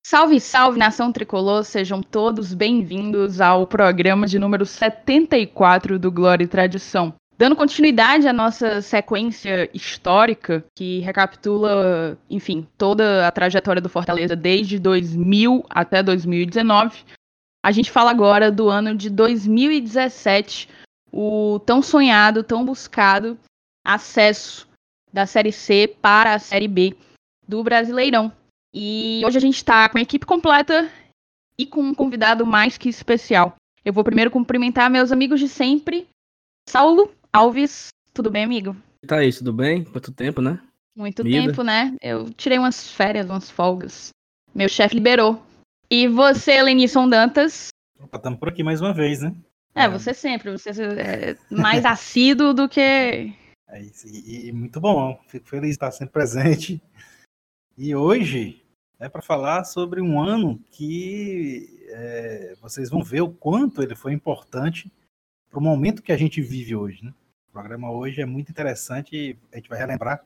Salve, salve, nação tricolor, sejam todos bem-vindos ao programa de número 74 do Glória e Tradição. Dando continuidade à nossa sequência histórica, que recapitula, enfim, toda a trajetória do Fortaleza desde 2000 até 2019, a gente fala agora do ano de 2017, o tão sonhado, tão buscado acesso da Série C para a Série B do Brasileirão. E hoje a gente está com a equipe completa e com um convidado mais que especial. Eu vou primeiro cumprimentar meus amigos de sempre. Saulo Alves, tudo bem, amigo? Thaís, tudo bem? Quanto tempo, né? Muito tempo, né? Eu tirei umas férias, umas folgas. Meu chefe liberou. E você, Lenisson Dantas? Opa, estamos por aqui mais uma vez, né? Você sempre. Você é mais assíduo do que... É isso, e muito bom. Fico feliz de estar sempre presente. E hoje é para falar sobre um ano que vocês vão ver o quanto ele foi importante para o momento que a gente vive hoje, né? O programa hoje é muito interessante e a gente vai relembrar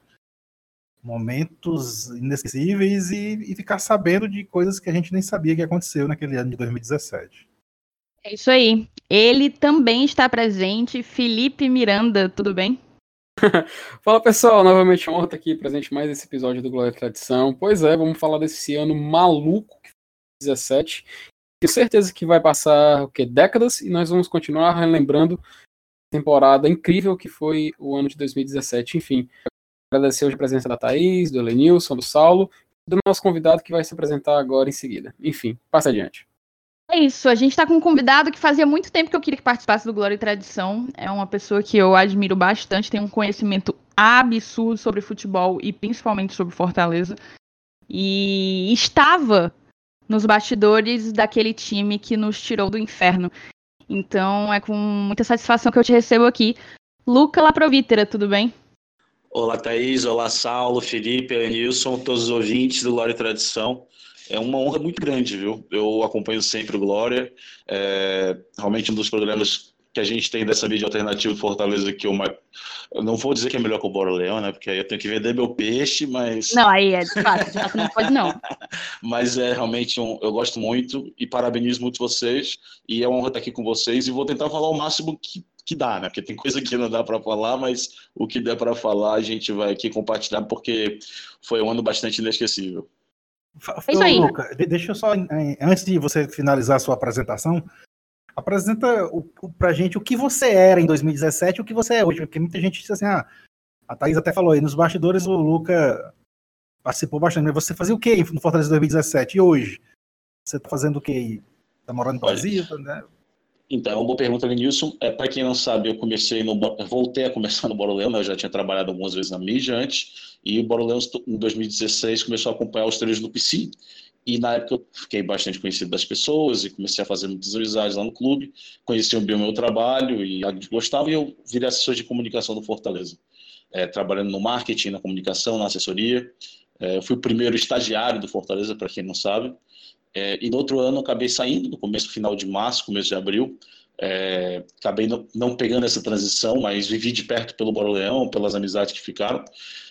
momentos inesquecíveis e ficar sabendo de coisas que a gente nem sabia que aconteceu naquele ano de 2017. É isso aí. Ele também está presente, Felipe Miranda, tudo bem? Fala pessoal, novamente ontem aqui presente mais esse episódio do Glória e Tradição. Pois é, vamos falar desse ano maluco que foi 2017. Tenho certeza que vai passar décadas e nós vamos continuar relembrando a temporada incrível que foi o ano de 2017. Enfim, agradecer hoje a presença da Thaís, do Elenilson, do Saulo e do nosso convidado que vai se apresentar agora em seguida. Enfim, passa adiante. É isso, a gente tá com um convidado que fazia muito tempo que eu queria que participasse do Glória e Tradição. É uma pessoa que eu admiro bastante, tem um conhecimento absurdo sobre futebol e principalmente sobre Fortaleza. E estava nos bastidores daquele time que nos tirou do inferno. Então é com muita satisfação que eu te recebo aqui. Luca Laprovítera, tudo bem? Olá, Thaís. Olá, Saulo, Felipe, Elenilson, todos os ouvintes do Glória e Tradição. É uma honra muito grande, viu? Eu acompanho sempre o Glória. Realmente um dos programas que a gente tem dessa mídia alternativa de Fortaleza que eu não vou dizer que é melhor que o Bora-Leão, né? Porque aí eu tenho que vender meu peixe, mas... Não, aí é de fato não pode não. Mas é realmente eu gosto muito e parabenizo muito vocês. E é uma honra estar aqui com vocês e vou tentar falar o máximo que dá, né? Porque tem coisa que não dá para falar, mas o que der para falar a gente vai aqui compartilhar porque foi um ano bastante inesquecível. É isso aí. Luca, deixa eu só, antes de você finalizar a sua apresentação, apresenta pra gente o que você era em 2017 e o que você é hoje, porque muita gente diz assim, a Thaís até falou aí, nos bastidores o Luca participou bastante, mas você fazia o que no Fortaleza 2017 e hoje? Você tá fazendo o que? Tá morando em Brasília, né? Então, é uma boa pergunta, Lenilson. Para quem não sabe, voltei a começar no Bora-Leão, né? Eu já tinha trabalhado algumas vezes na mídia antes, e o Bora-Leão, em 2016, começou a acompanhar os treinos do PC, e na época eu fiquei bastante conhecido das pessoas, e comecei a fazer muitas amizades lá no clube, conheciam bem o meu trabalho, e a gente gostava, e eu virei assessor de comunicação do Fortaleza, trabalhando no marketing, na comunicação, na assessoria. Eu fui o primeiro estagiário do Fortaleza, para quem não sabe. E no outro ano eu acabei saindo, no final de março, começo de abril. Acabei não pegando essa transição, mas vivi de perto pelo Bora-Leão, pelas amizades que ficaram.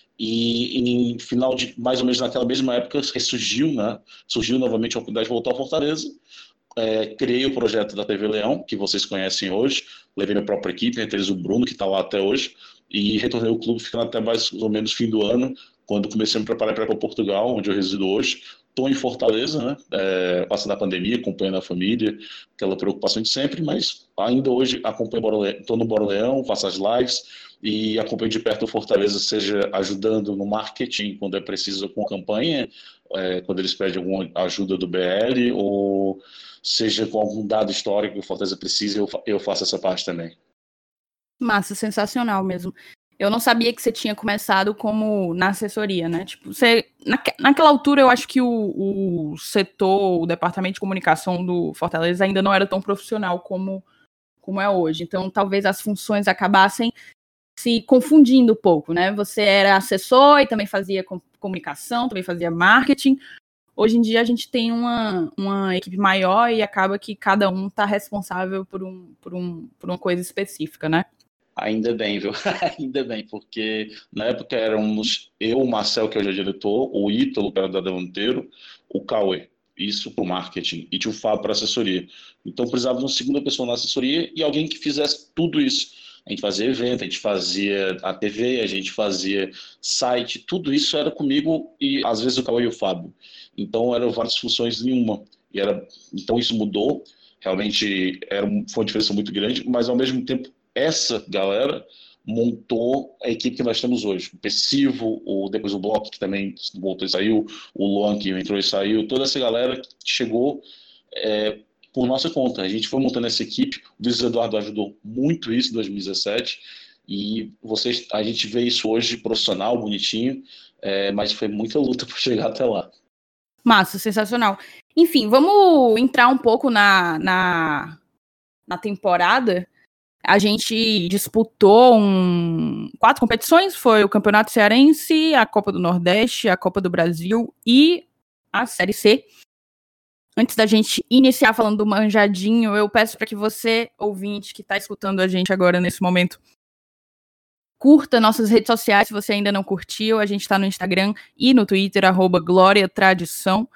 E em final de, mais ou menos naquela mesma época, ressurgiu, né? Surgiu novamente a oportunidade de voltar ao Fortaleza. Criei o projeto da TV Leão, que vocês conhecem hoje. Levei minha própria equipe, entre eles o Bruno, que está lá até hoje. E retornei ao clube ficando até mais ou menos fim do ano, quando comecei a me preparar para ir para Portugal, onde eu resido hoje. Estou em Fortaleza, né? Passando a pandemia, acompanhando a família, aquela preocupação de sempre, mas ainda hoje estou no Bora-Leão, faço as lives e acompanho de perto o Fortaleza, seja ajudando no marketing, quando é preciso com campanha, quando eles pedem alguma ajuda do BL, ou seja com algum dado histórico que o Fortaleza precisa, eu faço essa parte também. Massa, sensacional mesmo. Eu não sabia que você tinha começado como na assessoria, né? Tipo, naquela altura eu acho que o setor, o departamento de comunicação do Fortaleza ainda não era tão profissional como é hoje. Então, talvez as funções acabassem se confundindo um pouco, né? Você era assessor e também fazia comunicação, também fazia marketing. Hoje em dia a gente tem uma equipe maior e acaba que cada um está responsável por uma coisa específica, né? Ainda bem, viu? Ainda bem, porque na época éramos eu, o Marcel, que hoje é diretor, o Ítalo, que era da Monteiro, o Cauê. isso para o marketing e tinha o Fábio para assessoria. Então precisava de uma segunda pessoa na assessoria e alguém que fizesse tudo isso. A gente fazia evento, a gente fazia a TV, a gente fazia site, tudo isso era comigo e às vezes o Cauê e o Fábio. Então eram várias funções em uma. Então isso mudou, realmente foi uma diferença muito grande, mas ao mesmo tempo essa galera montou a equipe que nós temos hoje. O Pessivo, depois o Bloco, que também voltou e saiu, o Luan, que entrou e saiu, toda essa galera que chegou por nossa conta. A gente foi montando essa equipe, o Luiz Eduardo ajudou muito isso em 2017, e a gente vê isso hoje profissional, bonitinho, mas foi muita luta para chegar até lá. Massa, sensacional. Enfim, vamos entrar um pouco na temporada. A gente disputou 4 competições, foi o Campeonato Cearense, a Copa do Nordeste, a Copa do Brasil e a Série C. Antes da gente iniciar falando do manjadinho, eu peço para que você, ouvinte, que está escutando a gente agora nesse momento, curta nossas redes sociais, se você ainda não curtiu. A gente está no Instagram e no Twitter, @GlóriaTradição.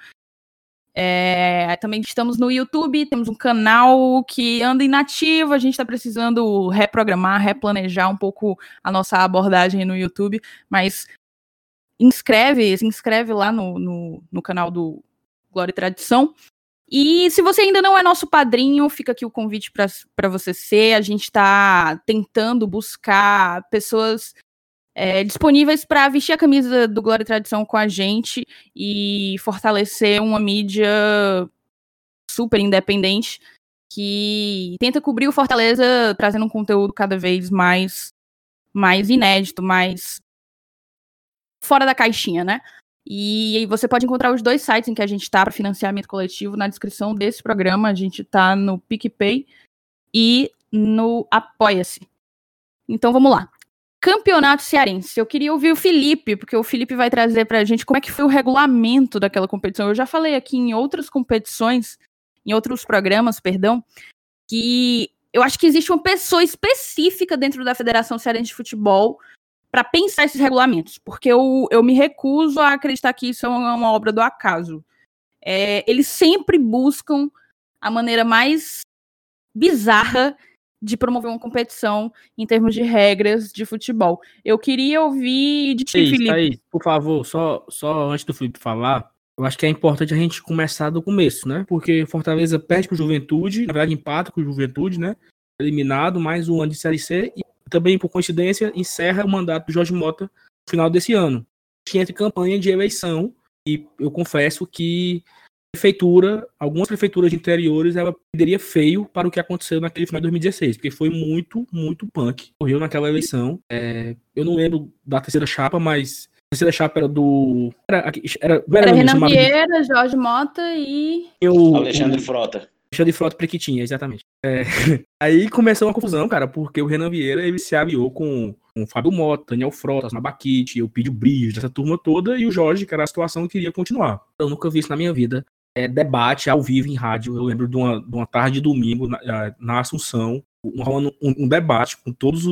Também estamos no YouTube, temos um canal que anda inativo, a gente está precisando reprogramar, replanejar um pouco a nossa abordagem no YouTube, mas se inscreve lá no canal do Glória e Tradição. E se você ainda não é nosso padrinho, fica aqui o convite para você ser. A gente está tentando buscar pessoas disponíveis para vestir a camisa do Glória e Tradição com a gente e fortalecer uma mídia super independente que tenta cobrir o Fortaleza, trazendo um conteúdo cada vez mais inédito, mais fora da caixinha, né? E você pode encontrar os 2 sites em que a gente está para financiamento coletivo na descrição desse programa. A gente está no PicPay e no Apoia-se. Então vamos lá. Campeonato Cearense. Eu queria ouvir o Felipe, porque o Felipe vai trazer pra gente como é que foi o regulamento daquela competição. Eu já falei aqui em outras competições, em outros programas, que eu acho que existe uma pessoa específica dentro da Federação Cearense de Futebol para pensar esses regulamentos, porque eu me recuso a acreditar que isso é uma obra do acaso. Eles sempre buscam a maneira mais bizarra de promover uma competição em termos de regras de futebol. Eu queria ouvir de ti, Felipe. Aí, por favor, só antes do Felipe falar, eu acho que é importante a gente começar do começo, né? Porque Fortaleza perde pro Juventude, na verdade empata com o Juventude, né? Eliminado, mais um ano de Série C, e também, por coincidência, encerra o mandato do Jorge Mota no final desse ano. Tinha campanha de eleição, e eu confesso que algumas prefeituras interiores, ela perderia feio para o que aconteceu naquele final de 2016, porque foi muito, muito punk. Correu naquela eleição. Eu não lembro da terceira chapa, mas a terceira chapa era do... Era Renan Vieira, Jorge Mota e... Alexandre Frota. Alexandre Frota Prequitinha, exatamente. Aí começou uma confusão, cara, porque o Renan Vieira, ele se aliou com o Fábio Mota, Daniel Frota, Nabaquite, Eupídio Bridges, essa turma toda, e o Jorge, que era a situação, queria continuar. Eu nunca vi isso na minha vida. Debate ao vivo em rádio. Eu lembro de uma tarde de domingo na Assunção, rolando um debate com todos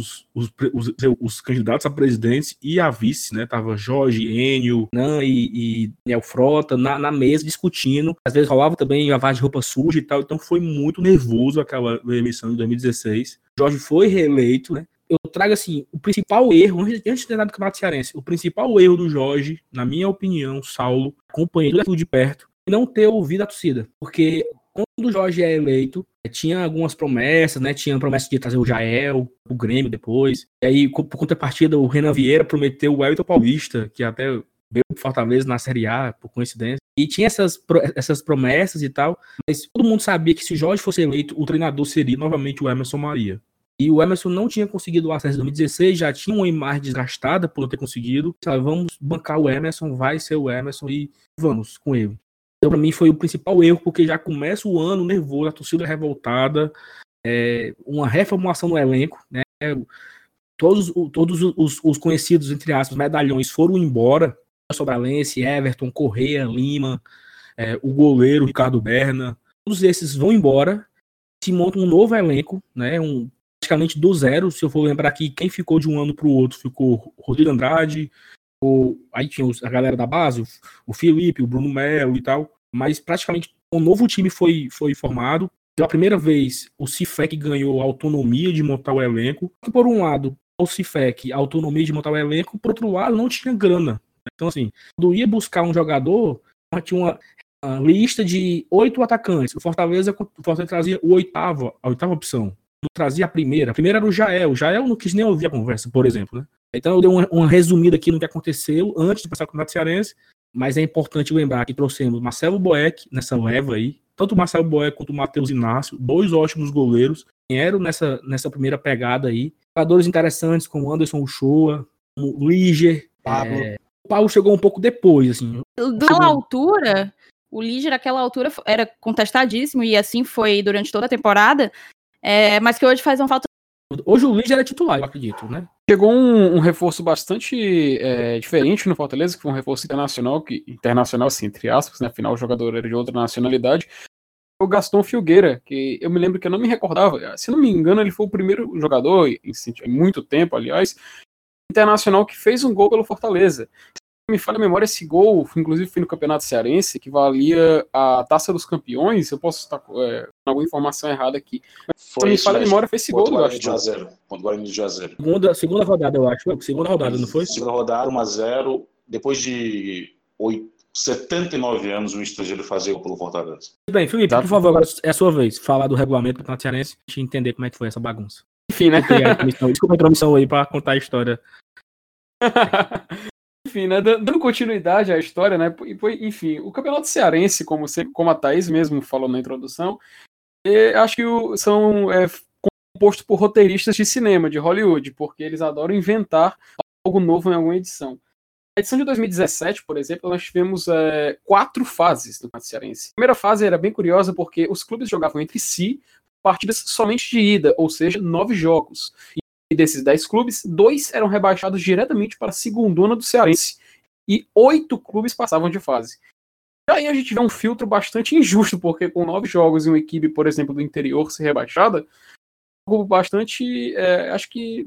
os candidatos a presidente e a vice, né? Tava Jorge, Enio, Nan e Daniel Frota na mesa discutindo. Às vezes rolava também lavagem de roupa suja e tal. Então foi muito nervoso aquela eleição de 2016. Jorge foi reeleito, né? Eu trago assim, o principal erro, antes de ter nada do Campeonato Cearense, o principal erro do Jorge, na minha opinião, Saulo, acompanhei tudo de perto, não ter ouvido a torcida, porque quando o Jorge é eleito, tinha algumas promessas, né? Tinha a promessa de trazer o Jael, o Grêmio depois, e aí, por contrapartida, o Renan Vieira prometeu o Elton Paulista, que até veio pro Fortaleza na Série A, por coincidência, e tinha essas promessas e tal, mas todo mundo sabia que se o Jorge fosse eleito, o treinador seria novamente o Emerson Maria. E o Emerson não tinha conseguido o acesso em 2016, já tinha uma imagem desgastada por não ter conseguido. Vamos bancar o Emerson, vai ser o Emerson e vamos com ele. Então, para mim, foi o principal erro, porque já começa o ano nervoso, a torcida revoltada, uma reformulação no elenco, né? Todos os conhecidos, entre aspas, medalhões foram embora. Sobralense, Everton, Correia, Lima, o goleiro Ricardo Berna, todos esses vão embora, se monta um novo elenco, né? Praticamente do zero. Se eu for lembrar aqui, quem ficou de um ano para o outro ficou Rodrigo Andrade, aí tinha a galera da base, o Felipe, o Bruno Melo e tal. mas praticamente um novo time foi formado. Pela primeira vez, o Cifec ganhou a autonomia de montar o elenco. Por um lado, o Cifec, a autonomia de montar o elenco, por outro lado, não tinha grana. Então, assim, quando ia buscar um jogador, tinha uma lista de 8 atacantes. O Fortaleza trazia a oitava opção. Não trazia a primeira. A primeira era o Jael. O Jael não quis nem ouvir a conversa, por exemplo, né? Então eu dei uma resumida aqui no que aconteceu antes de passar o Campeonato Cearense, mas é importante lembrar que trouxemos Marcelo Boeck nessa leva aí, tanto o Marcelo Boeck quanto o Matheus Inácio, 2 ótimos goleiros, vieram nessa primeira pegada aí. Jogadores interessantes como Anderson Uchoa, como Líger, Pablo. O Paulo chegou um pouco depois, assim. Naquela altura, o Líger, naquela altura, era contestadíssimo, e assim foi durante toda a temporada, mas que hoje faz uma falta. Hoje o Líger é titular, eu acredito, né? Chegou um reforço bastante diferente no Fortaleza, que foi um reforço internacional, assim, entre aspas, né? Afinal, o jogador era de outra nacionalidade. O Gaston Filgueira, que eu me lembro que eu não me recordava, se não me engano, ele foi o primeiro jogador, em muito tempo, aliás, internacional que fez um gol pelo Fortaleza. Se me falha a memória, esse gol, inclusive foi no Campeonato Cearense, que valia a Taça dos Campeões. Eu posso estar com alguma informação errada aqui. Mas se me falha a memória, foi esse gol do Gaston. Contra o Guarani de Juazeiro. Segunda rodada, eu acho. Segunda rodada, não foi? Segunda rodada, 1-0. Depois de 79 anos, um estrangeiro fazer gol pelo Fortaleza. Bem, Felipe, por favor, agora é a sua vez. Falar do regulamento do Campeonato Cearense, a gente entender como é que foi essa bagunça. Enfim, né? Desculpa a intromissão aí pra contar a história. Enfim, né, dando continuidade à história, né, enfim, o Campeonato Cearense, como a Thaís mesmo falou na introdução, acho que são compostos por roteiristas de cinema, de Hollywood, porque eles adoram inventar algo novo em alguma edição. Na edição de 2017, por exemplo, nós tivemos 4 fases do Campeonato Cearense. A primeira fase era bem curiosa porque os clubes jogavam entre si partidas somente de ida, ou seja, 9 jogos. E desses 10 clubes, 2 eram rebaixados diretamente para a segundona do Cearense. E 8 clubes passavam de fase. E aí a gente vê um filtro bastante injusto, porque com 9 jogos e uma equipe, por exemplo, do interior ser rebaixada, algo bastante, acho que,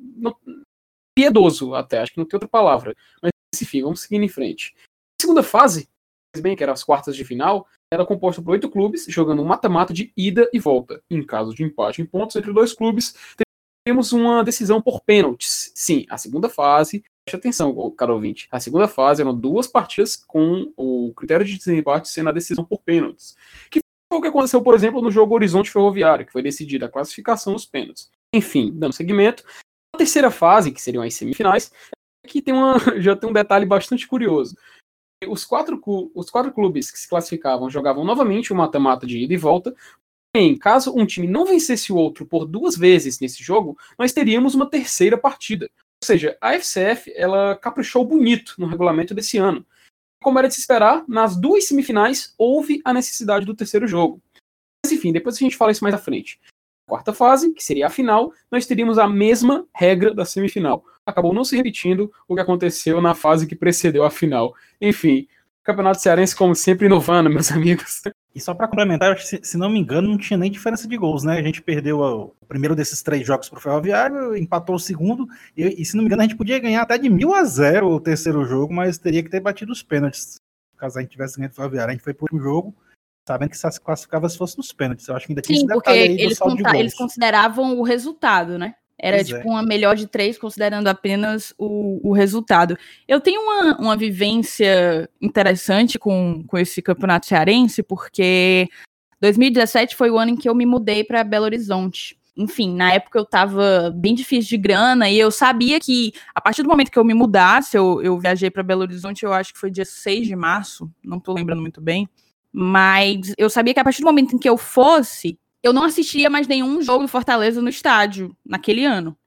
piedoso até, acho que não tem outra palavra. Mas enfim, vamos seguindo em frente. A segunda fase, bem que eram as quartas de final, era composta por 8 clubes, jogando um mata-mata de ida e volta. Em caso de empate em pontos entre 2 clubes, temos uma decisão por pênaltis. Sim, a segunda fase, preste atenção, caro ouvinte, a segunda fase eram 2 partidas com o critério de desempate sendo a decisão por pênaltis. Que foi o que aconteceu, por exemplo, no jogo Horizonte Ferroviário, que foi decidida a classificação dos pênaltis. Enfim, dando seguimento, a terceira fase, que seriam as semifinais, aqui já tem um detalhe bastante curioso. Os quatro clubes que se classificavam jogavam novamente o mata-mata de ida e volta. Porém, caso um time não vencesse o outro por 2 vezes nesse jogo, nós teríamos uma terceira partida. Ou seja, a FCF ela caprichou bonito no regulamento desse ano. Como era de se esperar, nas 2 semifinais houve a necessidade do terceiro jogo. Mas enfim, depois a gente fala isso mais à frente. Na quarta fase, que seria a final, nós teríamos a mesma regra da semifinal. Acabou não se repetindo o que aconteceu na fase que precedeu a final. Enfim, Campeonato Cearense, como sempre, inovando, meus amigos. E só para complementar, se não me engano, não tinha nem diferença de gols, né? A gente perdeu o primeiro desses 3 jogos pro Ferroviário, empatou o segundo, e se não me engano, a gente podia ganhar até de 1.0 o terceiro jogo, mas teria que ter batido os pênaltis. Caso a gente tivesse ganho do Ferroviário, a gente foi pro último jogo, sabendo que se classificava se fosse nos pênaltis. Eu acho que ainda tinha esse detalhe aí do saldo de gols. Eles consideravam o resultado, né? Era uma melhor de 3, considerando apenas o resultado. Eu tenho uma vivência interessante com esse campeonato cearense, porque 2017 foi o ano em que eu me mudei para Belo Horizonte. Enfim, na época eu tava bem difícil de grana, e eu sabia que, a partir do momento que eu me mudasse, eu viajei para Belo Horizonte, eu acho que foi dia 6 de março, não tô lembrando muito bem, mas eu sabia que a partir do momento em que eu fosse, eu não assistia mais nenhum jogo do Fortaleza no estádio naquele ano.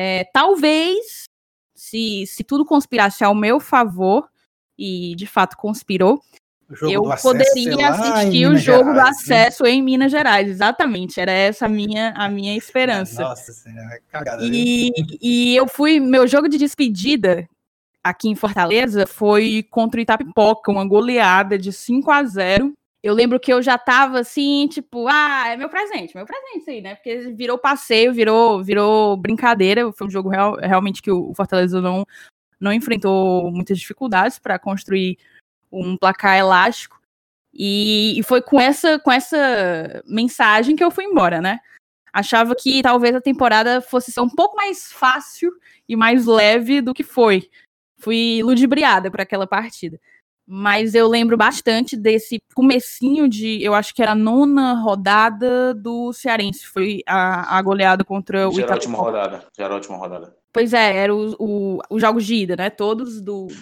Talvez, se tudo conspirasse ao meu favor, e de fato conspirou, eu poderia assistir o jogo do acesso em Minas Gerais. Exatamente, era essa a minha esperança. Nossa senhora, cagada. E eu fui, meu jogo de despedida aqui em Fortaleza foi contra o Itapipoca, uma goleada de 5-0. Eu lembro que eu já tava assim, tipo, é meu presente isso aí, né? Porque virou passeio, virou brincadeira. Foi um jogo realmente que o Fortaleza não enfrentou muitas dificuldades para construir um placar elástico. E foi com essa mensagem que eu fui embora, né? Achava que talvez a temporada fosse ser um pouco mais fácil e mais leve do que foi. Fui ludibriada por aquela partida. Mas eu lembro bastante desse comecinho eu acho que era a 9ª rodada do Cearense. Foi a goleada contra o Já era a Itapecó. última rodada. Pois é, eram os jogos de ida, né? Todos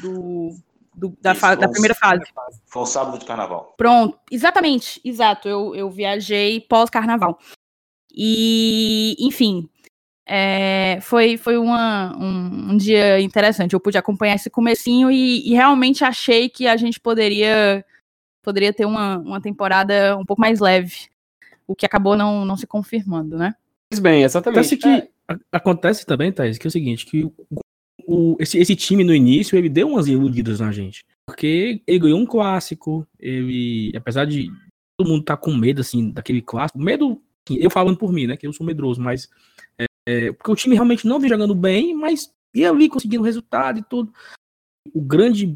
da primeira fase. Foi um sábado de carnaval. Pronto, exatamente, exato. Eu viajei pós-carnaval. E, enfim, foi um dia interessante. Eu pude acompanhar esse comecinho e realmente achei que a gente poderia ter uma temporada um pouco mais leve, o que acabou não se confirmando, né? Pois bem, exatamente. Acontece também, Thaís, que é o seguinte, que esse time no início, ele deu umas iludidas na gente. Porque ele ganhou um clássico, apesar de todo mundo estar com medo, assim, daquele clássico, medo, eu falando por mim, né, que eu sou medroso, mas porque o time realmente não vinha jogando bem, mas ia ali conseguindo resultado e tudo. O grande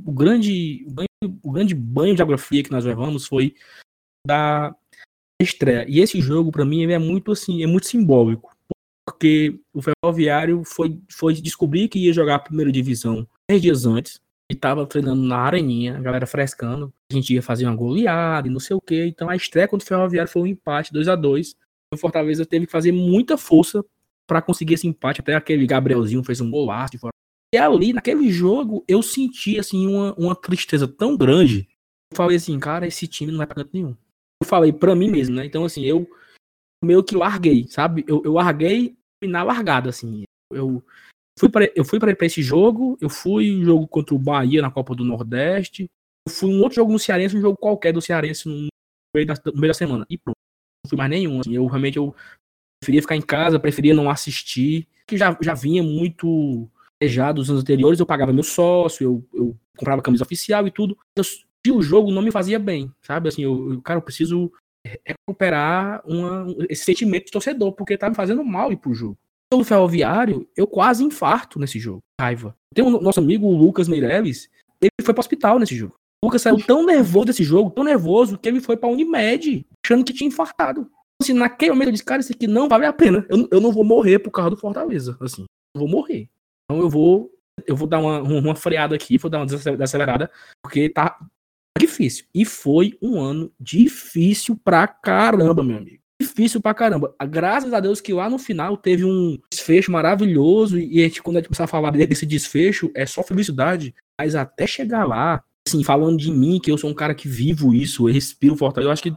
banho de água fria que nós levamos foi da estreia. E esse jogo, para mim, ele é muito assim, é muito simbólico. Porque o Ferroviário foi descobrir que ia jogar a primeira divisão 10 dias antes. E tava treinando na areninha, a galera frescando. A gente ia fazer uma goleada e não sei o quê. Então a estreia contra o Ferroviário foi um empate 2-2. O Fortaleza teve que fazer muita força para conseguir esse empate. Até aquele Gabrielzinho fez um golaço de fora. E ali, naquele jogo, eu senti assim, uma tristeza tão grande. Eu falei assim, cara, esse time não vai pra canto nenhum. Eu falei pra mim mesmo, né? Então, assim, eu meio que larguei, sabe? Eu larguei na largada, assim. Eu fui pra esse jogo, eu fui um jogo contra o Bahia na Copa do Nordeste, eu fui um outro jogo no Cearense, um jogo qualquer do Cearense no meio da semana. E pronto. Não fui mais nenhum, assim. Eu preferia ficar em casa, preferia não assistir, que já vinha muito planejado nos anos anteriores, eu pagava meu sócio, eu comprava camisa oficial e tudo. E o jogo não me fazia bem, sabe? Assim, eu preciso recuperar esse sentimento de torcedor, porque tá me fazendo mal ir pro jogo. No Ferroviário, eu quase infarto nesse jogo. Raiva. Tem o nosso amigo o Lucas Meireles, ele foi pro hospital nesse jogo. O Lucas saiu tão nervoso desse jogo, tão nervoso, que ele foi pra Unimed, achando que tinha infartado. Assim, naquele momento eu disse, cara, isso aqui não vale a pena. Eu não vou morrer por causa do Fortaleza. Assim, eu vou morrer. Então eu vou dar uma freada aqui, vou dar uma desacelerada, porque tá difícil. E foi um ano difícil pra caramba, meu amigo. Difícil pra caramba. Graças a Deus que lá no final teve um desfecho maravilhoso, e quando a gente começar a falar desse desfecho, é só felicidade. Mas até chegar lá, assim, falando de mim, que eu sou um cara que vivo isso, eu respiro Fortaleza, eu acho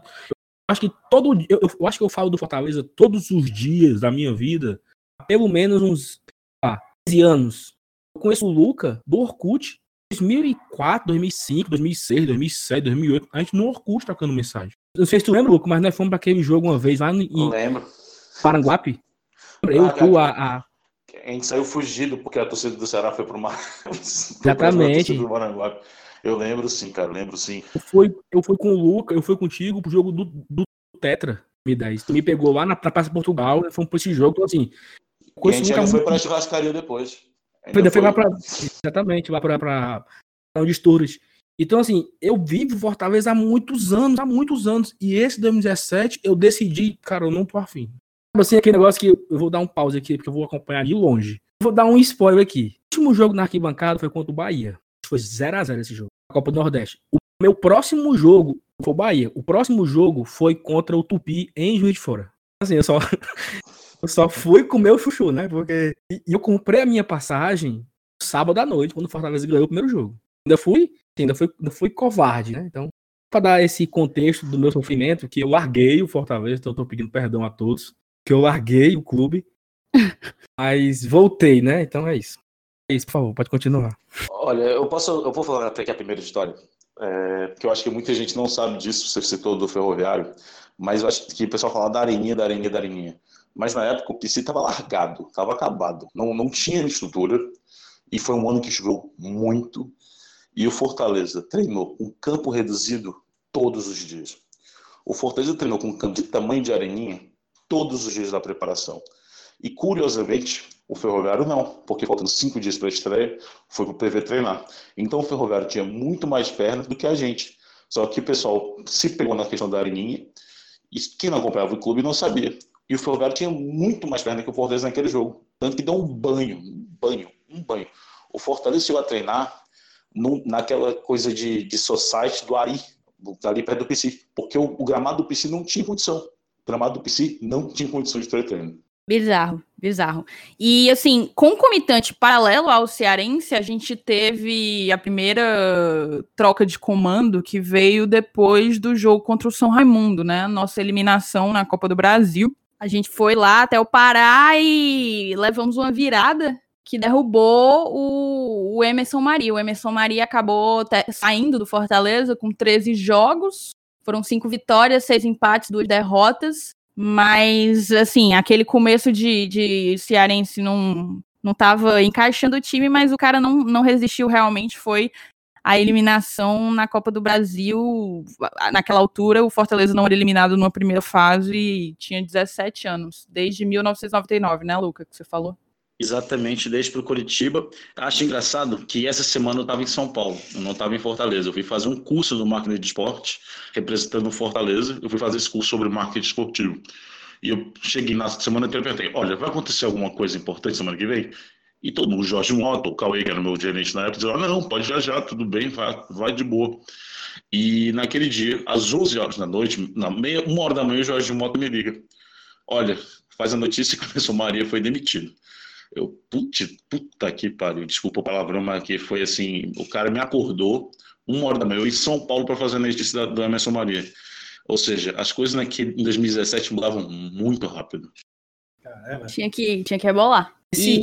que eu falo do Fortaleza todos os dias da minha vida, há pelo menos uns 15 anos. Eu conheço o Luca do Orkut, 2004, 2005, 2006, 2007, 2008, a gente no Orkut trocando mensagem. Não sei se tu lembra, Luca, mas nós fomos pra aquele jogo uma vez lá em Paranguape. A gente saiu fugido porque a torcida do Ceará foi pro mar. Exatamente. Eu lembro sim, cara, lembro sim. Eu fui com o Luca, eu fui contigo pro jogo do Tetra, 2010. Tu me pegou lá na Praça Portugal, fomos pra esse jogo, então assim... E a gente ainda foi pra churrascaria depois. Foi lá pra... Exatamente, lá pra onde Torres. Então, assim, eu vivo Fortaleza há muitos anos. E esse 2017, eu decidi, cara, eu não tô afim. Assim, aquele negócio que eu vou dar um pause aqui, porque eu vou acompanhar de longe. Vou dar um spoiler aqui. O último jogo na arquibancada foi contra o Bahia. Foi 0-0 esse jogo, na Copa do Nordeste. O meu próximo jogo foi o Bahia. O próximo jogo foi contra o Tupi em Juiz de Fora. Assim, eu só fui comer o chuchu, né? Porque eu comprei a minha passagem sábado à noite, quando o Fortaleza ganhou o primeiro jogo. Ainda fui covarde, né? Então, para dar esse contexto do meu sofrimento, que eu larguei o Fortaleza, então eu tô pedindo perdão a todos, que eu larguei o clube, mas voltei, né? Então é isso. É isso, por favor, pode continuar. Olha, eu vou falar até que a primeira história, porque eu acho que muita gente não sabe disso, você citou do Ferroviário, mas eu acho que o pessoal fala da Areninha. Mas na época o PC estava largado, estava acabado, não tinha estrutura, e foi um ano que choveu muito, e o Fortaleza treinou com campo reduzido todos os dias. O Fortaleza treinou com um campo de tamanho de Areninha todos os dias da preparação. E curiosamente, o Ferroviário não, porque faltando 5 dias para a estreia, foi para o PV treinar. Então o Ferroviário tinha muito mais pernas do que a gente. Só que o pessoal se pegou na questão da Areninha, e quem não acompanhava o clube não sabia. E o Ferroviário tinha muito mais perna que o Fortaleza naquele jogo. Tanto que deu um banho. O Fortaleza chegou a treinar naquela coisa de society do Ari, ali perto do PC. Porque o gramado do PC não tinha condição. O gramado do PC não tinha condição de ter treino. Bizarro. E, assim, concomitante, paralelo ao cearense, a gente teve a primeira troca de comando que veio depois do jogo contra o São Raimundo, né? Nossa eliminação na Copa do Brasil. A gente foi lá até o Pará e levamos uma virada que derrubou o Emerson Maria. O Emerson Maria acabou saindo do Fortaleza com 13 jogos. Foram 5 vitórias, 6 empates, 2 derrotas. Mas, assim, aquele começo de cearense não estava encaixando o time, mas o cara não resistiu realmente, foi a eliminação na Copa do Brasil. Naquela altura, o Fortaleza não era eliminado numa primeira fase e tinha 17 anos, desde 1999, né, Luca, que você falou? Exatamente, desde para o Curitiba. Acho engraçado que essa semana eu estava em São Paulo, eu não estava em Fortaleza. Eu fui fazer um curso no marketing de esporte, representando o Fortaleza. Eu fui fazer esse curso sobre marketing esportivo. E eu cheguei na semana inteira e perguntei, olha, vai acontecer alguma coisa importante semana que vem? E todo mundo, o Jorge Mota, o Cauê, que era meu gerente na época, dizia, não, pode viajar, tudo bem, vai de boa. E naquele dia, às 11 horas da noite, 1h da manhã, o Jorge Mota me liga. Olha, faz a notícia que o Emerson Maria foi demitido. Eu, puta que pariu, desculpa o palavrão, mas que foi assim, o cara me acordou 1h da manhã, eu em São Paulo para fazer a notícia do Emerson Maria. Ou seja, as coisas em 2017 mudavam muito rápido. Caramba. Tinha que rebolar.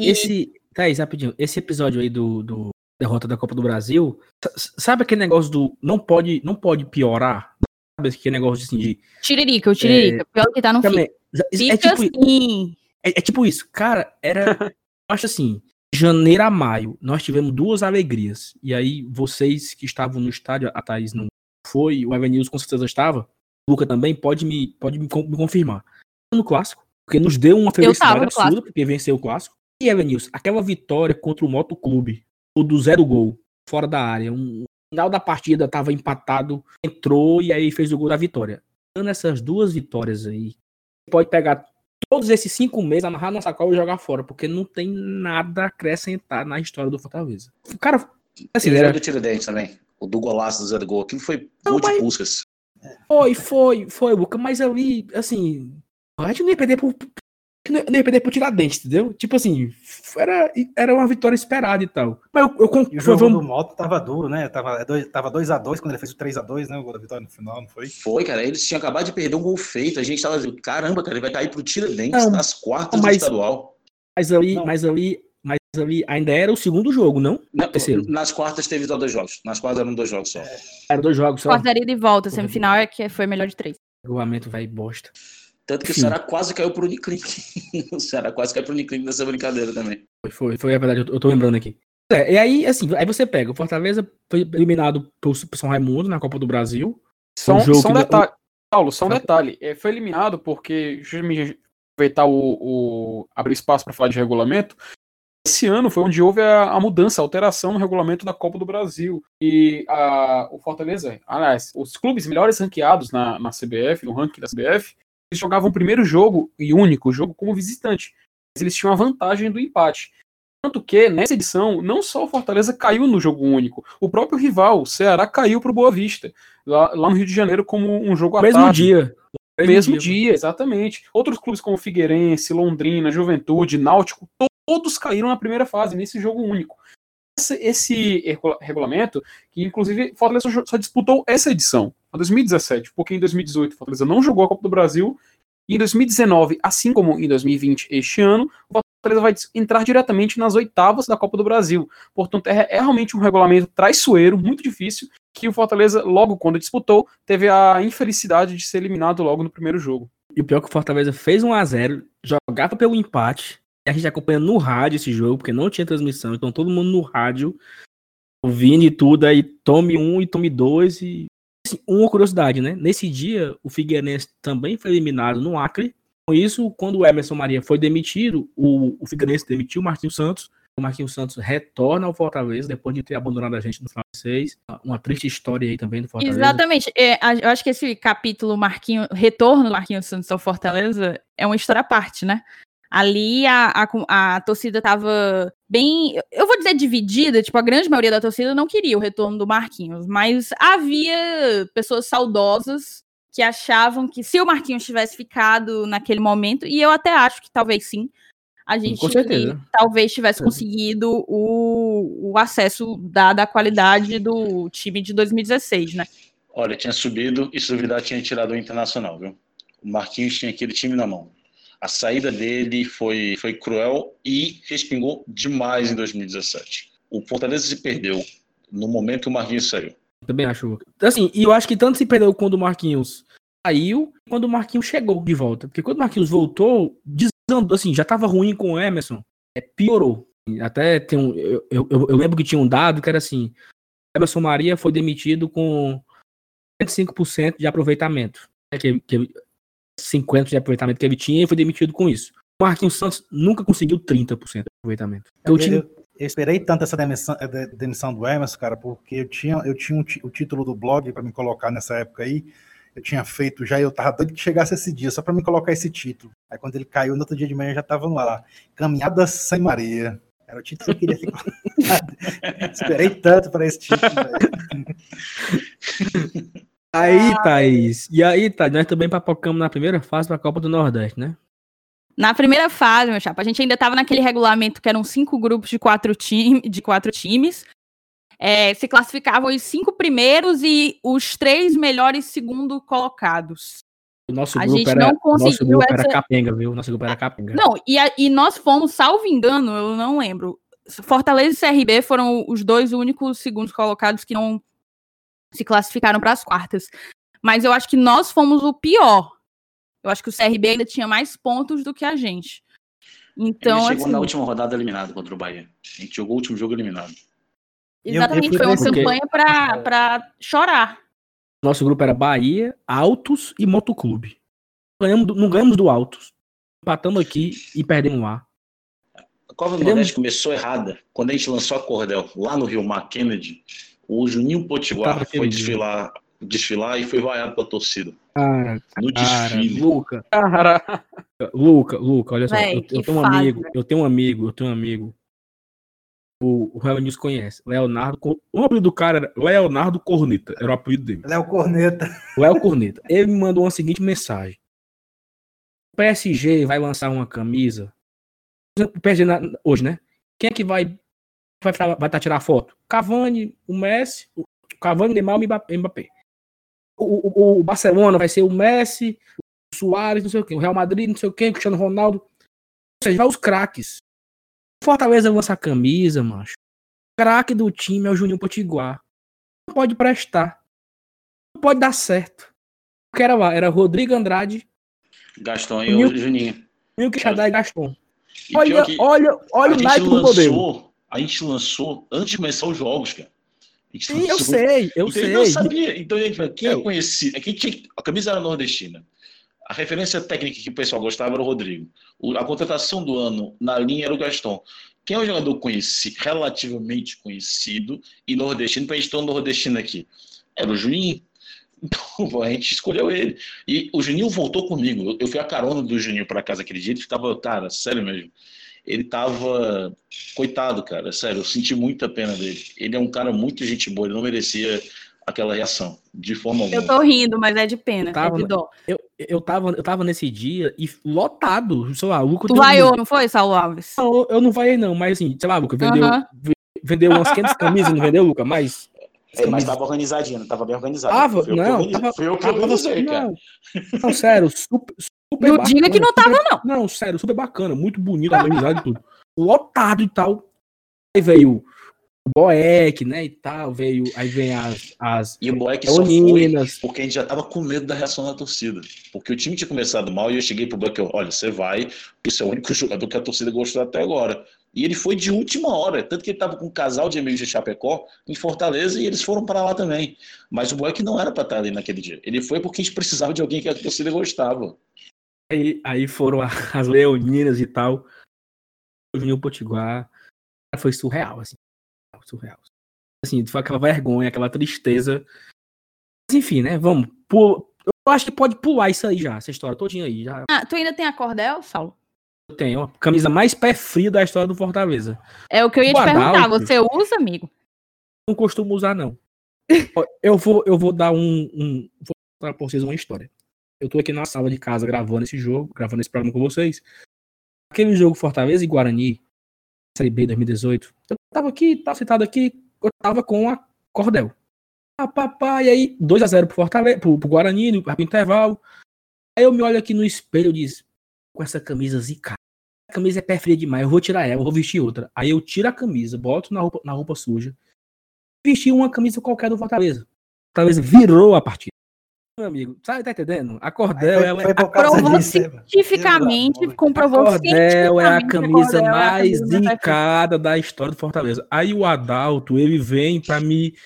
Thaís, rapidinho, esse episódio aí do derrota da Copa do Brasil, sabe aquele negócio do não pode piorar? Sabe aquele negócio assim de... Tiririca, pior que tá no fim. Fica assim... É tipo isso, cara, eu acho assim, de janeiro a maio, nós tivemos 2 alegrias, e aí vocês que estavam no estádio, a Thaís não foi, o Evanilson com certeza estava, o Luca também pode me confirmar. No clássico, porque nos deu uma felicidade absurda, porque venceu o clássico, e Evanilson, aquela vitória contra o Motoclube, o do 0 gol, fora da área, no final da partida tava empatado, entrou e aí fez o gol da vitória. Dando essas 2 vitórias aí, pode pegar todos esses 5 meses, amarrar na sacola e jogar fora, porque não tem nada a acrescentar na história do Fortaleza. O cara, assim, era do Tiradentes também, o do golaço do 0 gol, aquilo foi gol de Puskas. Foi, Luca, mas ali, assim, a gente não ia perder pro Tiradentes, entendeu? Tipo assim, era uma vitória esperada e tal. Mas e o jogo do Moto tava duro, né? Tava 2x2 quando ele fez o 3x2, né? O gol da vitória no final, não foi? Foi, cara. Eles tinham acabado de perder um gol feito. A gente tava dizendo, caramba, cara, ele vai cair pro Tiradentes nas quartas do estadual. Mas ali ainda era o segundo jogo, não? Terceiro. Nas quartas teve só 2 jogos. Nas quartas eram 2 jogos só. Eram 2 jogos só. Quarta ida e volta, semifinal é que foi melhor de 3. Regulamento vai bosta. Tanto que o Ceará quase caiu pro Uniclinic. O Ceará quase caiu pro Uniclinic nessa brincadeira também. Foi a verdade, eu tô lembrando aqui. E aí, assim, aí você pega, o Fortaleza foi eliminado pelo São Raimundo na Copa do Brasil. Só um detalhe, Paulo, só um detalhe. Foi eliminado porque, justamente aproveitar abrir espaço para falar de regulamento, esse ano foi onde houve a mudança, a alteração no regulamento da Copa do Brasil. E o Fortaleza, aliás, os clubes melhores ranqueados na CBF, no ranking da CBF, eles jogavam o primeiro jogo e único jogo como visitante. Mas eles tinham a vantagem do empate. Tanto que, nessa edição, não só o Fortaleza caiu no jogo único, o próprio rival, o Ceará, caiu para o Boa Vista, lá no Rio de Janeiro, como um jogo à tarde. Mesmo dia, exatamente. Outros clubes como Figueirense, Londrina, Juventude, Náutico, todos caíram na primeira fase, nesse jogo único. Esse regulamento, que inclusive Fortaleza só disputou essa edição, a 2017, porque em 2018 Fortaleza não jogou a Copa do Brasil, e em 2019, assim como em 2020, este ano, o Fortaleza vai entrar diretamente nas oitavas da Copa do Brasil. Portanto, é realmente um regulamento traiçoeiro, muito difícil, que o Fortaleza, logo quando disputou, teve a infelicidade de ser eliminado logo no primeiro jogo. E o pior é que o Fortaleza fez 1x0, jogava pelo empate, e a gente acompanha no rádio esse jogo, porque não tinha transmissão, então todo mundo no rádio, ouvindo e tudo, aí tome 1 e tome 2, e assim, uma curiosidade, né? Nesse dia, o Figueirense também foi eliminado no Acre. Com isso, quando o Emerson Maria foi demitido, o Figueirense demitiu o Martinho Santos, O Marquinhos Santos retorna ao Fortaleza depois de ter abandonado a gente no final de 6. Uma triste história aí também do Fortaleza. Exatamente. Eu acho que esse capítulo retorno do Marquinhos Santos ao Fortaleza é uma história à parte, né? Ali a torcida tava bem, eu vou dizer dividida, tipo, a grande maioria da torcida não queria o retorno do Marquinhos, mas havia pessoas saudosas que achavam que se o Marquinhos tivesse ficado naquele momento, e eu até acho que talvez sim, a gente talvez tivesse conseguido o acesso dada a qualidade do time de 2016, né? Olha, tinha subido e se duvidar tinha tirado o Internacional, viu? O Marquinhos tinha aquele time na mão. A saída dele foi cruel e respingou demais em 2017. O Fortaleza se perdeu no momento que o Marquinhos saiu. Também acho. Assim, e eu acho que tanto se perdeu quando o Marquinhos saiu, quando o Marquinhos chegou de volta. Porque quando o Marquinhos voltou, desandou, assim, já tava ruim com o Emerson, piorou. Até tem eu lembro que tinha um dado que era assim, Emerson Maria foi demitido com 25% de aproveitamento. Que 50% de aproveitamento que ele tinha e foi demitido com isso. O Marquinhos Santos nunca conseguiu 30% de aproveitamento. Eu esperei tanto essa demissão do Emerson, cara, porque eu tinha o título do blog para me colocar nessa época aí. Eu tinha feito já, eu tava doido que chegasse esse dia, só para me colocar esse título. Aí quando ele caiu, no outro dia de manhã já tava lá. Caminhada Sem Maria. Era o título que eu queria ficar. Esperei tanto para esse título, velho. Aí, Thaís. E aí, Thaís, nós também papocamos na primeira fase para a Copa do Nordeste, né? Na primeira fase, meu chapa, a gente ainda estava naquele regulamento que eram 5 grupos de 4 times. Se classificavam os 5 primeiros e os 3 melhores segundo colocados. O nosso grupo era capenga, viu? Nosso grupo era capenga. Não, e nós fomos, salvo engano, eu não lembro. Fortaleza e CRB foram os 2 únicos segundos colocados que não se classificaram para as quartas. Mas eu acho que nós fomos o pior. Eu acho que o CRB ainda tinha mais pontos do que a gente. Então, a gente chegou na última rodada eliminado contra o Bahia. A gente jogou o último jogo eliminado. Exatamente, foi uma campanha para chorar. Nosso grupo era Bahia, Altos e Motoclube. Não ganhamos do Altos. Empatamos aqui e perdemos lá. A Copa do Nordeste começou errada. Quando a gente lançou a Cordel lá no Rio Mar Kennedy, o Juninho Potiguar foi desfilar e foi vaiado pela torcida. No desfile. Luca, olha só. Véi, eu tenho um amigo. O Real News conhece. Leonardo. O nome do cara era Leonardo Corneta. Era o apelido dele. Léo Corneta. Ele me mandou uma seguinte mensagem. O PSG vai lançar uma camisa. O PSG hoje, né? Quem é que vai tirar a foto? Cavani, o Messi, o Cavani, Neymar e Mbappé. O Barcelona vai ser o Messi, o Suárez, não sei o quê. O Real Madrid, não sei o quê, o Cristiano Ronaldo. Ou seja, vai os craques. O Fortaleza lança a camisa, macho. O craque do time é o Juninho Potiguar. Não pode prestar. Não pode dar certo. O que era lá? Era Rodrigo Andrade, Gaston e o Juninho. E o Quixadá e Gaston. Olha o naipe do modelo. A gente lançou antes de começar os jogos, cara. Sim, eu sei. Eu sabia. Então, quem eu conheci? A camisa era nordestina. A referência técnica que o pessoal gostava era o Rodrigo. A contratação do ano na linha era o Gaston. Quem é o jogador relativamente conhecido e nordestino, para a gente ter um nordestino aqui? Era o Juninho. Então, a gente escolheu ele. E o Juninho voltou comigo. Eu fui a carona do Juninho para casa aquele dia. Ele estava, cara, sério mesmo. Ele tava... Coitado, cara, sério, eu senti muita pena dele. Ele é um cara muito gente boa, ele não merecia aquela reação, de forma alguma. Eu tô rindo, mas é de pena, é de dó. Eu tava nesse dia e lotado, sei lá, o Luca... Tu vaiou, não foi, Saulo Alves? Não, eu não vaiei não, mas assim, sei lá, Luca, vendeu umas 500 camisas, não vendeu, Luca? Mas tava organizadinho, tava bem organizado. Foi eu que organizei, cara. Não, sério, super não bacana, diga que não tava, não. Não, sério, super bacana, muito bonito, organizado e tudo. Lotado e tal. Aí veio o Boeck, né, e tal, aí vem as E o Boeck só foi porque a gente já tava com medo da reação da torcida. Porque o time tinha começado mal e eu cheguei pro Boeck, olha, você vai, isso é o único jogador que a torcida gostou até agora. E ele foi de última hora, tanto que ele tava com um casal de amigos de Chapecó em Fortaleza e eles foram para lá também. Mas o Boeck não era para estar ali naquele dia. Ele foi porque a gente precisava de alguém que a torcida gostava. Aí foram as leoninas e tal. O Juninho Potiguar. Foi surreal, assim. Surreal. Assim, foi aquela vergonha, aquela tristeza. Mas enfim, né? Vamos. Eu acho que pode pular isso aí já, essa história todinha aí. Já. Tu ainda tem a cordel, Saulo? Eu tenho a camisa mais pé frio da história do Fortaleza. É o que eu ia te perguntar. Adalto, Você usa, amigo? Não costumo usar, não. Eu vou dar vou contar pra vocês uma história. Eu tô aqui na sala de casa gravando esse programa com vocês. Aquele jogo Fortaleza e Guarani, Série B 2018, eu tava sentado aqui, eu tava com a cordel. E aí, 2-0 pro Fortaleza, pro Guarani, no intervalo. Aí eu me olho aqui no espelho e diz, com essa camisa zica, a camisa é pé fria demais, eu vou tirar ela, eu vou vestir outra. Aí eu tiro a camisa, boto na roupa suja, vesti uma camisa qualquer do Fortaleza. Fortaleza virou a partida. Meu amigo, sabe, tá entendendo? A cordel, ela é comprovou cientificamente, comprovou a cordel é a camisa mais zicada da história do Fortaleza. Aí o Adalto, ele vem pra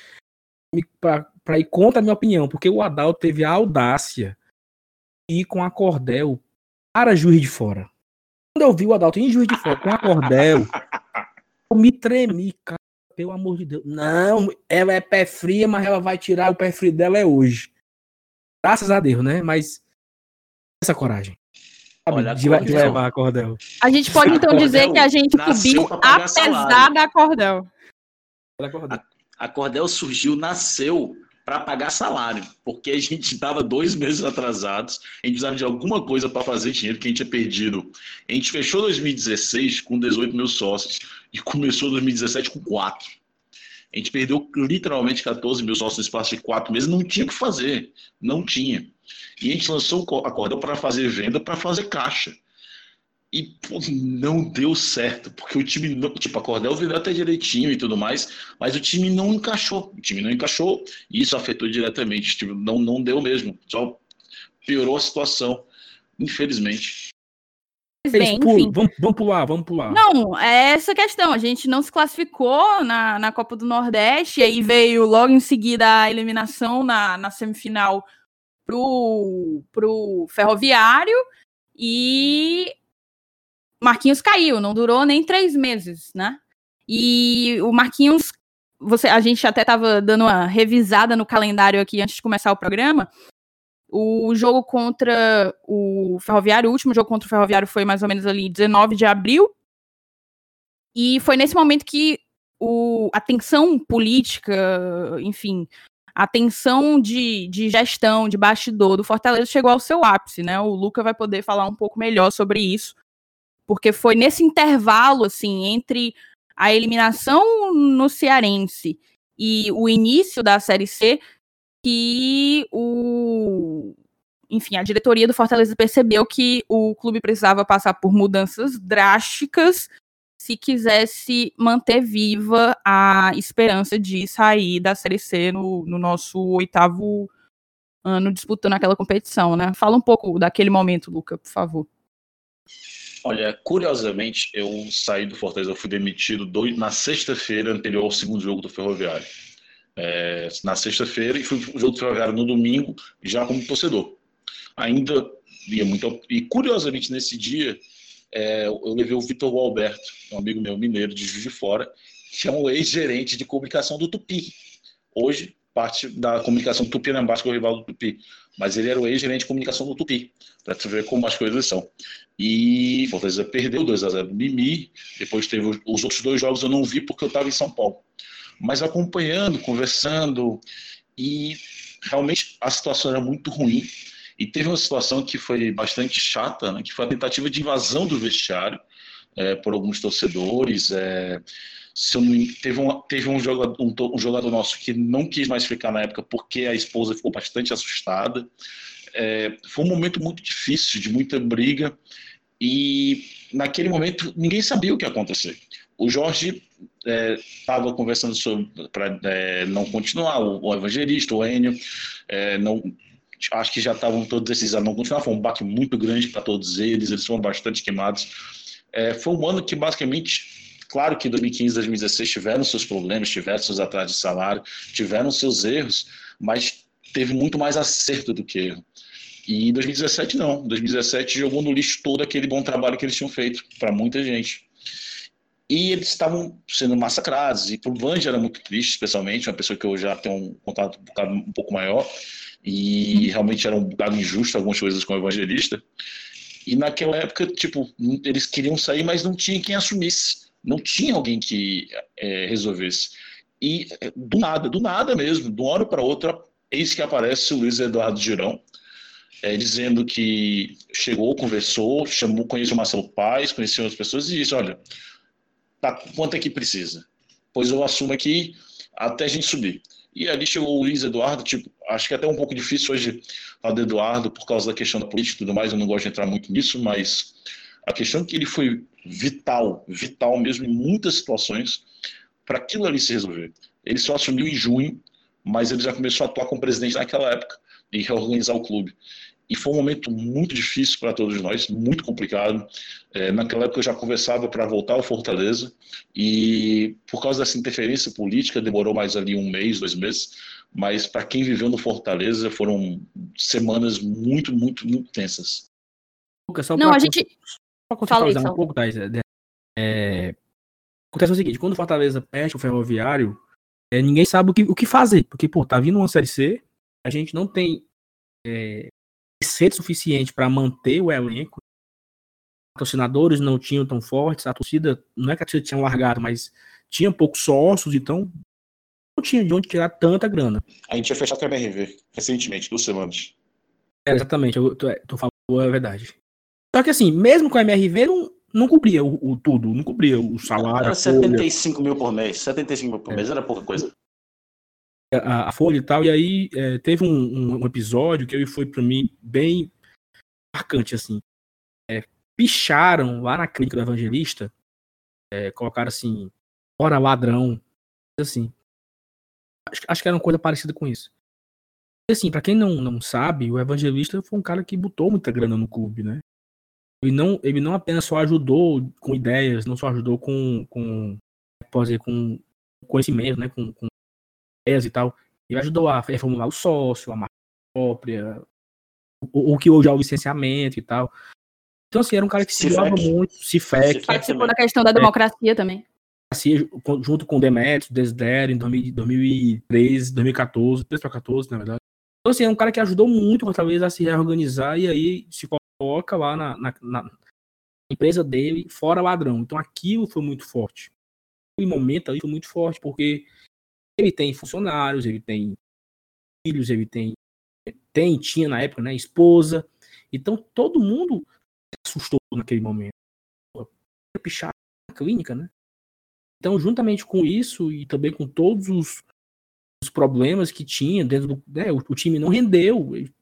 ir contra a minha opinião, porque o Adalto teve a audácia de ir com a cordel para Juiz de Fora. Quando eu vi o Adalto em Juiz de Fora com a cordel, eu me tremi, cara, pelo amor de Deus. Não, ela é pé fria, mas ela vai tirar o pé frio dela hoje. Graças a Deus, né? Mas essa coragem. Olha, de levar a cordel. A gente pode então dizer que a gente subiu apesar da cordel. A cordel nasceu para pagar salário, porque a gente estava 2 meses atrasados, a gente precisava de alguma coisa para fazer dinheiro que a gente tinha perdido. A gente fechou 2016 com 18 mil sócios e começou 2017 com 4. A gente perdeu literalmente 14 mil sócios no espaço de 4 meses, não tinha o que fazer, não tinha. E a gente lançou a cordel para fazer venda, para fazer caixa. E não deu certo, porque o time, a cordel vendeu até direitinho e tudo mais, mas o time não encaixou. E isso afetou diretamente. Tipo, não deu mesmo, só piorou a situação, infelizmente. Bem, enfim. Vamos pular. Não, é essa questão. A gente não se classificou na Copa do Nordeste, e aí veio logo em seguida a eliminação na semifinal pro Ferroviário, e Marquinhos caiu, não durou nem 3 meses, né? E o Marquinhos, a gente até estava dando uma revisada no calendário aqui antes de começar o programa. O jogo contra o Ferroviário, o último jogo contra o Ferroviário foi mais ou menos ali 19 de abril. E foi nesse momento que a tensão política, enfim, a tensão de gestão, de bastidor do Fortaleza chegou ao seu ápice, né? O Luca vai poder falar um pouco melhor sobre isso, porque foi nesse intervalo, assim, entre a eliminação no Cearense e o início da Série C que a diretoria do Fortaleza percebeu que o clube precisava passar por mudanças drásticas se quisesse manter viva a esperança de sair da Série C no nosso 8º ano disputando aquela competição, né? Fala um pouco daquele momento, Luca, por favor. Olha, curiosamente, eu saí do Fortaleza, eu fui demitido na sexta-feira anterior ao segundo jogo do Ferroviário. Na sexta-feira, e fui pro jogo do Ferroviário no domingo, já como torcedor. Ainda ia muito. E curiosamente, nesse dia, eu levei o Vitor Alberto, um amigo meu mineiro de Juiz de Fora, que é um ex-gerente de comunicação do Tupi. Hoje, parte da comunicação do Tupi na Basca, o rival do Tupi. Mas ele era o ex-gerente de comunicação do Tupi, para tu ver como as coisas são. E Fortaleza perdeu 2-0 no Mimi. Depois teve os outros 2 jogos, eu não vi porque eu estava em São Paulo. Mas acompanhando, conversando, e realmente a situação era muito ruim. E teve uma situação que foi bastante chata, né, que foi a tentativa de invasão do vestiário por alguns torcedores. Teve um jogador nosso que não quis mais ficar na época porque a esposa ficou bastante assustada. Foi um momento muito difícil, de muita briga, e naquele momento ninguém sabia o que ia acontecer. O Jorge estava conversando para não continuar, o evangelista, o Enio, acho que já estavam todos decididos a não continuar. Foi um baque muito grande para todos eles foram bastante queimados. Foi um ano que basicamente, claro que 2015 e 2016 tiveram seus problemas, tiveram seus atrasos de salário, tiveram seus erros, mas teve muito mais acerto do que erro. E em 2017 não, 2017 jogou no lixo todo aquele bom trabalho que eles tinham feito para muita gente. E eles estavam sendo massacrados. E para o Vange era muito triste, especialmente, uma pessoa que eu já tenho um contato um pouco maior. E realmente era um bocado injusto algumas coisas com o Evangelista. E naquela época, tipo, eles queriam sair, mas não tinha quem assumisse. Não tinha alguém que resolvesse. E do nada mesmo, de uma hora para outra, eis que aparece o Luiz Eduardo Girão, dizendo que chegou, conversou, conheceu o Marcelo Paes, conheceu as pessoas e disse, olha, tá, quanto é que precisa? Pois eu assumo aqui até a gente subir. E ali chegou o Luiz Eduardo, tipo, acho que é até um pouco difícil hoje falar do Eduardo por causa da questão da política e tudo mais, eu não gosto de entrar muito nisso, mas a questão é que ele foi vital mesmo em muitas situações para aquilo ali se resolver. Ele só assumiu em junho, mas ele já começou a atuar como presidente naquela época e reorganizar o clube. E foi um momento muito difícil para todos nós, muito complicado. Naquela época eu já conversava para voltar ao Fortaleza e por causa dessa interferência política demorou mais ali 1 mês, 2 meses, mas para quem viveu no Fortaleza foram semanas muito, muito, muito tensas. Só Não, a gente... Para contextualizar um pouco, Thais, acontece o seguinte, quando o Fortaleza perde o Ferroviário, ninguém sabe o que fazer, porque, pô, tá vindo uma Série C, a gente não tem receita suficiente para manter o elenco, os patrocinadores não tinham tão fortes, a torcida, não é que a torcida tinha largado, mas tinha poucos sócios, então não tinha de onde tirar tanta grana. A gente tinha fechado com a MRV recentemente, 2 semanas. Exatamente, tu falou a verdade. Só que assim, mesmo com a MRV, não cobria o tudo, não cobria o salário. Era 75 mil por mês, 75 mil por mês, era pouca coisa. A folha e tal, e aí teve um episódio que foi pra mim bem marcante, assim. Picharam lá na clínica do Evangelista, colocaram assim, fora ladrão, assim. Acho que era uma coisa parecida com isso. E assim, pra quem não sabe, o Evangelista foi um cara que botou muita grana no clube, né? Ele não apenas só ajudou com ideias, não só ajudou com conhecimento, né? Com ideias e tal. Ele ajudou a reformular o sócio, a marca própria, o que hoje é o licenciamento e tal. Então, assim, era um cara que se doava muito, Cifec. Participou da questão da democracia também. Junto com o Demetrios, Desidério, em 2013, 2014, 13 para 14, na verdade. Então, assim, é um cara que ajudou muito o Fortaleza a se reorganizar e aí se coloca lá na empresa dele, fora ladrão. Então, aquilo foi muito forte. O momento ali foi muito forte, porque ele tem funcionários, ele tem filhos, ele tinha na época, né, esposa. Então, todo mundo se assustou naquele momento. Pichar na clínica, né? Então, juntamente com isso e também com todos os problemas que tinha dentro do... o time não rendeu.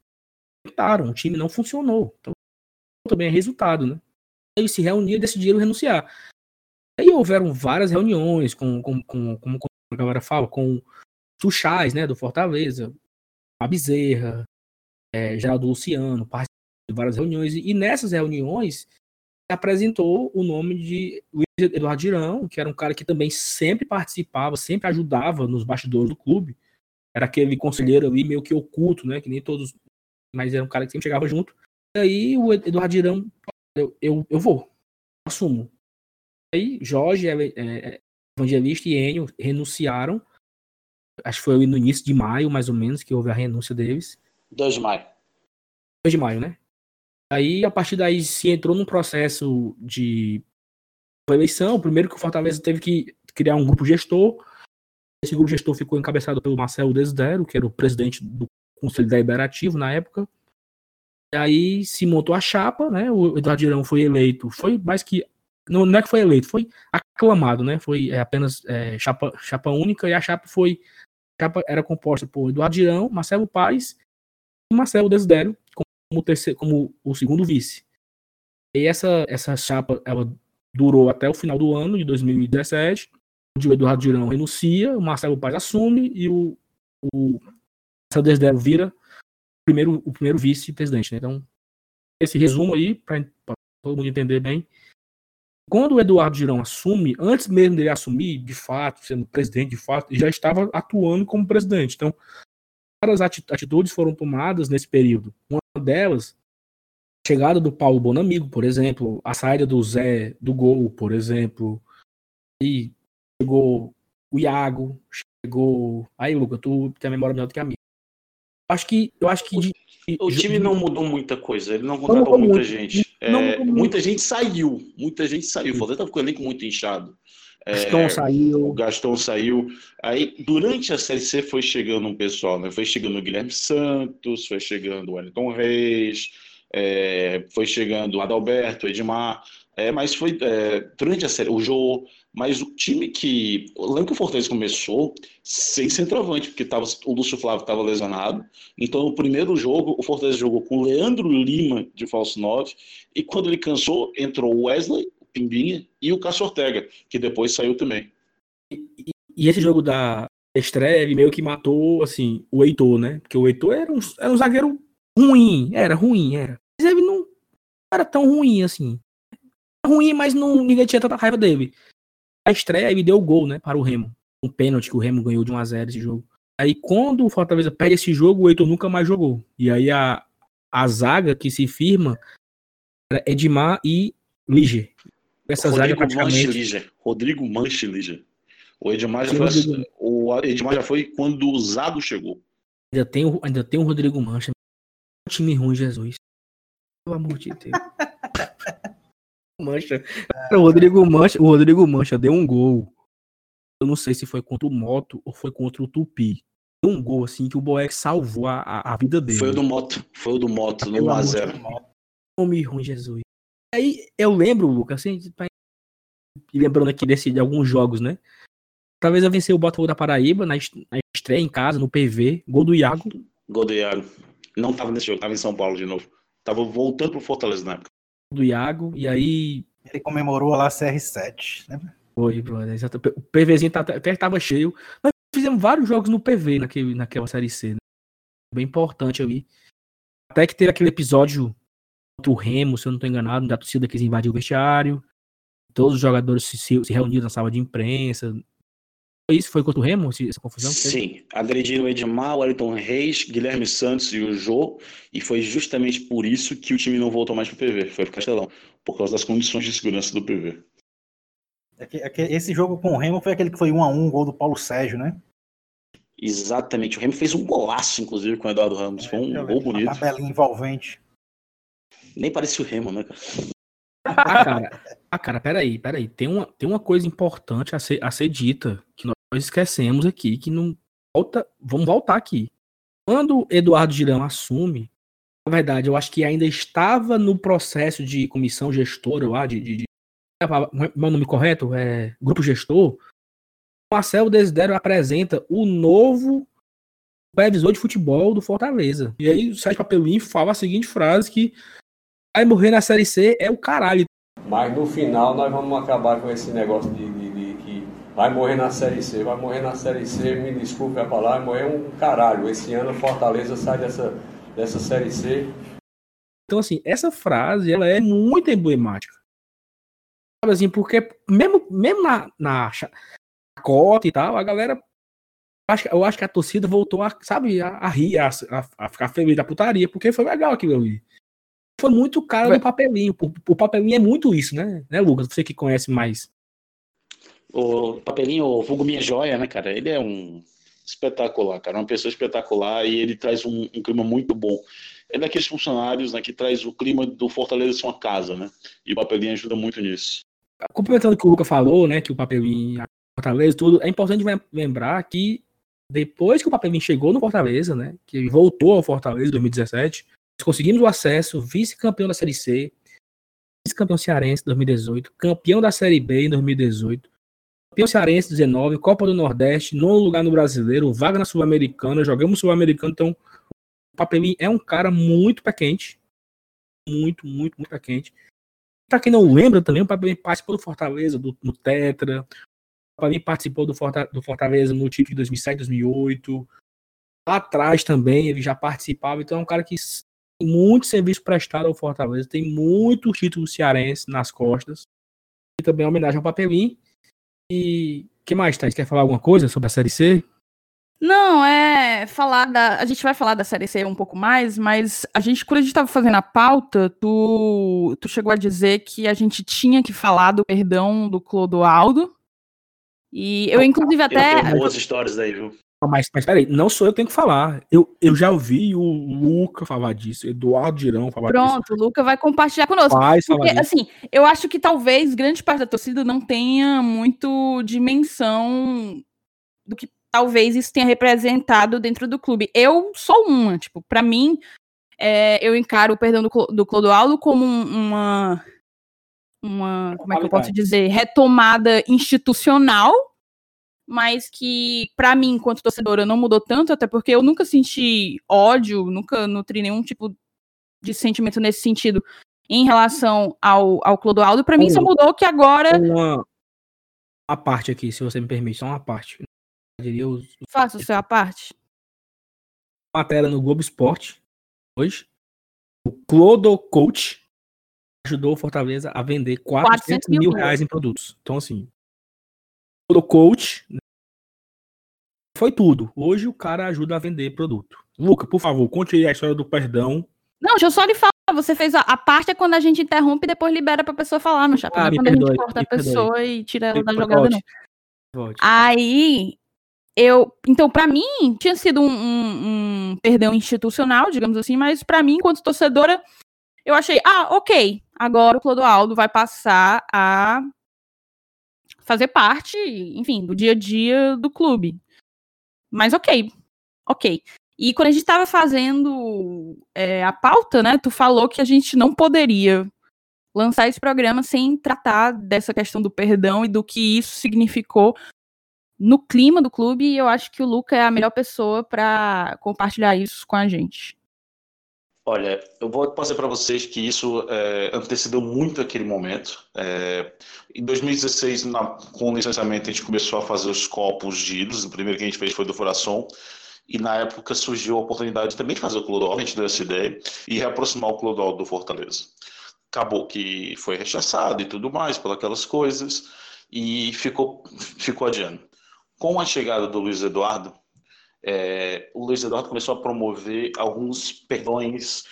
O time não funcionou. Então, também é resultado, né? Eles se reuniram e decidiram renunciar. Aí houveram várias reuniões como a galera fala, com Tuchais, né, do Fortaleza, a Bezerra, Geraldo Luciano, participou de várias reuniões. E nessas reuniões apresentou o nome de Luiz Eduardo Girão, que era um cara que também sempre participava, sempre ajudava nos bastidores do clube. Era aquele conselheiro ali meio que oculto, né? Que nem todos, mas era um cara que sempre chegava junto. E aí o Eduardo Girão, eu vou, assumo. Aí Jorge, Evangelista e Enio renunciaram. Acho que foi no início de maio, mais ou menos, que houve a renúncia deles. 2 de maio. 2 de maio, né? Aí, a partir daí, se entrou num processo de eleição. Primeiro que o Fortaleza teve que criar um grupo gestor. Esse grupo gestor ficou encabeçado pelo Marcelo Desidério, que era o presidente do Conselho Deliberativo na época. E aí se montou a chapa, né? O Eduardo Girão foi eleito. Foi mais que... Não é que foi eleito, foi aclamado, né? Foi apenas chapa única, e a chapa era composta por Eduardo Girão, Marcelo Paes e Marcelo Desidério como o segundo vice. E essa chapa, ela durou até o final do ano de 2017, onde o Eduardo Girão renuncia, o Marcelo Paes assume e o Marcelo Desidério vira o primeiro vice-presidente, né? Então, esse resumo aí, para todo mundo entender bem. Quando o Eduardo Girão assume, antes mesmo dele assumir, de fato, sendo presidente de fato, já estava atuando como presidente. Então, várias atitudes foram tomadas nesse período. Uma delas, a chegada do Paulo Bonamigo, por exemplo, a saída do Zé do Gol, por exemplo, Aí chegou o Iago, chegou... Aí, Luca, tu tem a memória melhor do que a minha. Eu acho que O time não mudou muita coisa, ele não Não contratou mudou muita muito. gente. Não mudou muito. Muita gente saiu. O Fortaleza estava com o elenco muito inchado. Gaston O saiu. Gaston saiu. Aí, durante a Série C, foi chegando um pessoal, né? Foi chegando o Guilherme Santos, foi chegando o Wellington Reis, foi chegando o Adalberto, o Edmar. Mas foi durante a Série, o Jô. Mas o time que. Eu lembro que o Fortaleza começou sem centroavante, porque o Lúcio Flávio estava lesionado. Então, no primeiro jogo, o Fortaleza jogou com o Leandro Lima de falso 9. E quando ele cansou, entrou o Wesley, o Pimbinha e o Cássio Ortega, que depois saiu também. E esse jogo da estreia, ele meio que matou, assim, o Heitor, né? Porque o Heitor era um zagueiro ruim. Era ruim. Mas ele não era tão ruim, assim. Era ruim, mas ninguém tinha tanta raiva dele. A estreia, ele deu o gol, né? Para o Remo. Um pênalti que o Remo ganhou de 1-0 esse jogo. Aí, quando o Fortaleza perde esse jogo, o Heitor nunca mais jogou. E aí, a zaga que se firma era Edmar e Liger. Essa zaga praticamente... Rodrigo Manche Liger. O Edmar já foi quando o Zago chegou. Ainda tem o Rodrigo Mancha. Um time ruim, Jesus. Pelo amor de Deus. Mancha. Cara, o Rodrigo Mancha deu um gol. Eu não sei se foi contra o Moto ou foi contra o Tupi. Deu um gol assim que o Boeck salvou a vida dele. Foi o do Moto, no 1-0. Homem ruim, Jesus. Aí eu lembro, Lucas, assim, lembrando aqui de alguns jogos, né? Talvez eu venci o Botafogo da Paraíba na estreia em casa, no PV. Gol do Iago. Não tava nesse jogo, tava em São Paulo de novo. Tava voltando pro Fortaleza na época. Do Iago, e aí... Ele comemorou lá a CR7, né? Foi, brother, exato. O PVzinho até tava cheio. Nós fizemos vários jogos no PV naquela Série C, né? Bem importante ali. Até que teve aquele episódio contra o Remo, se eu não tô enganado, da torcida que invadiu o vestiário. Todos os jogadores se reuniram na sala de imprensa. Isso foi contra o Remo, essa confusão? Sim, agrediram o Edmar, o Wellington Reis, Guilherme Santos e o Jô, e foi justamente por isso que o time não voltou mais pro PV, foi pro Castelão, por causa das condições de segurança do PV. Esse jogo com o Remo foi aquele que foi 1-1, gol do Paulo Sérgio, né? Exatamente, o Remo fez um golaço, inclusive, com o Eduardo Ramos, foi um gol bonito. Uma tabelinha envolvente. Nem parecia o Remo, né, cara? Cara, peraí. Tem uma coisa importante a ser dita, que nós esquecemos aqui, que não volta. Vamos voltar aqui. Quando Eduardo Girão assume, na verdade, eu acho que ainda estava no processo de comissão gestora, lá, meu nome correto? Grupo gestor. O Marcelo Desidério apresenta o novo supervisor de futebol do Fortaleza. E aí o Sérgio Papelinho fala a seguinte frase que vai morrer na Série C é o caralho. Mas no final nós vamos acabar com esse negócio de que vai morrer na Série C. Vai morrer na Série C, me desculpe a palavra, vai morrer um caralho. Esse ano o Fortaleza sai dessa Série C. Então, assim, essa frase, ela é muito emblemática. Sabe assim, porque mesmo na cota e tal, a galera... Eu acho que a torcida voltou a rir, a ficar feliz da putaria, porque foi legal aquilo ali. Foi muito cara do Papelinho. O Papelinho é muito isso, né, Lucas? Você que conhece mais. O Papelinho, o vulgo minha joia, né, cara? Ele é um espetacular, cara. Uma pessoa espetacular e ele traz um clima muito bom. É daqueles funcionários, né, que traz o clima do Fortaleza ser uma casa, né? E o Papelinho ajuda muito nisso. Complementando o que o Lucas falou, né, que o Papelinho, Fortaleza, tudo, é importante lembrar que depois que o Papelinho chegou no Fortaleza, né, que ele voltou ao Fortaleza em 2017, nós conseguimos o acesso, vice-campeão da Série C, vice-campeão cearense em 2018, campeão da Série B em 2018, campeão cearense em 2019, Copa do Nordeste, nono lugar no Brasileiro, vaga na Sul-Americana, jogamos Sul-Americano, então o Papelinho é um cara muito pé quente, muito pé quente. Pra quem não lembra também, o Papelinho participou do Fortaleza, no Tetra, o Papelinho participou do Fortaleza no título de 2007, 2008, lá atrás também ele já participava, então é um cara que tem muito serviço prestado ao Fortaleza, tem muitos títulos cearenses nas costas, e também homenagem ao Papelinho. E o que mais, Thaís? Quer falar alguma coisa sobre a Série C? Não, a gente vai falar da Série C um pouco mais, mas quando a gente estava fazendo a pauta, tu chegou a dizer que a gente tinha que falar do perdão do Clodoaldo E eu, inclusive, até. Tem boas histórias aí, viu? Mas peraí, não sou eu que tenho que falar. Eu já ouvi o Luca falar disso, Eduardo Girão falar disso. Pronto, o Luca vai compartilhar conosco. Porque, assim, eu acho que talvez grande parte da torcida não tenha muito dimensão do que talvez isso tenha representado dentro do clube. Eu sou uma, tipo, pra mim, eu encaro o perdão do Clodoaldo como uma como é que eu posso dizer, retomada institucional, mas que, pra mim, enquanto torcedora, não mudou tanto, até porque eu nunca senti ódio, nunca nutri nenhum tipo de sentimento nesse sentido em relação ao Clodoaldo. Pra mim, só mudou que agora... Uma parte aqui, se você me permite, só uma parte. Faça a sua parte. Matéria no Globo Esporte, hoje, o Clodo Coach ajudou o Fortaleza a vender 400 mil reais em produtos. Então, assim, o Clodo Coach foi tudo. Hoje o cara ajuda a vender produto. Luca, por favor, conte aí a história do perdão. Não, deixa eu só lhe falar. Você fez a parte é quando a gente interrompe e depois libera pra pessoa falar, meu chapa. Não é quando a gente corta a pessoa e tira ela da jogada, não. Volte. Aí, então, pra mim, tinha sido um perdão institucional, digamos assim, mas pra mim, enquanto torcedora, eu achei, ok, agora o Clodoaldo vai passar a fazer parte, enfim, do dia a dia do clube. Mas ok. E quando a gente estava fazendo a pauta, né, tu falou que a gente não poderia lançar esse programa sem tratar dessa questão do perdão e do que isso significou no clima do clube, e eu acho que o Luca é a melhor pessoa para compartilhar isso com a gente. Olha, eu vou dizer para vocês que isso antecedeu muito aquele momento. Em 2016, com o licenciamento, a gente começou a fazer os copos de ídolos. O primeiro que a gente fez foi do Furação. E na época surgiu a oportunidade também de fazer o Clodoaldo, a gente deu essa ideia, e reaproximar o Clodoaldo do Fortaleza. Acabou que foi rechaçado e tudo mais, por aquelas coisas, e ficou adiando. Com a chegada do Luiz Eduardo, o Luiz Eduardo começou a promover alguns perdões,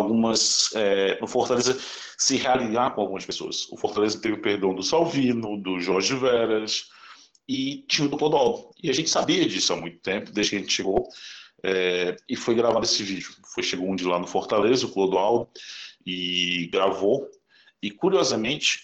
o Fortaleza se realinhar com algumas pessoas. O Fortaleza teve o perdão do Salvino, do Jorge Veras, e tinha o do Clodoaldo. E a gente sabia disso há muito tempo, desde que a gente chegou, e foi gravado esse vídeo. Chegou um de lá no Fortaleza, o Clodoaldo, e gravou. E, curiosamente,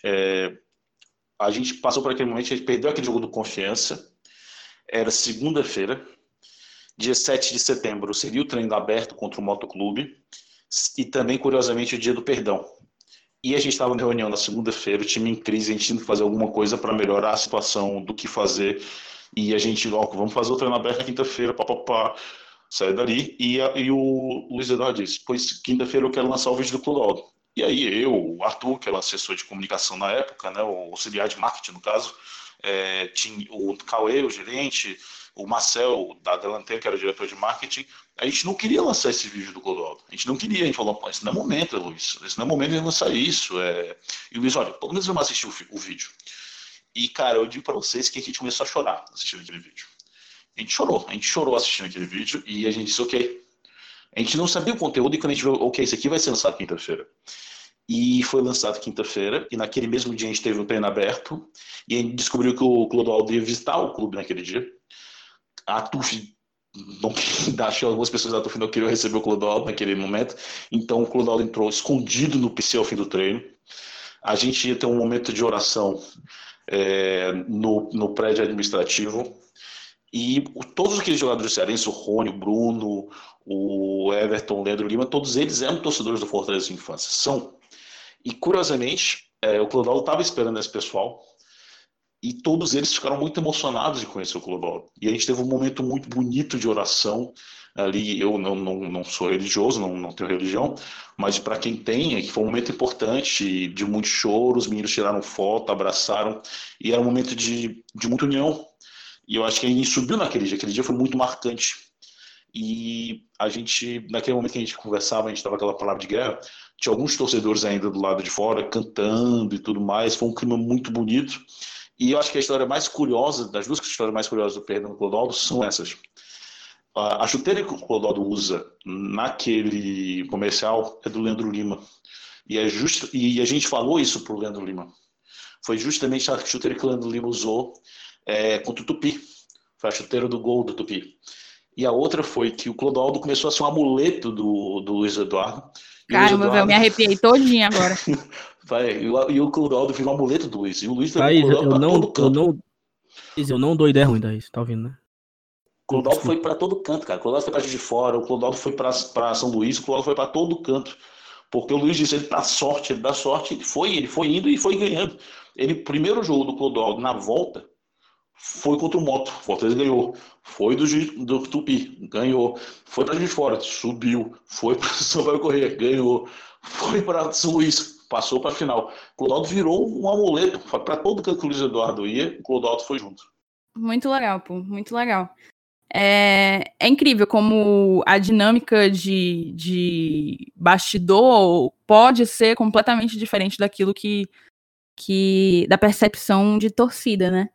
a gente passou por aquele momento, a gente perdeu aquele jogo do Confiança, era segunda-feira, dia 7 de setembro, seria o treino aberto contra o Motoclube, e também, curiosamente, o dia do perdão. E a gente estava em reunião na segunda-feira, o time em crise, a gente tinha que fazer alguma coisa para melhorar a situação do que fazer. E a gente, vamos fazer o treino aberto na quinta-feira, saiu dali. E o Luiz Eduardo disse, pois quinta-feira eu quero lançar o vídeo do Clodoaldo. E aí o Arthur, que era o assessor de comunicação na época, né, o auxiliar de marketing no caso, tinha o Cauê, o gerente, o Marcel, da Delanteira, que era o diretor de marketing. A gente não queria lançar esse vídeo do Clodoaldo. A gente não queria. A gente falou, isso não é momento, Luiz. Isso não é momento de lançar isso. E o Luiz, olha, pelo menos vamos assistir o vídeo. E, cara, eu digo pra vocês que a gente começou a chorar assistindo aquele vídeo. A gente chorou assistindo aquele vídeo e a gente disse, ok. A gente não sabia o conteúdo e quando a gente viu, ok, isso aqui vai ser lançado quinta-feira. E foi lançado quinta-feira, e naquele mesmo dia a gente teve um treino aberto, e a gente descobriu que o Clodoaldo ia visitar o clube naquele dia. A TUF, acho que algumas pessoas da TUF não queriam receber o Clodoaldo naquele momento, então o Clodoaldo entrou escondido no PC ao fim do treino. A gente ia ter um momento de oração no prédio administrativo, e todos aqueles jogadores cearenses, o Rony, o Bruno, o Everton, o Leandro Lima, todos eles eram torcedores do Fortaleza de infância, são. E curiosamente, o Clodoaldo estava esperando esse pessoal, e todos eles ficaram muito emocionados de conhecer o Clodoaldo. E a gente teve um momento muito bonito de oração ali. Eu não sou religioso, não tenho religião, mas para quem tem, que foi um momento importante, de muitos choros, os meninos tiraram foto, abraçaram, e era um momento de muita união. E eu acho que a gente subiu naquele dia foi muito marcante. E a gente, naquele momento que a gente conversava, a gente estava aquela palavra de guerra, tinha alguns torcedores ainda do lado de fora, cantando e tudo mais, foi um clima muito bonito. E eu acho que a história mais curiosa, das duas histórias mais curiosas do perdão do Clodoaldo são essas. A chuteira que o Clodoaldo usa naquele comercial é do Leandro Lima. E a gente falou isso pro Leandro Lima. Foi justamente a chuteira que o Leandro Lima usou contra o Tupi. Foi a chuteira do gol do Tupi. E a outra foi que o Clodoaldo começou a ser um amuleto do Luiz Eduardo. Caramba, velho, eu me arrepiei todinho agora. E o Clodoaldo virou um amuleto do Luiz. E o Luiz levou Thaís, o Clodoaldo pra todo canto. eu não dou ideia ruim, Thaís, tá ouvindo, né? O Clodoaldo foi pra todo canto, cara. O Clodoaldo foi pra Juiz de Fora, o Clodoaldo foi pra São Luís, o Clodoaldo foi pra todo canto. Porque o Luiz disse, ele dá sorte, ele foi indo e foi ganhando. Primeiro jogo do Clodoaldo na volta foi contra o Moto, Fortaleza ganhou. Foi do Tupi, ganhou. Foi pra Juiz de Fora, subiu. Foi pra São Paulo Corrêa, ganhou. Foi pra São Luís, passou pra final. O Clodoaldo virou um amuleto. Pra todo canto que o Luiz Eduardo ia, o Clodoaldo foi junto. Muito legal, pô, muito legal. É incrível como a dinâmica de bastidor pode ser completamente diferente daquilo que da percepção de torcida, né?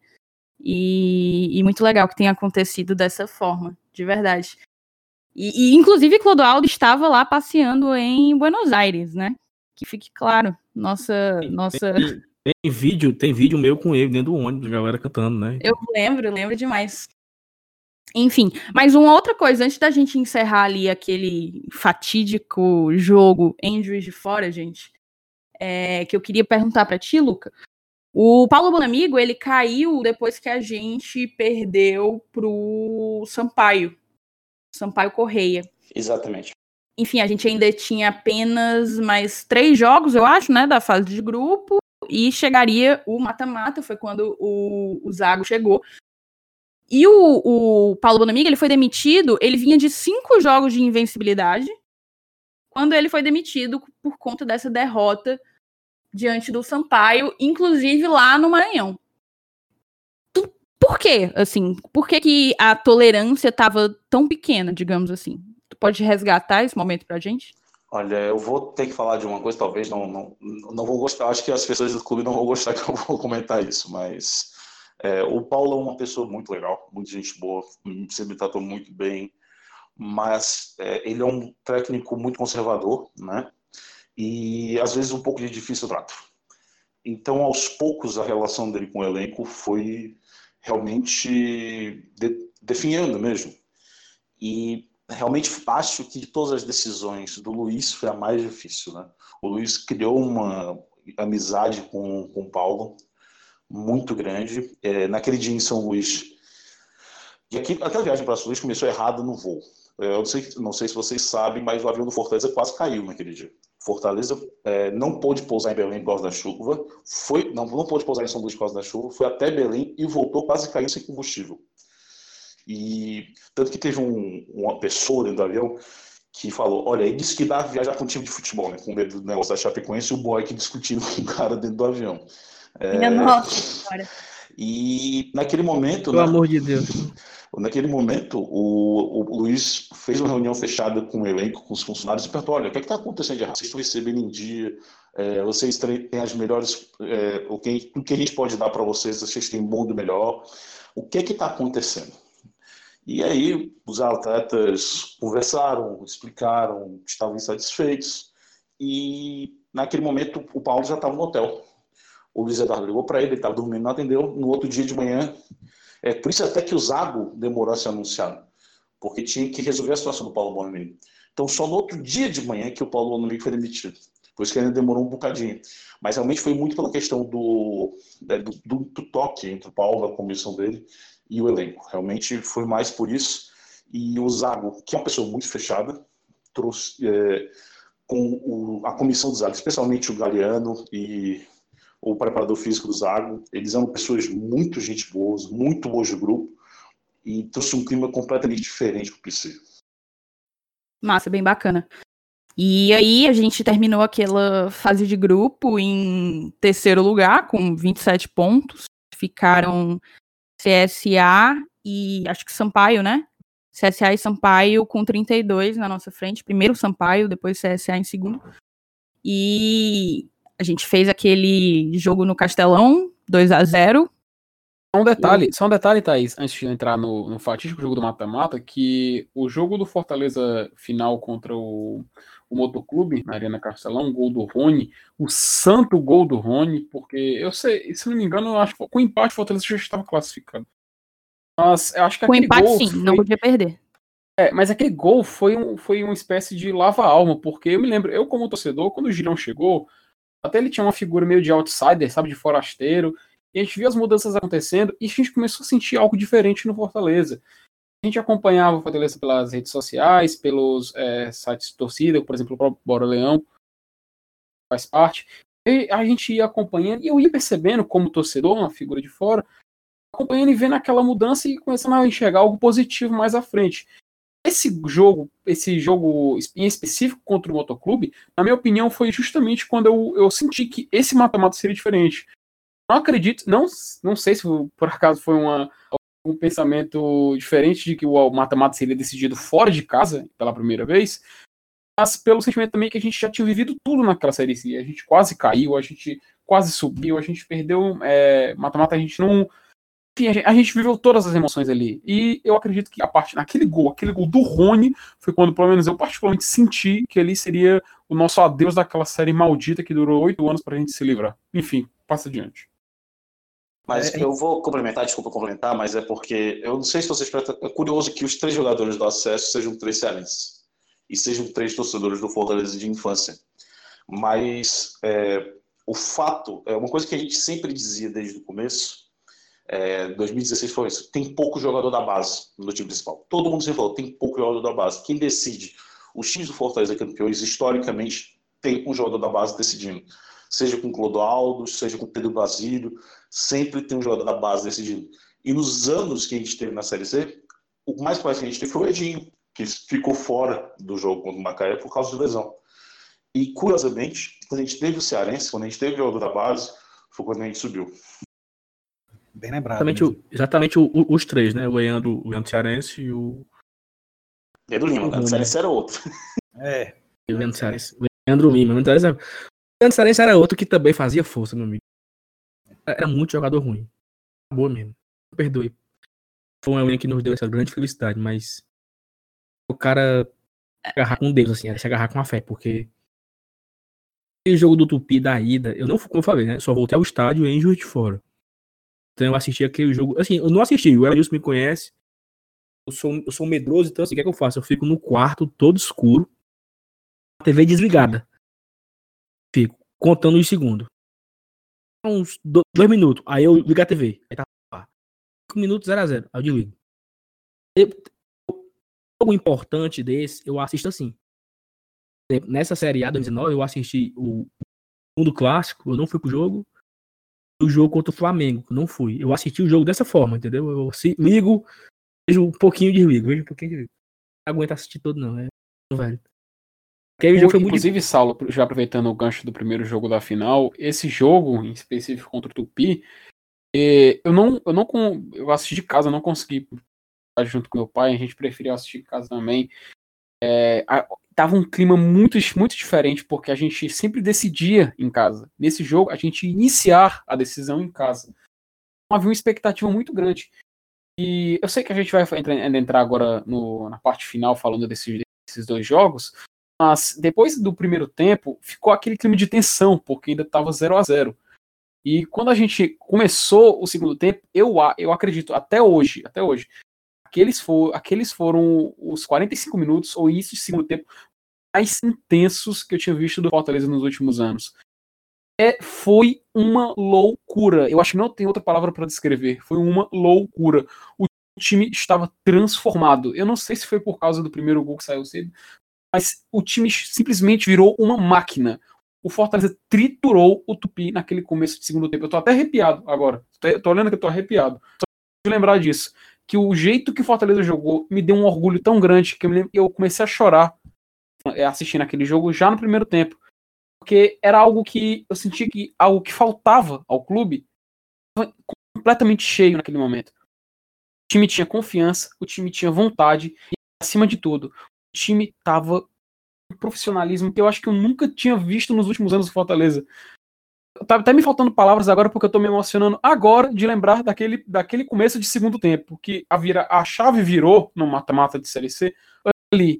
E muito legal que tenha acontecido dessa forma, de verdade. E inclusive, Clodoaldo estava lá passeando em Buenos Aires, né? Que fique claro, nossa... Tem vídeo meu com ele dentro do ônibus, a galera cantando, né? Eu lembro demais. Enfim, mas uma outra coisa, antes da gente encerrar ali aquele fatídico jogo em Juiz de Fora, gente, que eu queria perguntar pra ti, Luca. O Paulo Bonamigo, ele caiu depois que a gente perdeu pro Sampaio Corrêa. Exatamente. Enfim, a gente ainda tinha apenas mais 3 jogos, eu acho, né, da fase de grupo, e chegaria o mata-mata, foi quando o Zago chegou. E o Paulo Bonamigo, ele foi demitido, ele vinha de 5 jogos de invencibilidade, quando ele foi demitido por conta dessa derrota diante do Sampaio, inclusive lá no Maranhão. Por quê? Assim, por que a tolerância estava tão pequena, digamos assim? Tu pode resgatar esse momento pra gente? Olha, eu vou ter que falar de uma coisa, talvez não vou gostar, acho que as pessoas do clube não vão gostar que eu vou comentar isso, mas o Paulo é uma pessoa muito legal, muita gente boa, sempre tratou muito bem, mas ele é um técnico muito conservador, né? E às vezes um pouco de difícil trato. Então, aos poucos, a relação dele com o elenco foi realmente definhando mesmo. E realmente acho que de todas as decisões do Luiz foi a mais difícil, né? O Luiz criou uma amizade com o Paulo muito grande. Naquele dia em São Luís, e aquela viagem para São Luís começou errado no voo. Eu não sei se vocês sabem, mas o avião do Fortaleza quase caiu naquele dia. Fortaleza não pôde pousar em Belém por causa da chuva, não pôde pousar em São Luís por causa da chuva, foi até Belém e voltou quase caindo sem combustível. E tanto que teve uma pessoa dentro do avião que falou, olha, ele disse que dá viajar com um time de futebol, né, com medo do negócio da Chapecoense, e o boy que discutindo com o cara dentro do avião. Minha nossa senhora. E naquele momento... Pelo amor de Deus. Naquele momento, o Luiz fez uma reunião fechada com o elenco, com os funcionários, e perguntou, olha, o que está acontecendo de errado? Vocês estão recebendo em dia, vocês têm as melhores, o que a gente pode dar para vocês têm bom do melhor, o que está acontecendo? E aí, os atletas conversaram, explicaram, estavam insatisfeitos, e naquele momento, o Paulo já estava no hotel. O Luiz Eduardo ligou para ele estava dormindo, não atendeu, no outro dia de manhã. Por isso até que o Zago demorou a ser anunciado, porque tinha que resolver a situação do Paulo Bonamigo. Então, só no outro dia de manhã que o Paulo Bonamigo foi demitido. Por isso que ainda demorou um bocadinho. Mas realmente foi muito pela questão do toque entre o Paulo, a comissão dele e o elenco. Realmente foi mais por isso. E o Zago, que é uma pessoa muito fechada, trouxe com a comissão do Zago, especialmente o Galeano e o preparador físico do Zago, eles eram pessoas muito gente boas, muito boas de grupo, e trouxe um clima completamente diferente para o PC. Massa, bem bacana. E aí a gente terminou aquela fase de grupo em 3º lugar, com 27 pontos. Ficaram CSA e acho que Sampaio, né? CSA e Sampaio com 32 na nossa frente. Primeiro Sampaio, depois CSA em segundo. E a gente fez aquele jogo no Castelão, 2-0. Só um detalhe, Thaís, antes de entrar no fatídico jogo do mata-mata, que o jogo do Fortaleza final contra o o Motoclube, na Arena Castelão, um gol do Rony, o santo gol do Rony, porque eu sei, se não me engano, eu acho que com o empate o Fortaleza já estava classificado. Mas eu acho que Com aquele empate, gol sim, foi... não podia perder. Mas aquele gol foi uma espécie de lava-alma, porque eu me lembro, eu como torcedor, quando o Girão chegou, até ele tinha uma figura meio de outsider, sabe, de forasteiro, e a gente viu as mudanças acontecendo e a gente começou a sentir algo diferente no Fortaleza. A gente acompanhava o Fortaleza pelas redes sociais, pelos sites de torcida, por exemplo, o próprio Bora Leão faz parte, e a gente ia acompanhando, e eu ia percebendo como torcedor, uma figura de fora, acompanhando e vendo aquela mudança e começando a enxergar algo positivo mais à frente. Esse jogo em específico contra o Motoclube, na minha opinião, foi justamente quando eu senti que esse mata-mata seria diferente. Não acredito, não sei se por acaso foi um pensamento diferente de que o mata-mata seria decidido fora de casa pela primeira vez, mas pelo sentimento também que a gente já tinha vivido tudo naquela série C. A gente quase caiu, a gente quase subiu, a gente perdeu mata-mata, a gente não... Enfim, a gente viveu todas as emoções ali. E eu acredito que aquele gol do Rony, foi quando, pelo menos, eu particularmente senti que ele seria o nosso adeus daquela série maldita que durou 8 anos pra gente se livrar. Enfim, passa adiante. Mas eu vou complementar, desculpa complementar, mas é porque eu não sei se vocês prestam. É curioso que os 3 jogadores do acesso sejam 3 cearenses e sejam 3 torcedores do Fortaleza de infância. Mas o fato, é uma coisa que a gente sempre dizia desde o começo. 2016 foi isso. Tem pouco jogador da base no time principal. Todo mundo sempre falou, tem pouco jogador da base. Quem decide? Os times do Fortaleza campeões, historicamente, tem um jogador da base decidindo. Seja com o Clodoaldo, seja com o Pedro Basílio, sempre tem um jogador da base decidindo. E nos anos que a gente teve na Série C, o mais próximo que a gente teve foi o Edinho, que ficou fora do jogo contra o Macaé por causa de lesão. E, curiosamente, quando a gente teve o Cearense, quando a gente teve o jogador da base, foi quando a gente subiu. Bem lembrado. Exatamente os 3, né? O Leandro Cearense e o... Pedro Lima, o Cearense era outro. O Leandro Cearense. O Leandro Lima. O Leandro Cearense era outro que também fazia força, meu amigo. Era muito jogador ruim. Boa mesmo. Perdoe. Foi uma linha que nos deu essa grande felicidade, mas o cara agarrar com Deus, assim, se agarrar com a fé, porque aquele jogo do Tupi da ida, eu não, como eu falei, né? Só voltei ao estádio em Juiz de Fora. Então eu assisti aquele jogo. Assim, eu não assisti, o Elenilson me conhece. Eu sou medroso, então assim, o que é que eu faço? Eu fico no quarto, todo escuro, a TV desligada. Fico contando os segundos. Uns 2 minutos. Aí eu ligo a TV. Aí tá lá. 5 minutos, 0-0. Aí eu desligo. Algo importante desse, eu assisto assim. Nessa Série A 2019, eu assisti o segundo clássico, eu não fui pro jogo. O jogo contra o Flamengo, não fui. Eu assisti o jogo dessa forma, entendeu? Eu ligo, vejo um pouquinho de desligo. Não aguento assistir todo, não. Velho. Jogo foi Inclusive, muito... Saulo, já aproveitando o gancho do primeiro jogo da final, esse jogo, em específico contra o Tupi, eu assisti de casa, eu não consegui estar junto com meu pai, a gente preferiu assistir de casa também. Tava um clima muito, muito diferente, porque a gente sempre decidia em casa. Nesse jogo, a gente ia iniciar a decisão em casa. Então, havia uma expectativa muito grande. E eu sei que a gente vai entrar agora na parte final falando desses 2 jogos, mas depois do primeiro tempo, ficou aquele clima de tensão, porque ainda estava 0-0. E quando a gente começou o segundo tempo, eu acredito, até hoje, aqueles foram os 45 minutos, ou início de segundo tempo, mais intensos que eu tinha visto do Fortaleza nos últimos anos. Foi uma loucura. Eu acho que não tem outra palavra para descrever. Foi uma loucura. O time estava transformado. Eu não sei se foi por causa do primeiro gol que saiu cedo, mas o time simplesmente virou uma máquina. O Fortaleza triturou o Tupi naquele começo de segundo tempo. Eu tô até arrepiado agora. Tô olhando que eu tô arrepiado. Só de lembrar disso. Que o jeito que o Fortaleza jogou me deu um orgulho tão grande que eu comecei a chorar assistindo aquele jogo já no primeiro tempo. Porque era algo que eu senti que algo que faltava ao clube estava completamente cheio naquele momento. O time tinha confiança, o time tinha vontade e, acima de tudo, o time estava com um profissionalismo que eu acho que eu nunca tinha visto nos últimos anos do Fortaleza. Tá até me faltando palavras agora porque eu tô me emocionando agora de lembrar daquele começo de segundo tempo, que a chave virou no mata-mata de Série C ali.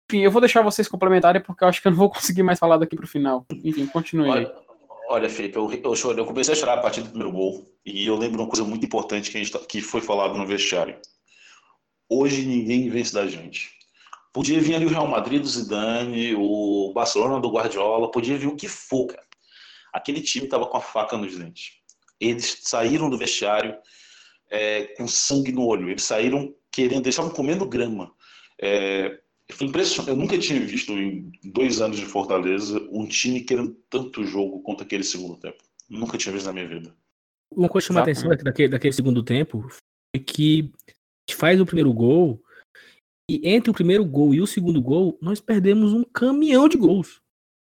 Enfim, eu vou deixar vocês complementarem, porque eu acho que eu não vou conseguir mais falar daqui pro final. Enfim, continue aí. Olha, Felipe, eu comecei a chorar a partir do primeiro gol. E eu lembro uma coisa muito importante que foi falado no vestiário. Hoje ninguém vence da gente. Podia vir ali o Real Madrid do Zidane, o Barcelona do Guardiola, podia vir o que for, cara. Aquele time estava com a faca nos dentes. Eles saíram do vestiário com sangue no olho. Eles saíram querendo, eles estavam comendo grama. Foi impressionante. Eu nunca tinha visto em 2 anos de Fortaleza um time querendo tanto jogo quanto aquele segundo tempo. Nunca tinha visto na minha vida. Uma coisa que chama a atenção daquele segundo tempo foi que a gente faz o primeiro gol e entre o primeiro gol e o segundo gol nós perdemos um caminhão de gols.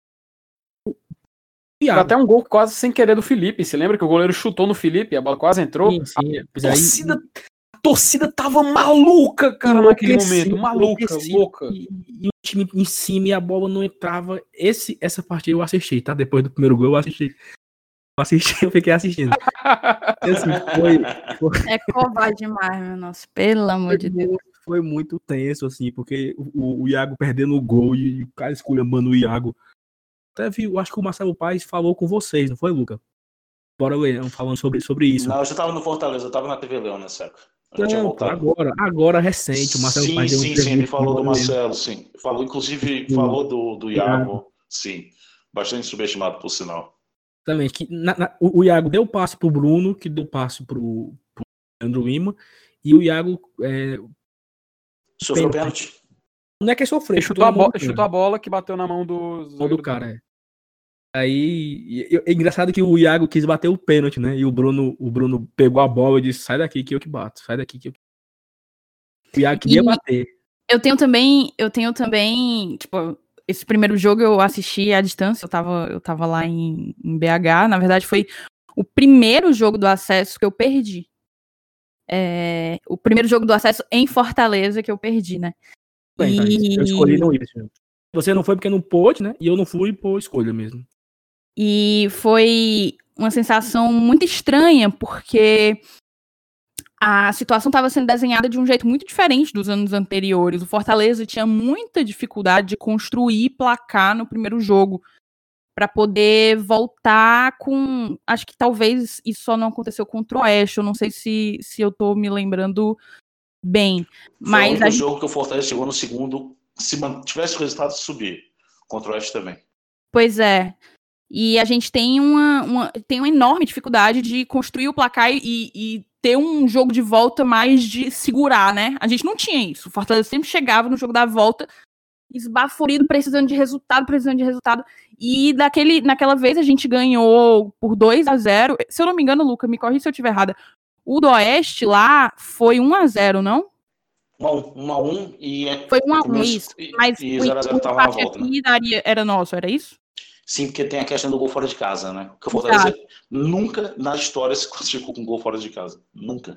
Até um gol quase sem querer do Felipe. Você lembra que o goleiro chutou no Felipe, a bola quase entrou? Sim. A torcida tava maluca, cara, naquele momento. Maluca, louca. E o time em cima e a bola não entrava. Essa partida eu assisti, tá? Depois do primeiro gol eu assisti. Eu fiquei assistindo. Assim, É covarde demais, meu nosso. Pelo amor de Deus. Foi muito tenso, assim, porque o Iago perdendo o gol e o cara esculhambando o Iago. Até eu acho que o Marcelo Paes falou com vocês, não foi, Luca? Bora, Leão, falando sobre isso. Não, eu já tava no Fortaleza, eu tava na TV Leão nessa época. Eu já tinha voltado. Agora recente, o Marcelo Paes deu uma entrevista. Sim, ele falou do Marcelo, sim. Falou, inclusive, falou do Iago, sim. Bastante subestimado, por sinal. Exatamente, que o Iago deu passe pro Bruno, que deu passe pro Leandro Lima, e o Iago sofreu pênalti. Não é que sofreu. Ele chutou a bola que bateu na mão do cara. Aí é engraçado que o Iago quis bater o pênalti, né? E o Bruno pegou a bola e disse: sai daqui que eu que bato, sai daqui que eu. O Iago queria bater. Eu tenho também, tipo, esse primeiro jogo eu assisti à distância, eu tava lá em BH, na verdade foi o primeiro jogo do acesso que eu perdi. O primeiro jogo do acesso em Fortaleza que eu perdi, né? Eu escolhi não ir. Você não foi porque não pôde, né? E eu não fui por escolha mesmo. E foi uma sensação muito estranha, porque a situação estava sendo desenhada de um jeito muito diferente dos anos anteriores. O Fortaleza tinha muita dificuldade de construir placar no primeiro jogo, para poder voltar com... Acho que talvez isso só não aconteceu contra o Oeste, eu não sei se eu tô me lembrando bem. Mas foi o jogo que o Fortaleza chegou no segundo, se tivesse o resultado, subir. Contra o Oeste também. Pois é. E a gente tem tem uma enorme dificuldade de construir o placar e ter um jogo de volta mais de segurar, né? A gente não tinha isso. O Fortaleza sempre chegava no jogo da volta esbaforido, precisando de resultado. E naquela vez a gente ganhou por 2-0. Se eu não me engano, Luca, me corrija se eu estiver errada. O do Oeste lá foi 1-0, não? 1-1 e... Foi 1-1, isso. Mas e 0-0 tava na volta, aqui né? Era nosso, era isso? Sim, porque tem a questão do gol fora de casa, né? Porque o Fortaleza nunca na história se classificou com gol fora de casa. Nunca.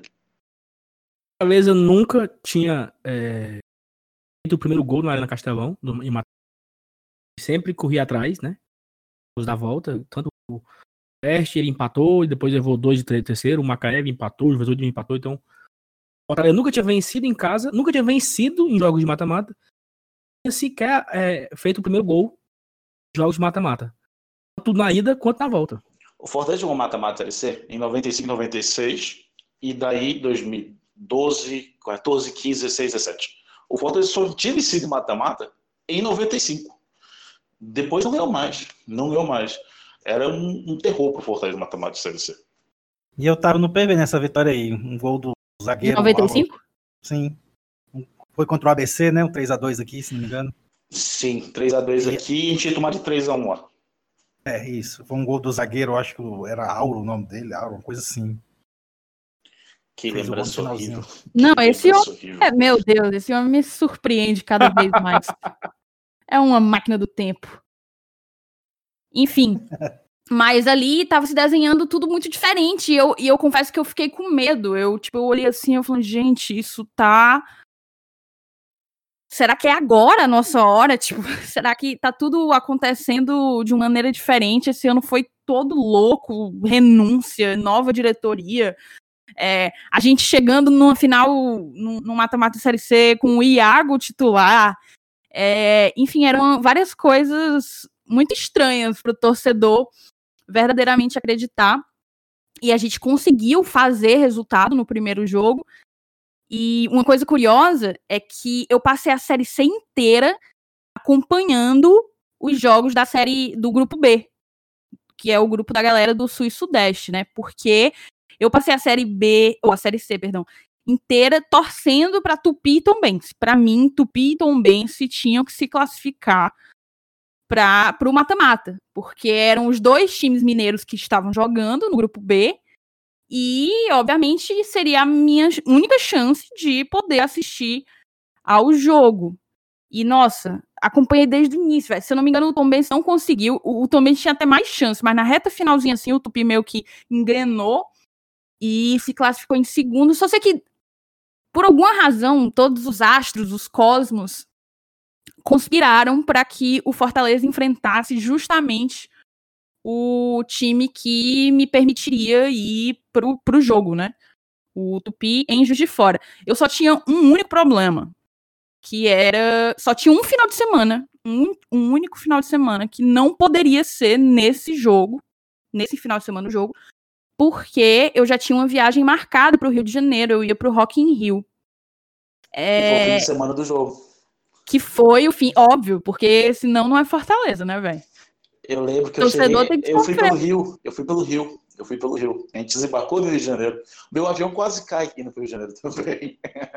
O Fortaleza nunca tinha feito o primeiro gol na Arena Castelão, em Mato. Sempre corria atrás, né? Os da volta. Tanto o Oeste ele empatou, e depois levou 2 de terceiro. O Macaé empatou, o Juventude empatou. Então, o Fortaleza nunca tinha vencido em casa, nunca tinha vencido em jogos de mata-mata. Tinha sequer feito o primeiro gol em jogos de mata-mata. Tanto na ida quanto na volta. O Fortaleza jogou mata-mata Série C em 95, 96, e daí 2012, 14, 15, 16, 17. O Fortaleza só tinha vencido mata-mata em 95. Depois não ganhou mais. Era um terror pro Fortaleza mata-mata de Série C. E eu tava no PV nessa vitória aí. Um gol do zagueiro. 95? Sim. Foi contra o ABC, né? Um 3-2 aqui, se não me engano. Sim, 3-2 aqui e a gente ia tomar de 3-1 lá. Isso. Foi um gol do zagueiro, eu acho que era Auro o nome dele, Auro, uma coisa assim. Que lembrança horrível. Não, esse homem... meu Deus, esse homem me surpreende cada vez mais. É uma máquina do tempo. Enfim. Mas ali tava se desenhando tudo muito diferente. E eu confesso que eu fiquei com medo. Eu olhei assim, eu falei, gente, isso tá... Será que é agora a nossa hora? Será que tá tudo acontecendo de uma maneira diferente? Esse ano foi todo louco, renúncia, nova diretoria. A gente chegando numa final, no mata-mata Série C, com o Iago titular. Enfim, eram várias coisas muito estranhas para o torcedor verdadeiramente acreditar. E a gente conseguiu fazer resultado no primeiro jogo. E uma coisa curiosa é que eu passei a Série C inteira acompanhando os jogos da série do Grupo B, que é o grupo da galera do Sul e Sudeste, né? Porque eu passei a Série B, ou a Série C, perdão, inteira torcendo para Tupi e Tombense. Para mim, Tupi e Tombense tinham que se classificar para o mata-mata, porque eram os 2 times mineiros que estavam jogando no Grupo B. E, obviamente, seria a minha única chance de poder assistir ao jogo. E, nossa, acompanhei desde o início, velho. Se eu não me engano, o Tombense não conseguiu. O Tombense tinha até mais chance, mas na reta finalzinha, assim, o Tupi meio que engrenou e se classificou em segundo. Só sei que, por alguma razão, todos os astros, os cosmos, conspiraram para que o Fortaleza enfrentasse justamente o time que me permitiria ir pro jogo, né? O Tupi em Juiz de Fora. Eu só tinha um único problema, que era... Só tinha um final de semana, um único final de semana, que não poderia ser nesse final de semana no jogo, porque eu já tinha uma viagem marcada pro Rio de Janeiro, eu ia pro Rock in Rio. E foi o fim de semana do jogo. Que foi o fim, óbvio, porque senão não é Fortaleza, né, velho? Eu lembro que eu fui pelo Rio. A gente desembarcou no Rio de Janeiro. Meu avião quase cai aqui no Rio de Janeiro também.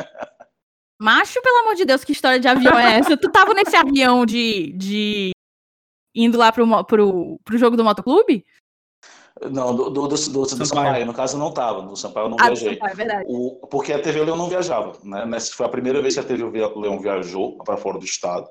Macho, pelo amor de Deus, que história de avião é essa? Tu tava nesse avião de indo lá pro jogo do Motoclube? Não, do Sampaio, no caso não tava. No Sampaio eu não viajei. Sampaio, é verdade. Porque a TV Leão não viajava, né? Essa foi a primeira vez que a TV Leão viajou para fora do estado.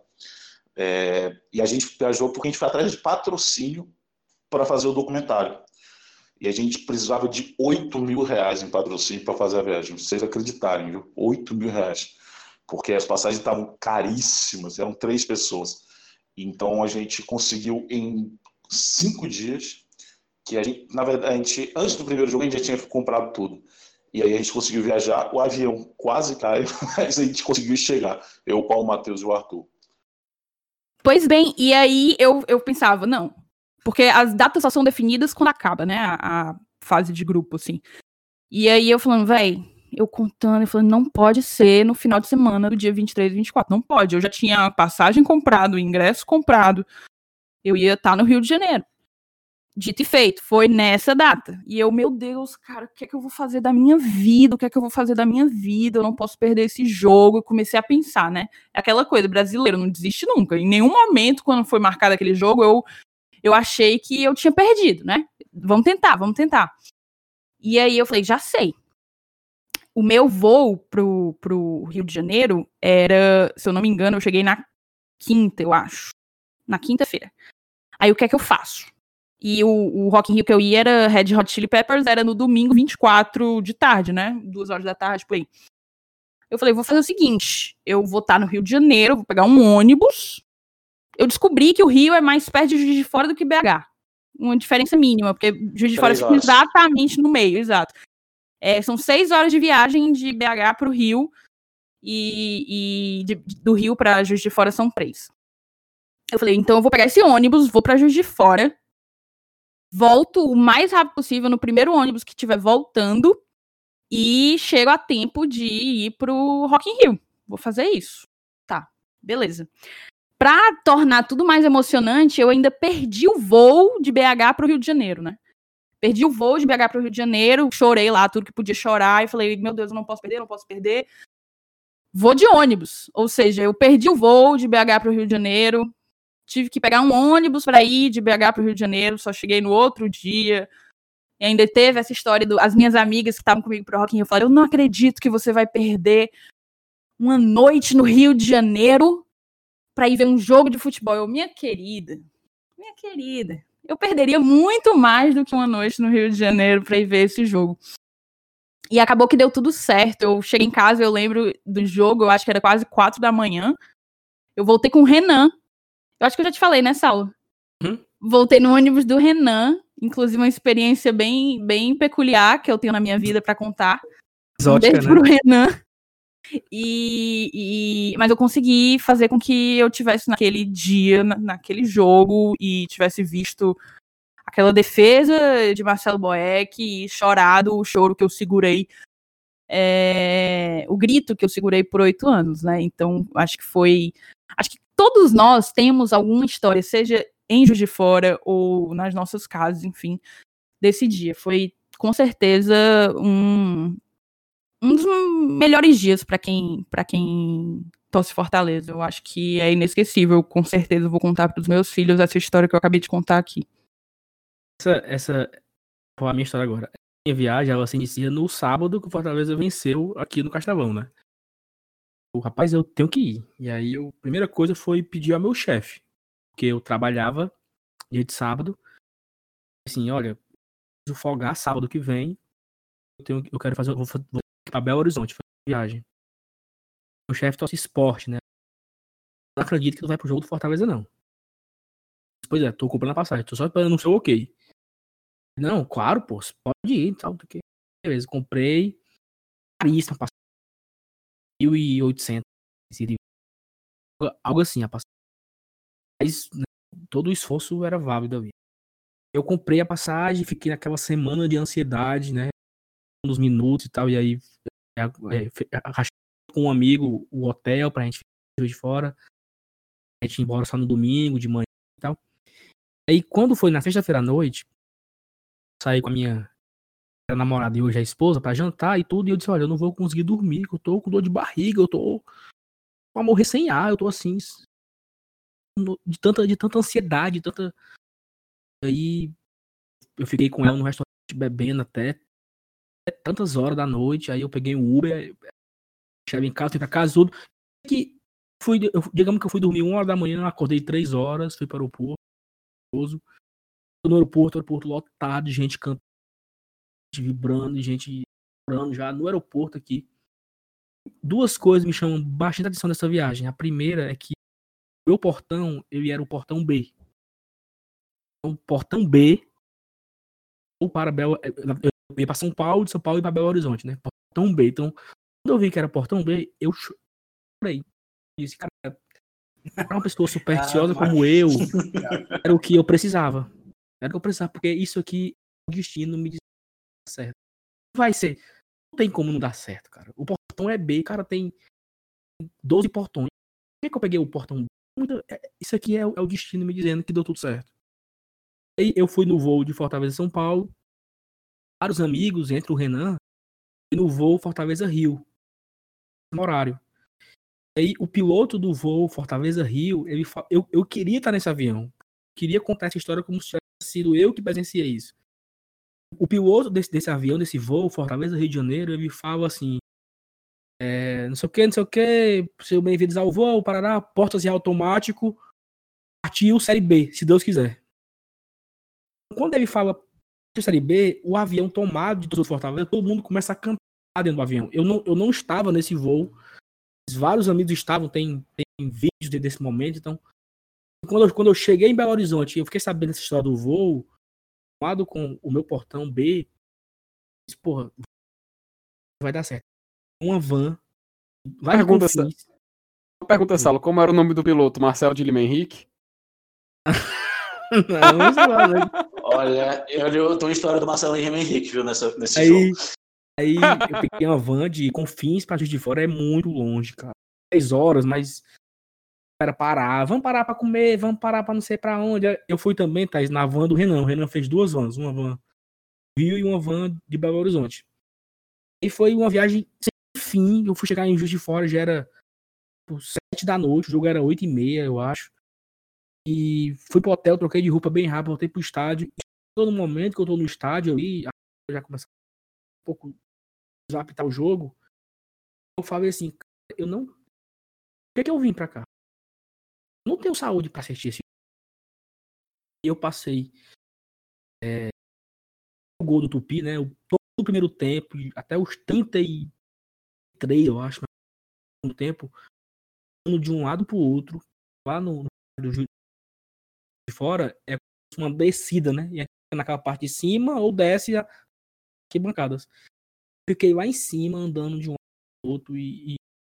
E a gente viajou porque a gente foi atrás de patrocínio para fazer o documentário. E a gente precisava de R$8.000 em patrocínio para fazer a viagem. Vocês acreditarem, viu? R$8.000. Porque as passagens estavam caríssimas, eram 3 pessoas. Então a gente conseguiu em 5 dias, que na verdade, antes do primeiro jogo, a gente já tinha comprado tudo. E aí a gente conseguiu viajar, o avião quase caiu, mas a gente conseguiu chegar. Eu, o Paulo, o Matheus e o Arthur. Pois bem, e aí eu pensava, não, porque as datas só são definidas quando acaba, né, a fase de grupo, assim. E aí eu falando, eu contando, eu falando, não pode ser no final de semana do dia 23 e 24, não pode. Eu já tinha a passagem comprada, o ingresso comprado, eu ia estar no Rio de Janeiro. Dito e feito, foi nessa data. E eu, meu Deus, cara, o que é que eu vou fazer da minha vida? Eu não posso perder esse jogo. Eu comecei a pensar, né? É aquela coisa, brasileiro não desiste nunca. Em nenhum momento, quando foi marcado aquele jogo, eu achei que eu tinha perdido, né? Vamos tentar. E aí eu falei, já sei. O meu voo pro Rio de Janeiro era, se eu não me engano, eu cheguei na quinta, eu acho. Na quinta-feira. Aí o que é que eu faço? E o Rock in Rio que eu ia era Red Hot Chili Peppers, era no domingo 24 de tarde, né? 2 horas da tarde, por aí. Eu falei, vou fazer o seguinte, eu vou estar no Rio de Janeiro, vou pegar um ônibus. Eu descobri que o Rio é mais perto de Juiz de Fora do que BH. Uma diferença mínima, porque Juiz de Fora fica exatamente no meio, exato. São 6 horas de viagem de BH para o Rio, do Rio para Juiz de Fora são 3. Eu falei, então eu vou pegar esse ônibus, vou para Juiz de Fora, volto o mais rápido possível no primeiro ônibus que estiver voltando e chego a tempo de ir pro Rock in Rio. Vou fazer isso. Tá, beleza. Pra tornar tudo mais emocionante, eu ainda perdi o voo de BH pro Rio de Janeiro, né? Perdi o voo de BH pro Rio de Janeiro, chorei lá tudo que podia chorar e falei, meu Deus, eu não posso perder. Vou de ônibus. Ou seja, eu perdi o voo de BH pro Rio de Janeiro, tive que pegar um ônibus para ir de BH para o Rio de Janeiro, só cheguei no outro dia. E ainda teve essa história as minhas amigas que estavam comigo pro Rock in Rio falaram, eu não acredito que você vai perder uma noite no Rio de Janeiro para ir ver um jogo de futebol. Eu, minha querida, eu perderia muito mais do que uma noite no Rio de Janeiro para ir ver esse jogo. E acabou que deu tudo certo. Eu cheguei em casa, eu lembro do jogo, eu acho que era quase 4 da manhã. Eu voltei com o Renan. Eu acho que eu já te falei, né, Saulo? Voltei no ônibus do Renan, inclusive uma experiência bem, bem peculiar que eu tenho na minha vida para contar. Exótica, um beijo pro Renan. Mas eu consegui fazer com que eu tivesse naquele dia, naquele jogo, e tivesse visto aquela defesa de Marcelo Boeck e chorado o choro que eu segurei, o grito que eu segurei por 8 anos, né? Então, acho que todos nós temos alguma história, seja em Juiz de Fora ou nas nossas casas, enfim, desse dia. Foi, com certeza, um dos melhores dias para quem torce Fortaleza. Eu acho que é inesquecível. Com certeza eu vou contar para os meus filhos essa história que eu acabei de contar aqui. Essa foi a minha história agora. A minha viagem, ela se inicia no sábado que o Fortaleza venceu aqui no Castelão, né? O rapaz, eu tenho que ir. E aí, a primeira coisa foi pedir ao meu chefe, porque eu trabalhava dia de sábado. Assim, olha, preciso folgar sábado que vem. Eu quero fazer, vou para Belo Horizonte, fazer viagem. O chefe torce esporte, né? Não acredito que tu vai pro jogo do Fortaleza, não. Pois é, tô comprando a passagem, tô só esperando o seu ok. Não, claro, pô, você pode ir e tal. Beleza, comprei. Caríssima passagem. 1.800. Algo assim, a passagem. Mas né, todo o esforço era válido ali. Eu comprei a passagem, fiquei naquela semana de ansiedade, né? Uns minutos e tal, e aí rachei com um amigo o hotel pra gente ficar de fora. A gente ia embora só no domingo, de manhã e tal. Aí quando foi na sexta-feira à noite, saí com a minha namorada e hoje a esposa pra jantar e tudo, e eu disse, olha, eu não vou conseguir dormir, que eu tô com dor de barriga, eu tô pra morrer sem ar, eu tô assim, de tanta ansiedade, tanta... Aí eu fiquei com ela no restaurante bebendo até tantas horas da noite, aí eu peguei um Uber, cheguei em casa, fui pra casa, tudo, que digamos que eu fui dormir 1h da manhã, acordei 3 horas, fui para o aeroporto, no aeroporto lotado, gente cantando, gente vibrando, gente chorando já no aeroporto aqui. Duas coisas me chamam bastante atenção dessa viagem. A primeira é que o meu portão, ele era o portão B. O portão B, ou para eu ia para São Paulo, de São Paulo e para Belo Horizonte, né? Portão B. Então, quando eu vi que era portão B, eu chorei. Disse, cara, para uma pessoa supersticiosa como eu, era o que eu precisava. Era o que eu precisava, porque isso aqui, o destino me diz certo. Vai ser. Não tem como não dar certo, cara. O portão é B, cara, tem 12 portões. Por que eu peguei o portão B? Isso aqui é o destino me dizendo que deu tudo certo. Aí eu fui no voo de Fortaleza São Paulo, vários amigos, entre o Renan, e no voo Fortaleza-Rio, no horário. Aí o piloto do voo Fortaleza-Rio, eu queria estar nesse avião. Queria contar essa história como se tivesse sido eu que presenciei isso. O piloto desse avião, desse voo, Fortaleza-Rio de Janeiro, ele fala assim, não sei o que, sejam bem-vindos ao voo, Parará, portas em automático, partiu Série B, se Deus quiser. Quando ele fala Série B, o avião tomado de todo Fortaleza, todo mundo começa a cantar dentro do avião. Eu não estava nesse voo, vários amigos estavam, tem vídeos desse momento, então quando eu cheguei em Belo Horizonte, eu fiquei sabendo essa história do voo, tomado com o meu portão B, disse, porra, vai dar certo. Uma van, vai Pergunta, Saulo, como era o nome do piloto? Marcelo de Lima Henrique? Não. Olha, eu tenho uma história do Marcelo Henrique, viu, nesse jogo. Aí eu peguei uma van de Confins pra Juiz de Fora, é muito longe, cara. 10 horas, mas era parar, vamos parar pra comer, vamos parar pra não sei pra onde. Eu fui também, Thaís, na van do Renan. O Renan fez 2 vans, uma van Rio e uma van de Belo Horizonte. E foi uma viagem sem fim. Eu fui chegar em Juiz de Fora, já era 7 da noite, o jogo era 8h30, eu acho. E fui pro hotel, troquei de roupa bem rápido, voltei pro estádio. E todo momento que eu tô no estádio ali, já começa um pouco a apitar o jogo. Eu falei assim, eu não... Por que eu vim pra cá? Eu não tenho saúde pra assistir esse jogo. E eu passei o gol do Tupi, né? Todo o primeiro tempo, até os 33, eu acho, no tempo, de um lado pro outro, lá no Juiz de Fora, é uma descida, né? E naquela parte de cima, ou desce aqui bancadas. Fiquei lá em cima, andando de um lado pro outro, e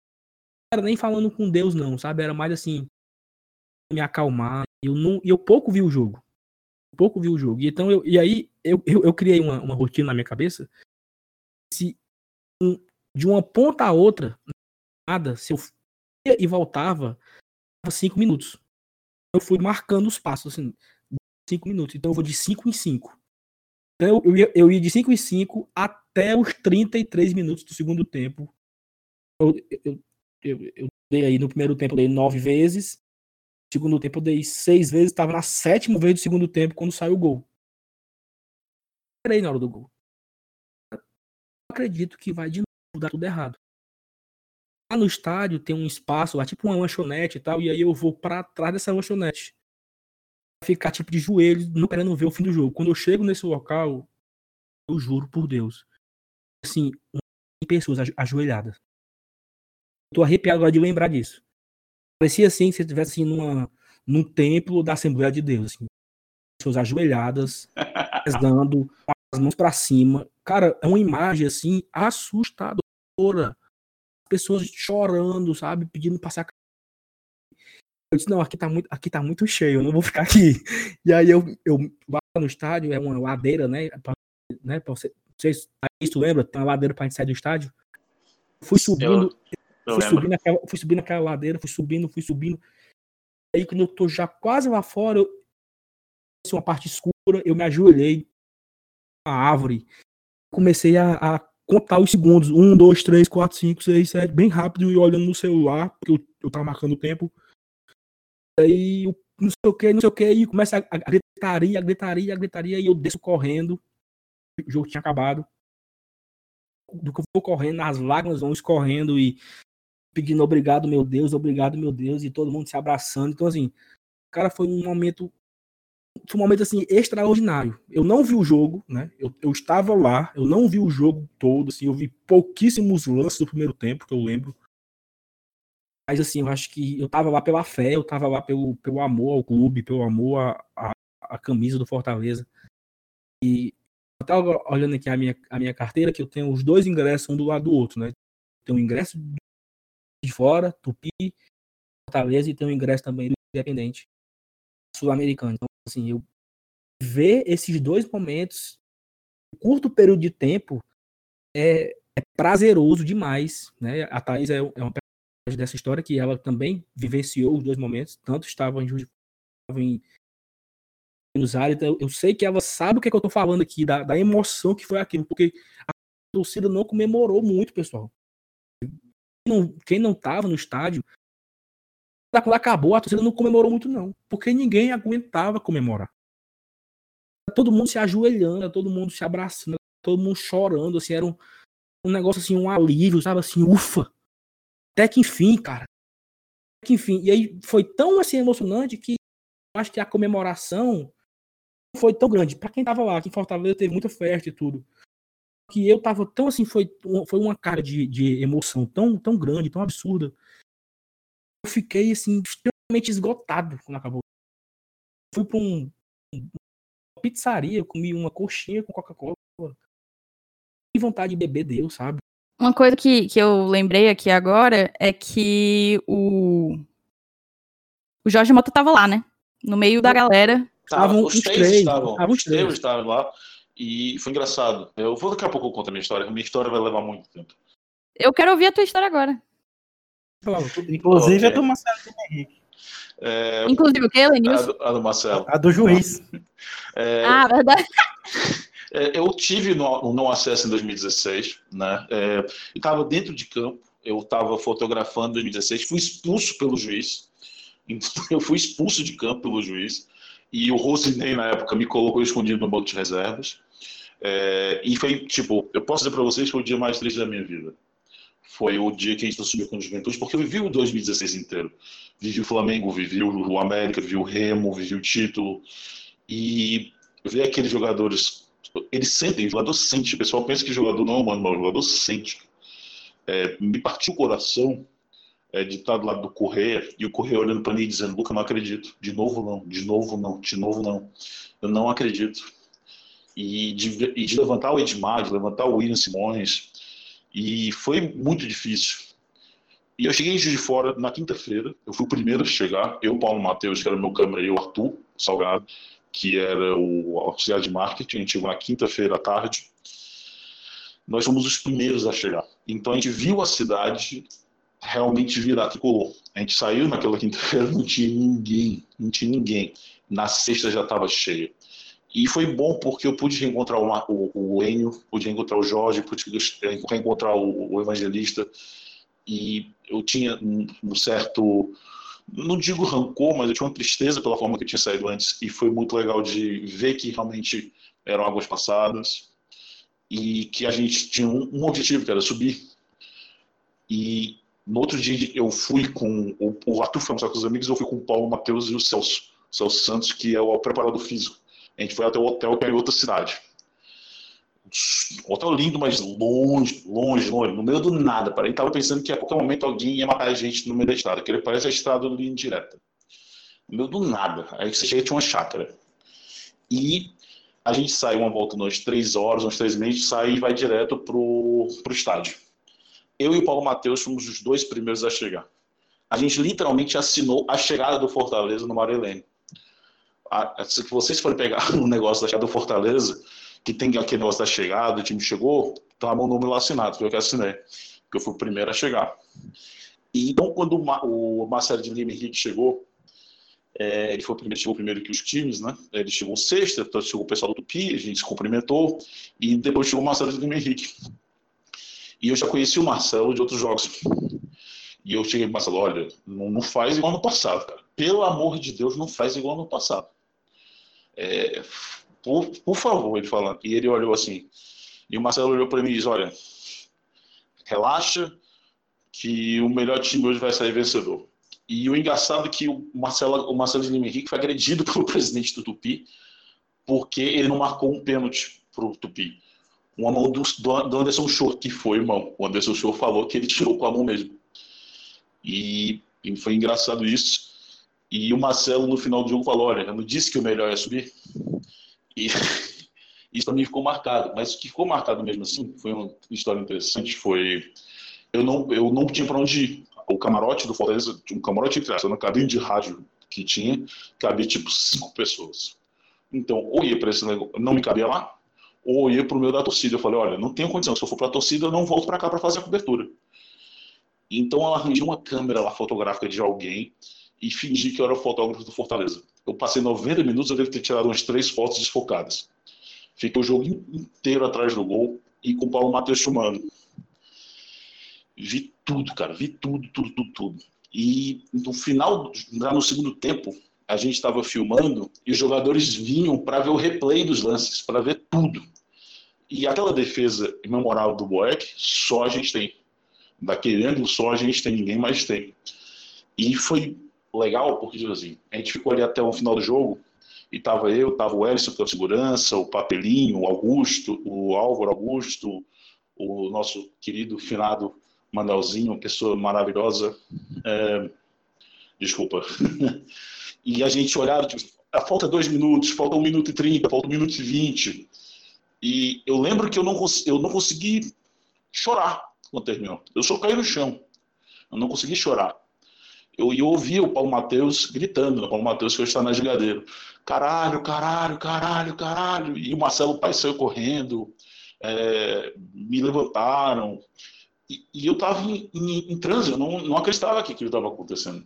era nem falando com Deus, não, sabe? Era mais assim, me acalmar. Eu pouco vi o jogo. Pouco vi o jogo. E então eu criei uma rotina na minha cabeça. Se de uma ponta a outra, nada, se eu ia e voltava, 5 minutos. Eu fui marcando os passos, assim, 5 minutos. Então eu vou de 5 em 5. Então eu ia de 5 em 5 até os 33 minutos do segundo tempo. Eu dei aí no primeiro tempo, eu dei 9 vezes. No segundo tempo, eu dei 6 vezes. Estava na 7ª vez do segundo tempo quando saiu o gol. Esperei na hora do gol. Eu acredito que vai de novo dar tudo errado. Lá no estádio tem um espaço lá, tipo uma lanchonete e tal, e aí eu vou pra trás dessa lanchonete. Ficar tipo de joelhos, não querendo ver o fim do jogo. Quando eu chego nesse local, eu juro por Deus, assim, 100 pessoas ajoelhadas. Eu tô arrepiado agora de lembrar disso. Parecia assim, que você estivesse assim, num templo da Assembleia de Deus, assim. Pessoas ajoelhadas, rezando, com as mãos pra cima. Cara, é uma imagem assim assustadora. Pessoas chorando, sabe? Pedindo pra sacar. Eu disse, não, aqui tá muito cheio, eu não vou ficar aqui. E aí eu lá no estádio, é uma ladeira, né? Pra você, não sei se tu lembra, tem uma ladeira pra gente sair do estádio. Fui subindo, fui subindo aquela ladeira, fui subindo. Aí quando eu tô já quase lá fora, uma parte escura, eu me ajoelhei na árvore, comecei a contar os segundos, 1, 2, 3, 4, 5, 6, 7, bem rápido, e olhando no celular, porque eu tava marcando o tempo. Aí, não sei o que, e começa a gritaria, e eu desço correndo, o jogo tinha acabado. Do que eu vou correndo, as lágrimas vão escorrendo, e pedindo obrigado, meu Deus, e todo mundo se abraçando. Então, assim, cara, foi um momento assim, extraordinário. Eu não vi o jogo, né? Eu estava lá, eu não vi o jogo todo, assim, eu vi pouquíssimos lances do primeiro tempo, que eu lembro. Mas, assim, eu acho que eu estava lá pela fé, eu estava lá pelo amor ao clube, pelo amor à camisa do Fortaleza. E eu estava olhando aqui a minha carteira, que eu tenho os 2 ingressos, um do lado do outro, né? Tem um ingresso de fora, Tupi, Fortaleza, e tem um ingresso também do Independente Sul-Americano. Então, assim, eu ver esses 2 momentos em curto período de tempo é prazeroso demais, né? A Thaís é uma personagem dessa história que ela também vivenciou os 2 momentos, tanto estava em Juiz de Fora, em Buenos Aires, então eu sei que ela sabe o que é que eu tô falando aqui, da emoção que foi aquilo, porque a torcida não comemorou muito, pessoal. Quem não tava no estádio, quando acabou, a torcida não comemorou muito, não, porque ninguém aguentava comemorar. Todo mundo se ajoelhando, todo mundo se abraçando, todo mundo chorando, assim, era um negócio assim, um alívio, sabe, assim, ufa, até que enfim, cara, até que enfim. E aí foi tão assim emocionante que eu acho que a comemoração não foi tão grande. Pra quem tava lá, aqui em Fortaleza teve muita festa e tudo, que eu tava tão assim, foi uma cara de emoção tão grande, tão absurda. Eu fiquei assim, extremamente esgotado quando acabou. Fui pra uma pizzaria, comi uma coxinha com Coca-Cola. Que vontade de beber deu, sabe? Uma coisa que eu lembrei aqui agora é que o Jorge Mota tava lá, né? No meio da galera. Os três estavam lá. E foi engraçado. Eu vou daqui a pouco contar a minha história. A minha história vai levar muito tempo. Eu quero ouvir a tua história agora. Inclusive okay. A do Marcelo Henrique. Inclusive o que, Lenilson? A do Marcelo. A do juiz. Verdade. Eu tive no Não Acesso em 2016, né? Eu estava dentro de campo, eu estava fotografando em 2016, fui expulso pelo juiz. Eu fui expulso de campo pelo juiz. E o Rosinei, na época, me colocou escondido no banco de reservas. E foi, tipo, eu posso dizer para vocês que foi o dia mais triste da minha vida. Foi o dia que a gente subiu com o Juventude, porque eu vivi o 2016 inteiro. Vivi o Flamengo, vivi o América, vivi o Remo, vivi o título. E ver aqueles jogadores, eles sentem, o jogador sente. O pessoal pensa que jogador não é humano, mas o jogador sente. Me partiu o coração de estar do lado do Correia, e o Correia olhando para mim e dizendo: Luca, eu não acredito. De novo não. Eu não acredito. E de levantar o Edmar, de levantar o William Simões. E foi muito difícil. E eu cheguei em Juiz de Fora na quinta-feira, eu fui o primeiro a chegar, eu, Paulo Matheus, que era o meu câmera, e o Arthur Salgado, que era o auxiliar de marketing. A gente chegou na quinta-feira à tarde. Nós fomos os primeiros a chegar. Então a gente viu a cidade realmente virar tricolor. A gente saiu naquela quinta-feira, não tinha ninguém. Na sexta já estava cheia. E foi bom porque eu pude reencontrar o Enio, pude reencontrar o Jorge, pude reencontrar o Evangelista. E eu tinha um certo, não digo rancor, mas eu tinha uma tristeza pela forma que eu tinha saído antes. E foi muito legal de ver que realmente eram águas passadas e que a gente tinha um objetivo, que era subir. E no outro dia eu fui com o Arthur, foi almoçar com os amigos, eu fui com o Paulo, o Matheus e o Celso Santos, que é o preparador físico. A gente foi até o hotel, que era em outra cidade. Hotel lindo, mas longe, no meio do nada. A gente tava pensando que a qualquer momento alguém ia matar a gente no meio da estrada, que ele parece a estrada ali indireta. No meio do nada. Aí você chega, tinha uma chácara. E a gente sai uma volta umas 3 horas, uns 3 meses, sai e vai direto pro estádio. Eu e o Paulo Matheus fomos os 2 primeiros a chegar. A gente literalmente assinou a chegada do Fortaleza no Marilene. Se vocês forem pegar o negócio da chegada do Fortaleza, que tem aquele negócio da chegada, o time chegou, tá meu nome lá assinado, foi eu que assinei, porque eu fui o primeiro a chegar. E então, quando o Marcelo de Lima Henrique chegou, ele chegou primeiro que os times, né? Ele chegou sexta, então chegou o pessoal do Tupi, a gente se cumprimentou, e depois chegou o Marcelo de Lima Henrique. E eu já conheci o Marcelo de outros jogos. E eu cheguei pro Marcelo, olha, não faz igual no passado, cara. Pelo amor de Deus, não faz igual no passado. Por favor, ele falando. E ele olhou assim. E o Marcelo olhou para mim e disse, olha, relaxa, que o melhor time hoje vai sair vencedor. E o engraçado é que o Marcelo de Lima Henrique foi agredido pelo presidente do Tupi, porque ele não marcou um pênalti pro Tupi. Uma mão do Anderson Show, que foi mão. O Anderson Show falou que ele tirou com a mão mesmo. E foi engraçado isso. E o Marcelo, no final do jogo, falou, olha, eu não disse que o melhor é subir. E isso para mim ficou marcado. Mas o que ficou marcado mesmo assim, foi uma história interessante, foi... Eu não tinha para onde ir. O camarote do Fortaleza, um camarote entre aspas, na cabine de rádio que tinha, cabia tipo 5 pessoas. Então, ou ia para esse negócio, não me cabia lá, ou ia para o meio da torcida. Eu falei, olha, não tenho condição, se eu for para a torcida, eu não volto para cá para fazer a cobertura. Então ela arranjou uma câmera lá fotográfica de alguém e fingi que eu era o fotógrafo do Fortaleza. Eu passei 90 minutos, eu devo ter tirado umas 3 fotos desfocadas. Fiquei o jogo inteiro atrás do gol e com o Paulo Matheus filmando. Vi tudo, cara, vi tudo. E no final, no segundo tempo, a gente estava filmando e os jogadores vinham para ver o replay dos lances, para ver tudo. E aquela defesa memorável do Boeck, só a gente tem. Daquele ângulo, só a gente tem, ninguém mais tem. E foi legal, porque tipo assim, a gente ficou ali até o final do jogo, e tava o Elson pela segurança, o Papelinho, o Augusto, o Álvaro Augusto, o nosso querido finado Manuelzinho, pessoa maravilhosa. Desculpa. E a gente olhava, tipo, falta 2 minutos, falta 1 minuto e 30, falta 1 minuto e 20. E eu lembro que eu não consegui chorar quando terminou. Eu só caí no chão. Eu não consegui chorar. Eu ouvi o Paulo Matheus gritando, o Paulo Matheus que hoje está na Gigadeiro. Caralho. E o Marcelo Paes saiu correndo, me levantaram. E eu estava em transe, eu não acreditava que aquilo estava acontecendo.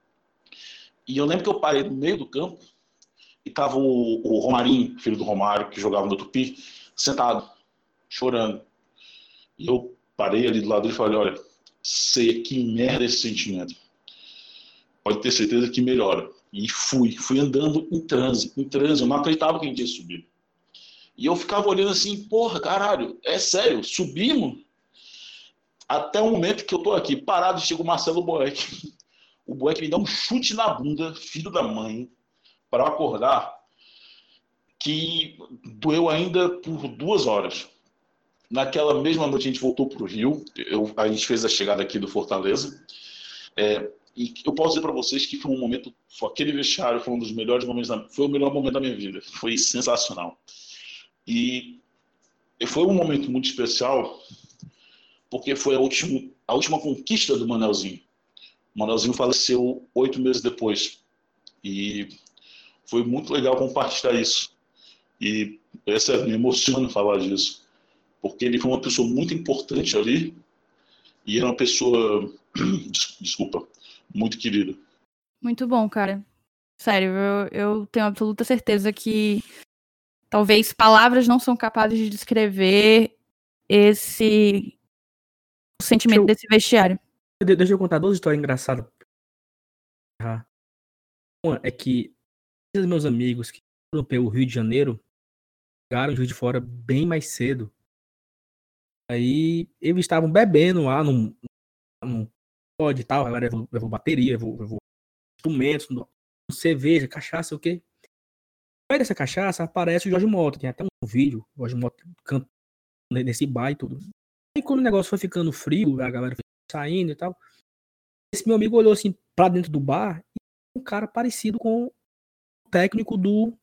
E eu lembro que eu parei no meio do campo e estava o Romarinho, filho do Romário, que jogava no Tupi, sentado, chorando. E eu parei ali do lado dele e falei, olha, sei que merda esse sentimento. Pode ter certeza que melhora. E fui andando em transe, eu não acreditava que a gente ia subir. E eu ficava olhando assim, porra, caralho, é sério, subimos? Até o momento que eu tô aqui, parado, chega o Marcelo Boeck. O Boeck me dá um chute na bunda, filho da mãe, para acordar, que doeu ainda por 2 horas. Naquela mesma noite a gente voltou para o Rio, a gente fez a chegada aqui do Fortaleza, e eu posso dizer para vocês que foi um momento, aquele vestiário foi um dos melhores momentos, foi o melhor momento da minha vida, foi sensacional. E foi um momento muito especial, porque foi a última conquista do Manuelzinho. O Manuelzinho faleceu 8 meses depois. E foi muito legal compartilhar isso. E me emociona falar disso. Porque ele foi uma pessoa muito importante ali. E era uma pessoa, desculpa, muito querida. Muito bom, cara. Sério, eu tenho absoluta certeza que talvez palavras não são capazes de descrever o sentimento desse vestiário. Deixa eu contar 2 histórias engraçadas. Uma é que os meus amigos que foram pelo Rio de Janeiro chegaram de Rio de Fora bem mais cedo. Aí eles estavam bebendo lá num pode e tal. Agora levou bateria, levou instrumentos, cerveja, cachaça, o quê? No meio dessa cachaça aparece o Jorge Mota. Tem até um vídeo, o Jorge Mota cantando nesse bar e tudo. Aí quando o negócio foi ficando frio, a galera foi saindo e tal, esse meu amigo olhou assim pra dentro do bar e um cara parecido com o técnico do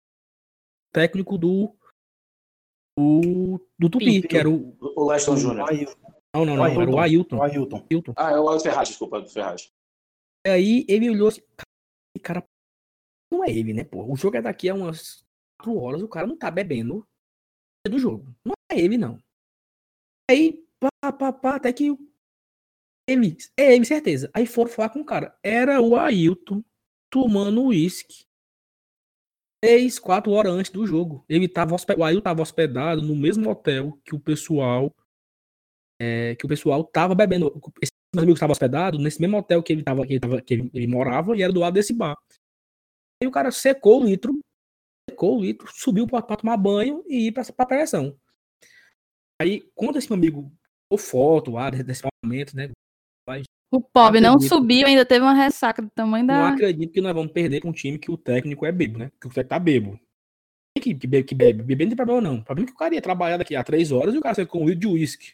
Tupi, que era o Leston Júnior. Não, era o Ailton. Ah, é o Ailton Ferraz, desculpa, do Ferraz. Aí ele olhou assim, cara, não é ele, né, pô? O jogo é daqui a umas 4 horas, o cara não tá bebendo do jogo. Não é ele, não. Aí, até que é ele, certeza. Aí foram falar com o cara. Era o Ailton tomando uísque 3, 4 horas antes do jogo. O Ailton tava hospedado no mesmo hotel que o pessoal tava bebendo. Esse meu amigo estava hospedado nesse mesmo hotel que ele morava e era do lado desse bar. Aí o cara secou o litro, subiu pra tomar banho e ir pra preleção. Aí, quando esse meu amigo tirou foto lá desse momento, né? O pobre não subiu, ainda teve uma ressaca do tamanho da... Não acredito que nós vamos perder pra um time que o técnico é bebo, né? Que o técnico tá bebo. Que bebe. Beber não tem problema, não. O problema é que o cara ia trabalhar daqui a 3 horas e o cara saiu com um litro de uísque.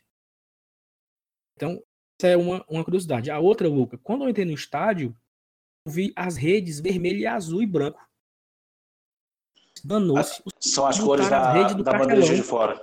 Então, essa é uma curiosidade. A outra, Luca, quando eu entrei no estádio, eu vi as redes vermelho, azul e branco. Danou-se. São as cores da bandeja de fora.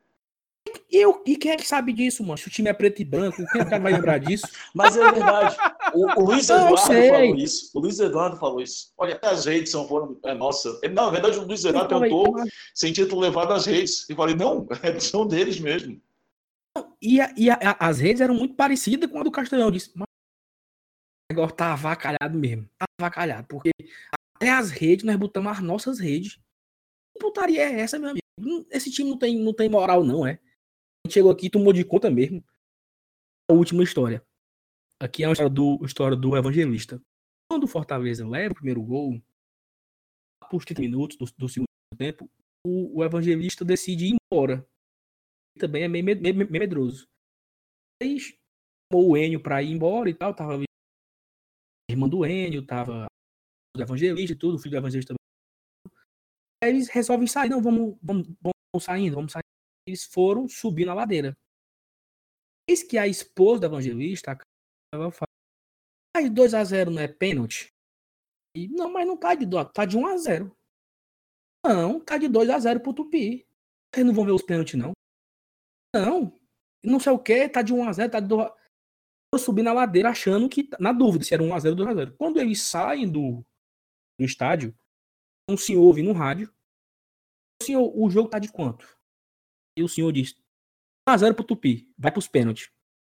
E quem é que sabe disso, mano? Se o time é preto e branco, quem é que vai lembrar disso? Mas é verdade. O Luiz Eduardo falou isso. O Luiz Eduardo falou isso. Olha, as redes foram... nossa. Na verdade, o Luiz Eduardo tentou sem título levado às redes. E falei, não, são deles mesmo. E as redes eram muito parecidas com a do Castanhão. Disse, mas o negócio tá avacalhado mesmo. Tá avacalhado. Porque até as redes, nós botamos as nossas redes. Que putaria é essa, meu amigo? Esse time não tem moral, não, é? A gente chegou aqui e tomou de conta mesmo. A última história. Aqui é a história do Evangelista. Quando o Fortaleza leva o primeiro gol, por 30 minutos do segundo tempo, o Evangelista decide ir embora. Também é meio medroso. Aí chamou o Enio pra ir embora e tal. Tava a irmã do Enio, tava o Evangelista e tudo, o filho do Evangelista também. Aí eles resolvem sair. Não, vamos saindo, vamos sair. Eles foram subir na ladeira. Eis que a esposa do Evangelista ela fala, mas 2-0 não é pênalti? E, não, mas não tá de 1-0. Não, tá de 2-0 pro Tupi. Vocês não vão ver os pênaltis, não? Não sei o que, tá de 1-0, tá de 2-0. Eu subi na ladeira achando que, na dúvida, se era 1-0 ou 2-0. Quando eles saem do estádio, um senhor ouve no rádio, senhor, o jogo tá de quanto? E o senhor diz, 1-0 pro Tupi, vai pros pênaltis.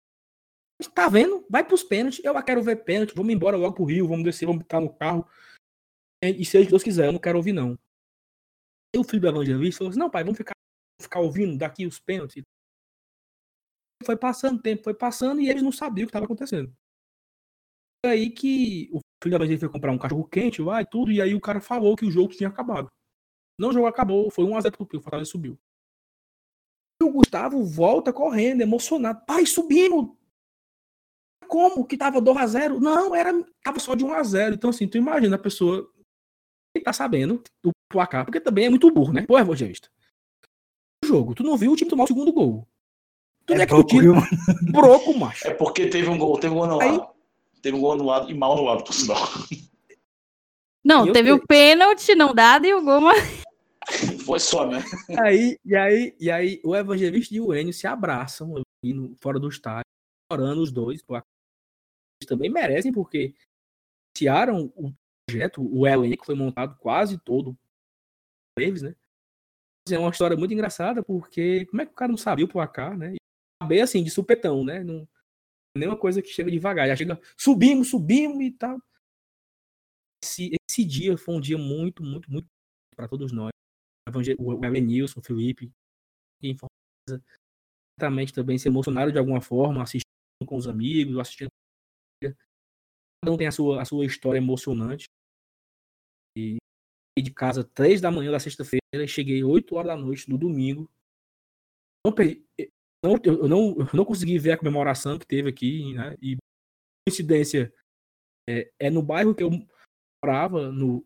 Tá vendo? Vai pros pênaltis, eu quero ver pênalti, vamos embora logo pro Rio, vamos descer, vamos ficar no carro. E se Deus quiser, eu não quero ouvir, não. E o filho do Evangelista falou assim, não, pai, vamos ficar ouvindo daqui os pênaltis. Foi passando, tempo foi passando e eles não sabiam o que estava acontecendo. Foi aí que o filho da gente foi comprar um cachorro quente lá e tudo, e aí o cara falou que o jogo tinha acabado. Não, o jogo acabou, foi 1-0 pro Tupi, o Fortaleza subiu. E o Gustavo volta correndo, emocionado. Pai, subimos! Como? Que tava 2-0? Não, tava só de 1-0. Então, assim, tu imagina a pessoa que tá sabendo do placar, porque também é muito burro, né? Pô, Evangelista. O jogo, tu não viu o time tomar o segundo gol. Tu é que tu tira broco, macho. É porque teve um gol anulado. Aí... Teve um gol anulado e mal anulado, por sinal. Não, teve o pênalti não dado e o gol... Foi só, né? E aí o Evangelista e o Enio se abraçam ali fora do estádio, chorando os dois. também merecem, porque iniciaram o projeto, o elenco foi montado quase todo por eles, né? É uma história muito engraçada, porque como é que o cara não sabia o placar, né? E bem assim, de supetão, né? Não, nenhuma coisa que chega devagar, já chega, subimos e tal. Esse dia foi um dia muito para todos nós. O Elenilson, o Felipe, em Fortaleza, também se emocionaram de alguma forma, assistindo com os amigos, assistindo. Cada um tem a sua história emocionante. E de casa 3 da manhã da sexta-feira e cheguei 8 horas da noite do domingo. Eu não consegui ver a comemoração que teve aqui, né? E coincidência, é no bairro que eu morava, no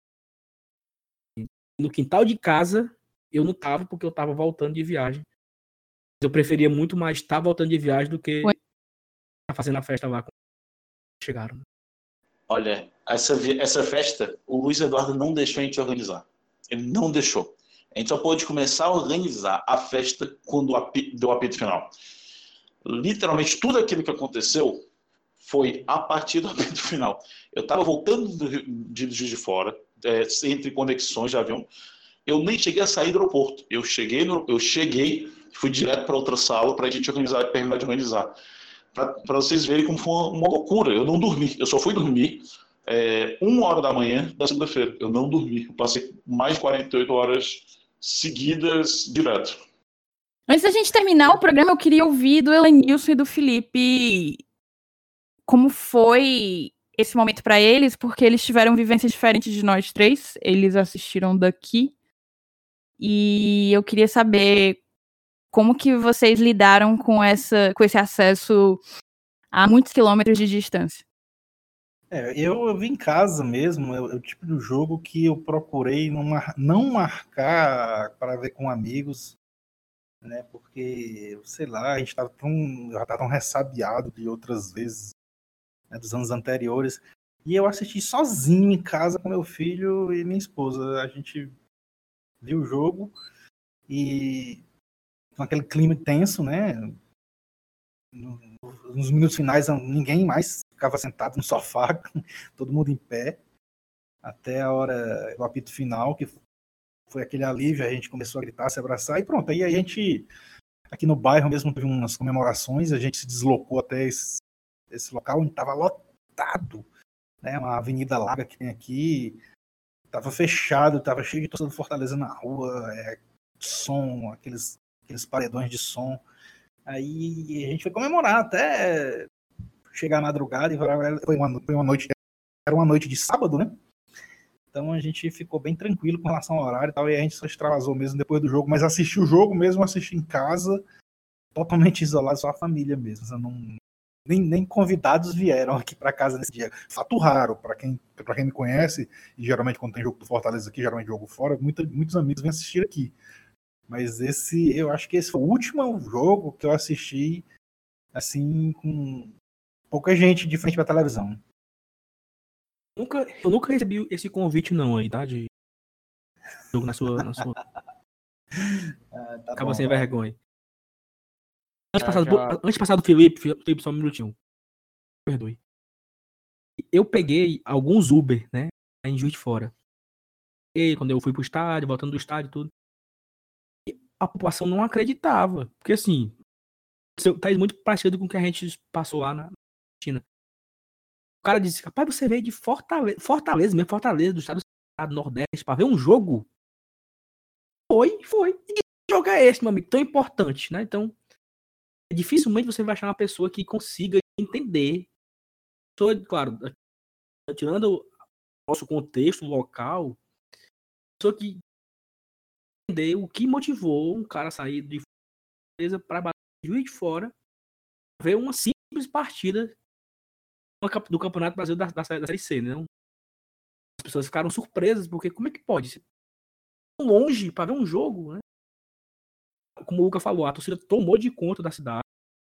quintal de casa, eu não tava porque eu tava voltando de viagem. Eu preferia muito mais estar voltando de viagem do que estar fazendo a festa lá quando chegaram. Olha, essa festa, o Luiz Eduardo não deixou a gente organizar. Ele não deixou. A gente só pôde começar a organizar a festa quando deu o apito final. Literalmente tudo aquilo que aconteceu foi a partir do apito final. Eu estava voltando de Juiz de Fora, entre conexões de avião. Eu nem cheguei a sair do aeroporto. Eu cheguei, fui direto para outra sala para a gente terminar de organizar. Para vocês verem como foi uma loucura. Eu não dormi. Eu só fui dormir 1h da manhã da segunda-feira. Eu não dormi. Eu passei mais de 48 horas seguidas direto. Antes da gente terminar o programa, eu queria ouvir do Elenilson e do Felipe como foi esse momento para eles, porque eles tiveram vivências diferentes de nós três. Eles assistiram daqui. E eu queria saber como que vocês lidaram com esse acesso a muitos quilômetros de distância. Eu vi em casa mesmo, é o tipo de jogo que eu procurei não marcar para ver com amigos, né? Porque, sei lá, a gente já estava tão ressabiado de outras vezes, né, dos anos anteriores. E eu assisti sozinho em casa com meu filho e minha esposa. A gente viu o jogo e com aquele clima tenso, né? Nos minutos finais, ninguém mais ficava sentado no sofá, todo mundo em pé, até a hora do apito final, que foi aquele alívio, a gente começou a gritar, se abraçar, e pronto. Aí a gente, aqui no bairro mesmo, teve umas comemorações, a gente se deslocou até esse local, onde estava lotado, né? Uma avenida larga que tem aqui, estava fechado, estava cheio de torcedor do Fortaleza na rua, som, aqueles paredões de som. Aí a gente foi comemorar até chegar à madrugada, e foi uma noite, era uma noite de sábado, né? Então a gente ficou bem tranquilo com relação ao horário e tal, e a gente só extravasou mesmo depois do jogo, mas assistiu o jogo mesmo, assisti em casa, totalmente isolado, só a família mesmo. Nem convidados vieram aqui para casa nesse dia. Fato raro, para quem me conhece, e geralmente quando tem jogo do Fortaleza aqui, geralmente jogo fora, muitos amigos vêm assistir aqui. Mas eu acho que esse foi o último jogo que eu assisti assim, com pouca gente de frente pra televisão. Eu nunca recebi esse convite não aí, tá? De jogo na sua... Tá Acaba bom, sem vai. vergonha. Antes de passar do Felipe, só um minutinho. Perdoe. Eu peguei alguns Uber, né? Em Juiz de Fora. E quando eu fui pro estádio, voltando do estádio e tudo. E a população não acreditava. Porque assim, tá muito parecido com o que a gente passou lá na China. O cara disse, rapaz, você veio de Fortaleza mesmo, Fortaleza, do estado do Nordeste, pra ver um jogo? Foi. E que jogo é esse, meu amigo? Tão importante, né? Então, dificilmente você vai achar uma pessoa que consiga entender. Claro, tirando o nosso contexto local, pessoa que entender o que motivou um cara a sair de Fortaleza para bater Juiz de Fora, ver uma simples partida do Campeonato Brasileiro da Série C, né? As pessoas ficaram surpresas, porque como é que pode ser tão longe para ver um jogo, né? Como o Luca falou, a torcida tomou de conta da cidade,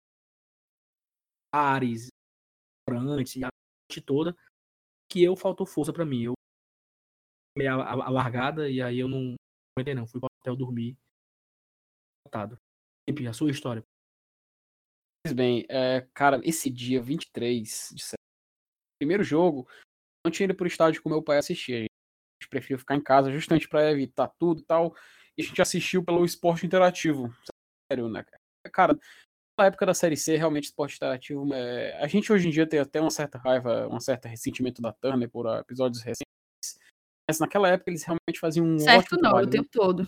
bares, restaurantes, a noite toda, que faltou força para mim. Eu tomei a largada e aí eu não aguentei não, fui pro hotel dormir. A sua história. Pois bem, cara, esse dia 23 de setembro, primeiro jogo, não tinha ido pro estádio com meu pai assistir. A gente preferiu ficar em casa justamente para evitar tudo e tal. E a gente assistiu pelo esporte interativo. Sério, né, cara? Cara, na época da Série C, realmente esporte interativo. A gente hoje em dia tem até uma certa raiva, um certo ressentimento da Turner por episódios recentes. Mas naquela época eles realmente faziam um Certo ótimo não, trabalho. o tempo todo.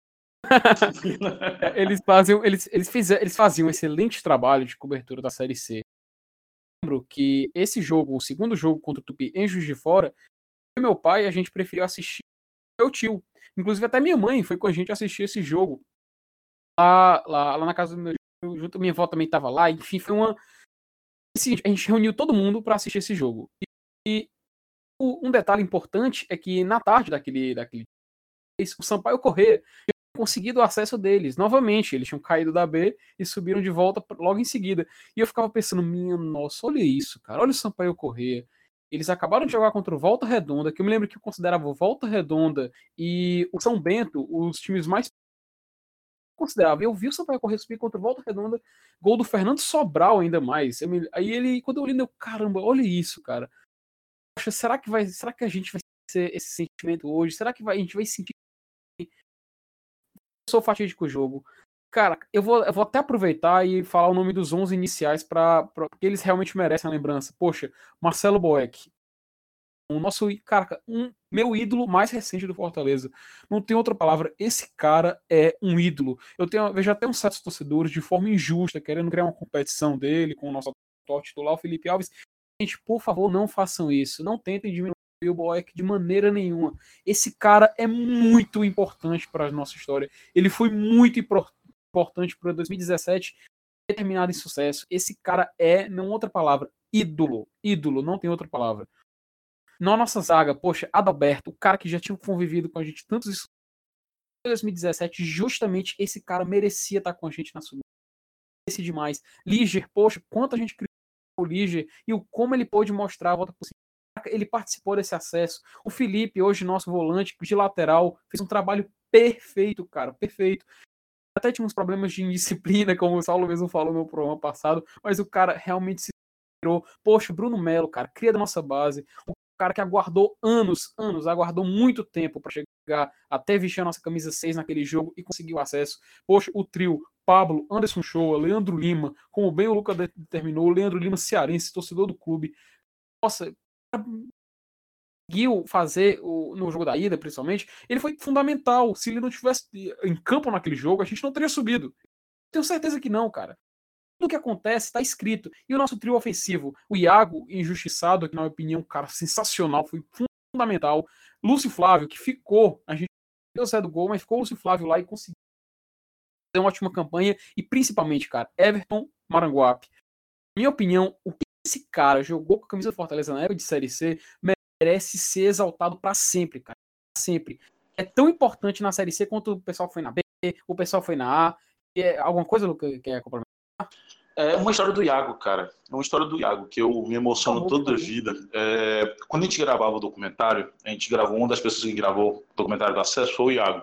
Eles faziam um excelente trabalho de cobertura da Série C. Eu lembro que esse jogo, o segundo jogo contra o Tupi em Juiz de Fora, eu e meu pai, a gente preferiu assistir com meu tio. Inclusive até minha mãe foi com a gente assistir esse jogo. Lá na casa do meu tio, junto minha avó também estava lá. Enfim, foi uma... A gente reuniu todo mundo para assistir esse jogo. E um detalhe importante é que na tarde daquele o Sampaio Corrêa conseguido o acesso deles. Novamente, eles tinham caído da B e subiram de volta logo em seguida. E eu ficava pensando, minha nossa, olha isso, cara. Olha o Sampaio Corrêa. Eles acabaram de jogar contra o Volta Redonda, que eu me lembro que eu considerava o Volta Redonda e o São Bento os times mais consideráveis. Eu vi o Sampaio Corrêa subir contra o Volta Redonda, gol do Fernando Sobral ainda mais. Aí ele, quando eu olhei, eu, caramba, olha isso, cara. Poxa, será que a gente vai ser esse sentimento hoje? Será que a gente vai sentir o fatídico jogo? Cara, eu vou até aproveitar e falar o nome dos 11 iniciais porque eles realmente merecem a lembrança. Poxa, Marcelo Boeck, meu ídolo mais recente do Fortaleza. Não tem outra palavra. Esse cara é um ídolo. Vejo até uns certos torcedores de forma injusta querendo criar uma competição dele com o nosso atual titular, o Felipe Alves. Gente, por favor, não façam isso. Não tentem diminuir o Boeck de maneira nenhuma. Esse cara é muito importante para a nossa história. Ele foi muito importante para 2017 ter terminado em sucesso. Esse cara não outra palavra, ídolo. Ídolo, não tem outra palavra. Na nossa zaga, poxa, Adalberto, o cara que já tinha convivido com a gente tantos em 2017, justamente esse cara merecia estar com a gente na subida. Merecia demais. Liger, poxa, quanto a gente criou o Liger e como ele pôde mostrar a volta por cima. Ele participou desse acesso. O Felipe, hoje nosso volante de lateral, fez um trabalho perfeito, cara, perfeito. Até tinha uns problemas de indisciplina, como o Saulo mesmo falou no programa passado, mas o cara realmente se virou. Poxa, Bruno Melo, cara, cria da nossa base. O cara que aguardou aguardou muito tempo para chegar até vestir a nossa camisa 6 naquele jogo e conseguiu acesso. Poxa, o trio, Pablo, Anderson Shoa, Leandro Lima, como bem o Lucas determinou, o Leandro Lima cearense, torcedor do clube. Nossa, conseguiu fazer no jogo da ida, principalmente, ele foi fundamental. Se ele não tivesse em campo naquele jogo, a gente não teria subido. Tenho certeza que não, cara. Tudo que acontece está escrito. E o nosso trio ofensivo, o Iago, injustiçado, que na minha opinião, cara, sensacional, foi fundamental. Lúcio Flávio, que ficou, a gente deu Zé do gol, mas ficou o Lúcio Flávio lá e conseguiu fazer uma ótima campanha. E principalmente, cara, Everton Maranguape. Na minha opinião, o que esse cara jogou com a camisa do Fortaleza na época de Série C merece ser exaltado para sempre, cara. Pra sempre. É tão importante na Série C quanto o pessoal foi na B, o pessoal foi na A. Alguma coisa, Lucas, que é complementar? É uma história do Iago, cara. É uma história do Iago, que eu me emociono toda a vida. Quando a gente gravava o documentário, uma das pessoas que gravou o documentário do Acesso foi o Iago.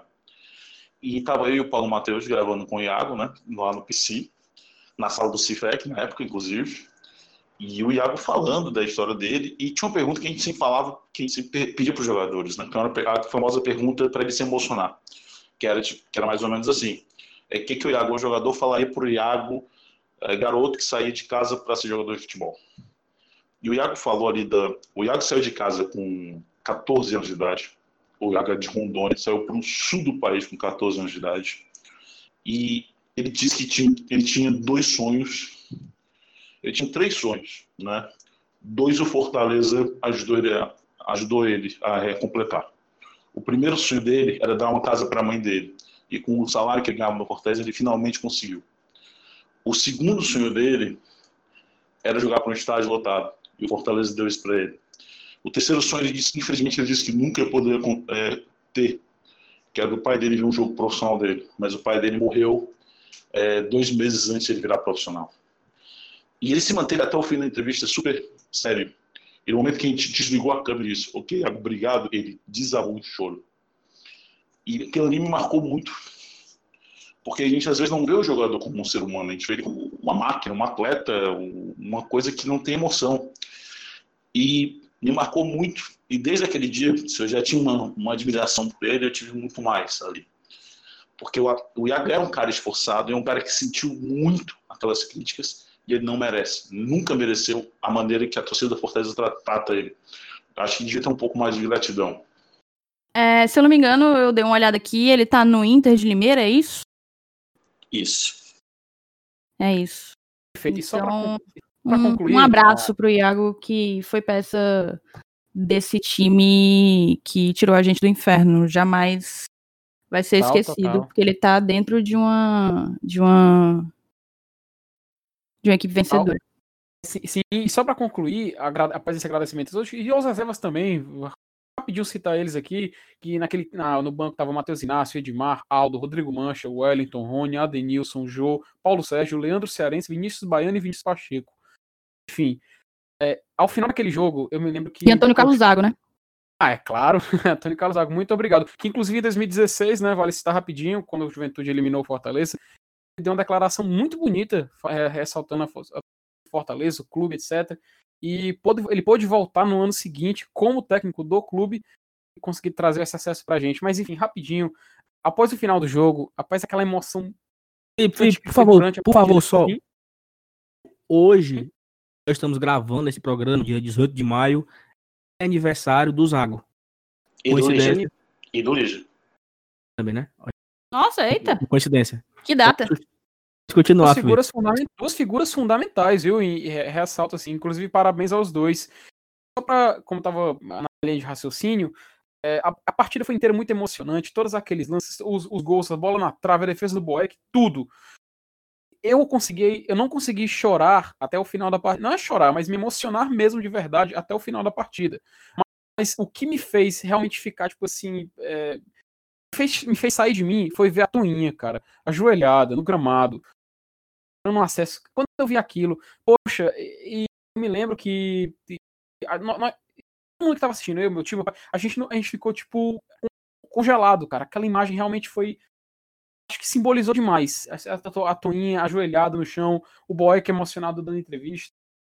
E tava eu e o Paulo Matheus gravando com o Iago, né, lá no PC, na sala do Cifec, na época, inclusive. E o Iago falando da história dele. E tinha uma pergunta que a gente sempre falava, que a gente sempre pedia para os jogadores, né, que era a famosa pergunta para ele se emocionar. Que era mais ou menos assim. O que o Iago, o jogador, falaria para o Iago, garoto que saía de casa para ser jogador de futebol? E o Iago falou ali o Iago saiu de casa com 14 anos de idade. O Iago é de Rondônia, saiu para o sul do país com 14 anos de idade. E ele disse que ele tinha 2 sonhos. Ele tinha 3 sonhos, né? 2 o Fortaleza ajudou ele a completar. O primeiro sonho dele era dar uma casa para a mãe dele. E com o salário que ele ganhava no Fortaleza, ele finalmente conseguiu. O segundo sonho dele era jogar para um estádio lotado. E o Fortaleza deu isso para ele. O terceiro sonho, infelizmente, ele disse que nunca ia poder ter, que era do pai dele ver um jogo profissional dele. Mas o pai dele morreu 2 meses antes de ele virar profissional. E ele se manteve até o fim da entrevista super sério. E no momento que a gente desligou a câmera e disse, ok, obrigado, ele desabou em choro. E aquilo ali me marcou muito. Porque a gente às vezes não vê o jogador como um ser humano, a gente vê ele como uma máquina, um atleta, uma coisa que não tem emoção. E me marcou muito. E desde aquele dia, se eu já tinha uma admiração por ele, eu tive muito mais ali. Porque o Iago é um cara esforçado, é um cara que sentiu muito aquelas críticas e ele não merece. Nunca mereceu a maneira que a torcida da Fortaleza trata ele. Acho que devia ter um pouco mais de gratidão. Se eu não me engano, eu dei uma olhada aqui, ele tá no Inter de Limeira, é isso? Isso. É isso. Perfeito. E só Então, pra concluir, um abraço pro Iago, que foi peça desse time que tirou a gente do inferno. Jamais vai ser esquecido, porque ele tá dentro de uma equipe vencedora. Sim, e só para concluir, após esse agradecimento hoje, e aos reservas também, rapidinho citar eles aqui, que no banco tava Matheus Inácio, Edmar, Aldo, Rodrigo Mancha, Wellington, Rony, Adenilson, Jô, Paulo Sérgio, Leandro Cearense, Vinícius Baiano e Vinícius Pacheco. Enfim, ao final daquele jogo, eu me lembro que... E Antônio Carlos Zago, né? É claro, Antônio Carlos Zago, muito obrigado. Que inclusive em 2016, né, vale citar rapidinho, quando o Juventude eliminou o Fortaleza, ele deu uma declaração muito bonita, ressaltando a Fortaleza, o clube, etc. E ele pôde voltar no ano seguinte como técnico do clube e conseguir trazer esse acesso pra gente. Mas enfim, rapidinho, após o final do jogo, após aquela emoção... Por favor, só. Hoje, nós estamos gravando esse programa, dia 18 de maio, é aniversário do Zago. E do Lígia. Também, né? Nossa, eita! Coincidência. Que data? Continuar, duas figuras fundamentais, viu? E ressalto assim, inclusive parabéns aos dois. Só pra, como tava na linha de raciocínio, a partida foi inteira muito emocionante, todos aqueles lances, os gols, a bola na trave, a defesa do Boeck, tudo. Eu não consegui chorar até o final da partida, não é chorar, mas me emocionar mesmo de verdade até o final da partida. Mas o que me fez realmente ficar, tipo assim, me fez sair de mim foi ver a Toinha, cara, ajoelhada no gramado, no acesso. Quando eu vi aquilo, poxa, e eu me lembro que todo mundo que tava assistindo, eu, meu time, a gente ficou, tipo, congelado, cara. Aquela imagem realmente foi, acho que simbolizou demais. A Toinha ajoelhada no chão, o Boeck emocionado dando entrevista.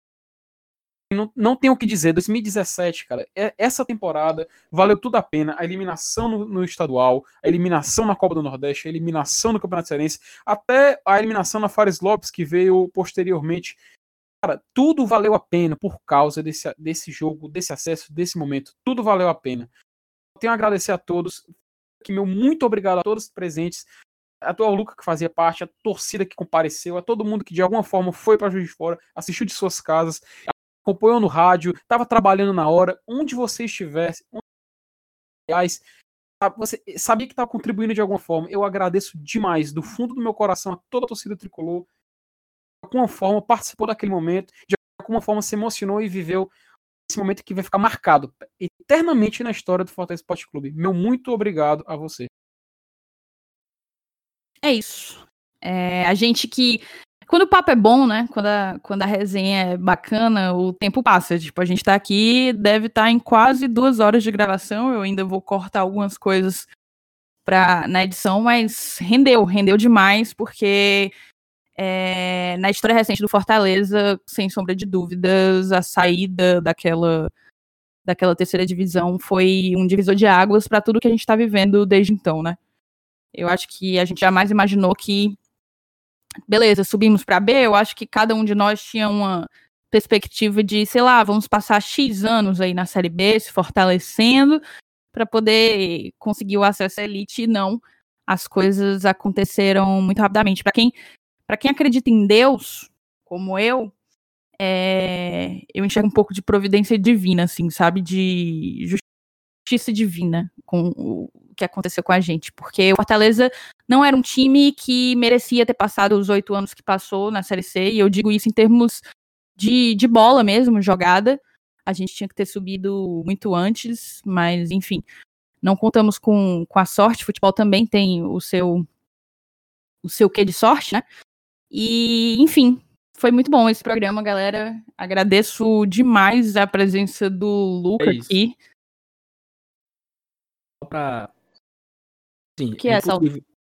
Não tenho o que dizer, 2017, cara, essa temporada valeu tudo a pena, a eliminação no estadual, a eliminação na Copa do Nordeste, a eliminação no Campeonato Cearense, até a eliminação na Fares Lopes, que veio posteriormente. Cara, tudo valeu a pena por causa desse jogo, desse acesso, desse momento, tudo valeu a pena. Eu tenho a agradecer a todos, meu muito obrigado a todos os presentes, ao Luca que fazia parte, a torcida que compareceu, a todo mundo que de alguma forma foi para Juiz de Fora, assistiu de suas casas, acompanhou no rádio, estava trabalhando na hora, onde você estivesse, você sabia que estava contribuindo de alguma forma. Eu agradeço demais, do fundo do meu coração, a toda a torcida tricolor, de alguma forma participou daquele momento, de alguma forma se emocionou e viveu esse momento que vai ficar marcado eternamente na história do Fortaleza Esporte Clube. Meu muito obrigado a você. É isso. A gente que... Quando o papo é bom, né? Quando a resenha é bacana, o tempo passa. Tipo, a gente tá aqui, deve estar em quase 2 horas de gravação. Eu ainda vou cortar algumas coisas na edição, mas rendeu demais, porque na história recente do Fortaleza, sem sombra de dúvidas, a saída daquela terceira divisão foi um divisor de águas para tudo que a gente tá vivendo desde então, né? Eu acho que a gente jamais imaginou que beleza, subimos para B, eu acho que cada um de nós tinha uma perspectiva de, sei lá, vamos passar X anos aí na Série B, se fortalecendo, para poder conseguir o acesso à elite, e não, as coisas aconteceram muito rapidamente. Para quem acredita em Deus, como eu enxergo um pouco de providência divina, assim, sabe, de justiça divina com o que aconteceu com a gente, porque o Fortaleza não era um time que merecia ter passado os 8 anos que passou na Série C, e eu digo isso em termos de bola mesmo, jogada. A gente tinha que ter subido muito antes, mas enfim, não contamos com a sorte. O futebol também tem o seu quê de sorte, né? E, enfim, foi muito bom esse programa, galera. Agradeço demais a presença do Luca aqui. Pra... Sim, Que é essa?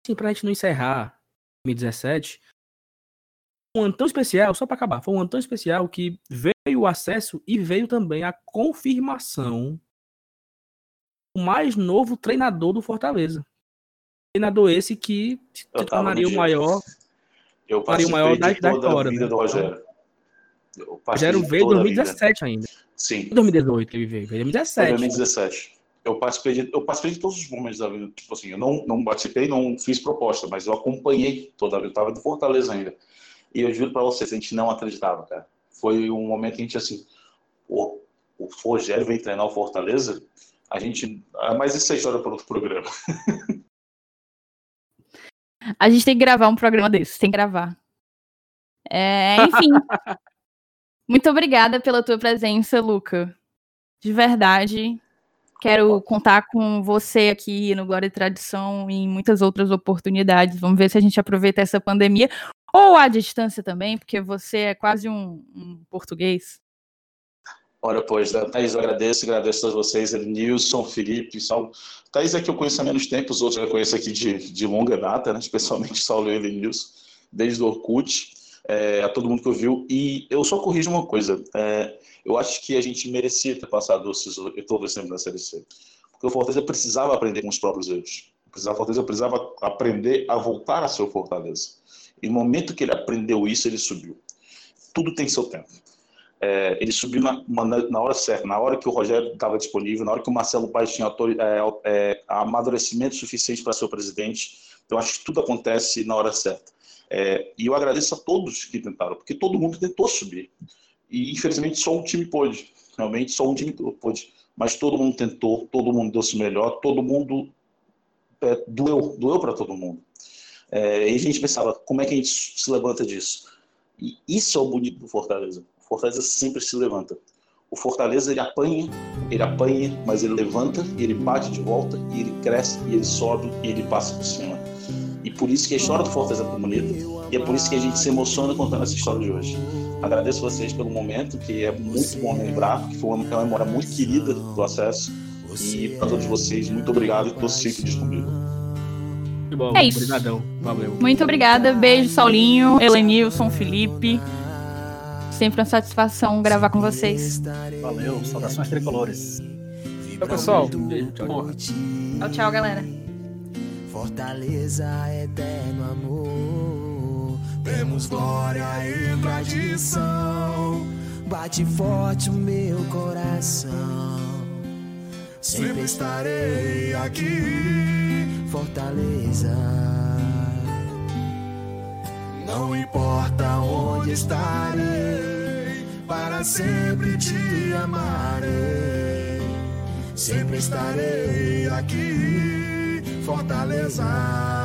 assim, pra gente não encerrar 2017, um ano tão especial, só pra acabar, foi um ano tão especial que veio o acesso e veio também a confirmação do mais novo treinador do Fortaleza. Treinador esse que se tornaria o maior. Eu participei de toda a vida né? do Rogério. O Rogério veio em 2017 ainda. Sim. Em 2018 ele veio, em 2017. 2017. Eu participei de todos os momentos da vida. Tipo assim, eu não participei, não fiz proposta, mas eu acompanhei toda a vida. Eu estava do Fortaleza ainda. E eu juro para vocês, a gente não acreditava, cara. Foi um momento que a gente, assim, o Rogério veio treinar o Fortaleza, a gente... Mas isso é história para outro programa. A gente tem que gravar um programa desse, tem que gravar. Enfim. Muito obrigada pela tua presença, Luca. De verdade, quero contar com você aqui no Glória e Tradição e em muitas outras oportunidades. Vamos ver se a gente aproveita essa pandemia. Ou à distância também, porque você é quase um português. Ora, pois, Thaís, eu agradeço a todos vocês, Nilson, Felipe, Saulo. Thaís é que eu conheço há menos tempo, os outros eu conheço aqui de longa data, né? Especialmente Saulo e Nilson, desde o Orkut, a todo mundo que ouviu. E eu só corrijo uma coisa, eu acho que a gente merecia ter passado todo esse tempo na Série C, porque o Fortaleza precisava aprender com os próprios erros. O Fortaleza precisava aprender a voltar a ser o Fortaleza. E no momento que ele aprendeu isso, ele subiu. Tudo tem seu tempo. Ele subiu na hora certa, na hora que o Rogério estava disponível, na hora que o Marcelo Paes tinha amadurecimento suficiente para ser o presidente. Então, acho que tudo acontece na hora certa. E eu agradeço a todos que tentaram, porque todo mundo tentou subir. E, infelizmente, só um time pôde. Realmente, só um time pôde. Mas todo mundo tentou, todo mundo deu-se melhor, todo mundo doeu para todo mundo. E a gente pensava, como é que a gente se levanta disso? E isso é o bonito do Fortaleza. O Fortaleza sempre se levanta. O Fortaleza, ele apanha, mas ele levanta, ele bate de volta, e ele cresce, e ele sobe, e ele passa por cima. E por isso que a história do Fortaleza é tão bonita, e é por isso que a gente se emociona contando essa história de hoje. Agradeço vocês pelo momento, que é muito bom lembrar, que foi uma memória muito querida do acesso. E para todos vocês, muito obrigado e estou sempre disponível. Bom, é isso. Obrigadão. Valeu. Muito obrigada. Beijo, Saulinho, Helenilson, Felipe. Sempre uma satisfação gravar com vocês. Valeu. Saudações tricolores. Tchau, pessoal. Beijo. Tchau. Tchau, galera. Fortaleza, eterno amor. Temos glória e tradição. Bate forte o meu coração. Sempre estarei aqui, Fortaleza. Não importa onde estarei, para sempre te amarei. Sempre estarei aqui, Fortaleza.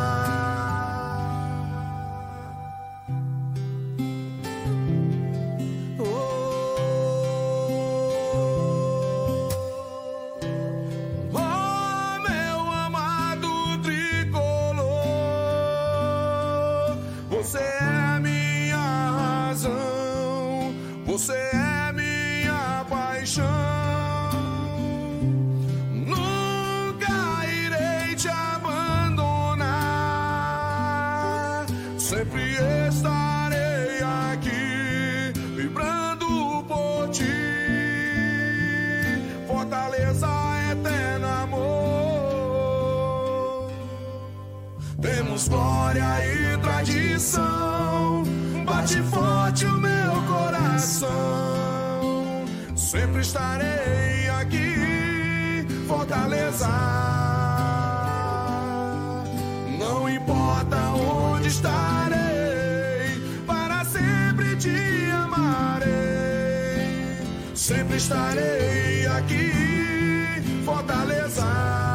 Você é minha paixão, nunca irei te abandonar, sempre estarei aqui, vibrando por ti, Fortaleza, eterno amor. Temos glória e tradição, bate forte o meu coração. Sempre estarei aqui, Fortaleza. Não importa onde estarei, para sempre te amarei. Sempre estarei aqui, Fortaleza.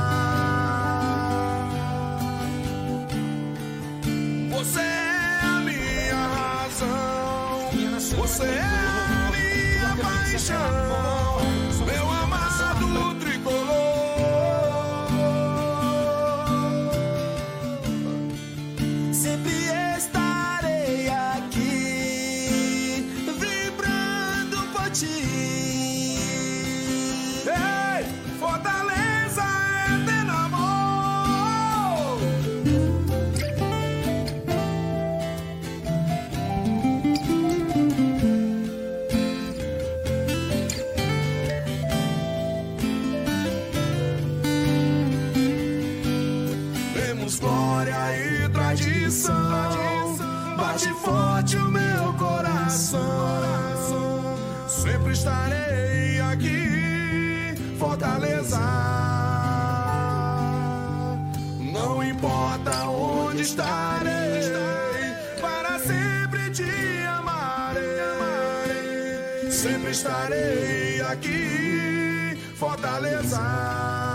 Você é a minha razão, você é a minha paixão, meu amado tricolor. Sempre estarei aqui, vibrando por ti. Ei, Fortaleza, eterno amor. glória e tradição. Bate forte o meu coração. Sempre estarei aqui, Fortaleza. Não importa onde estarei, para sempre te amarei. Sempre estarei aqui, Fortaleza.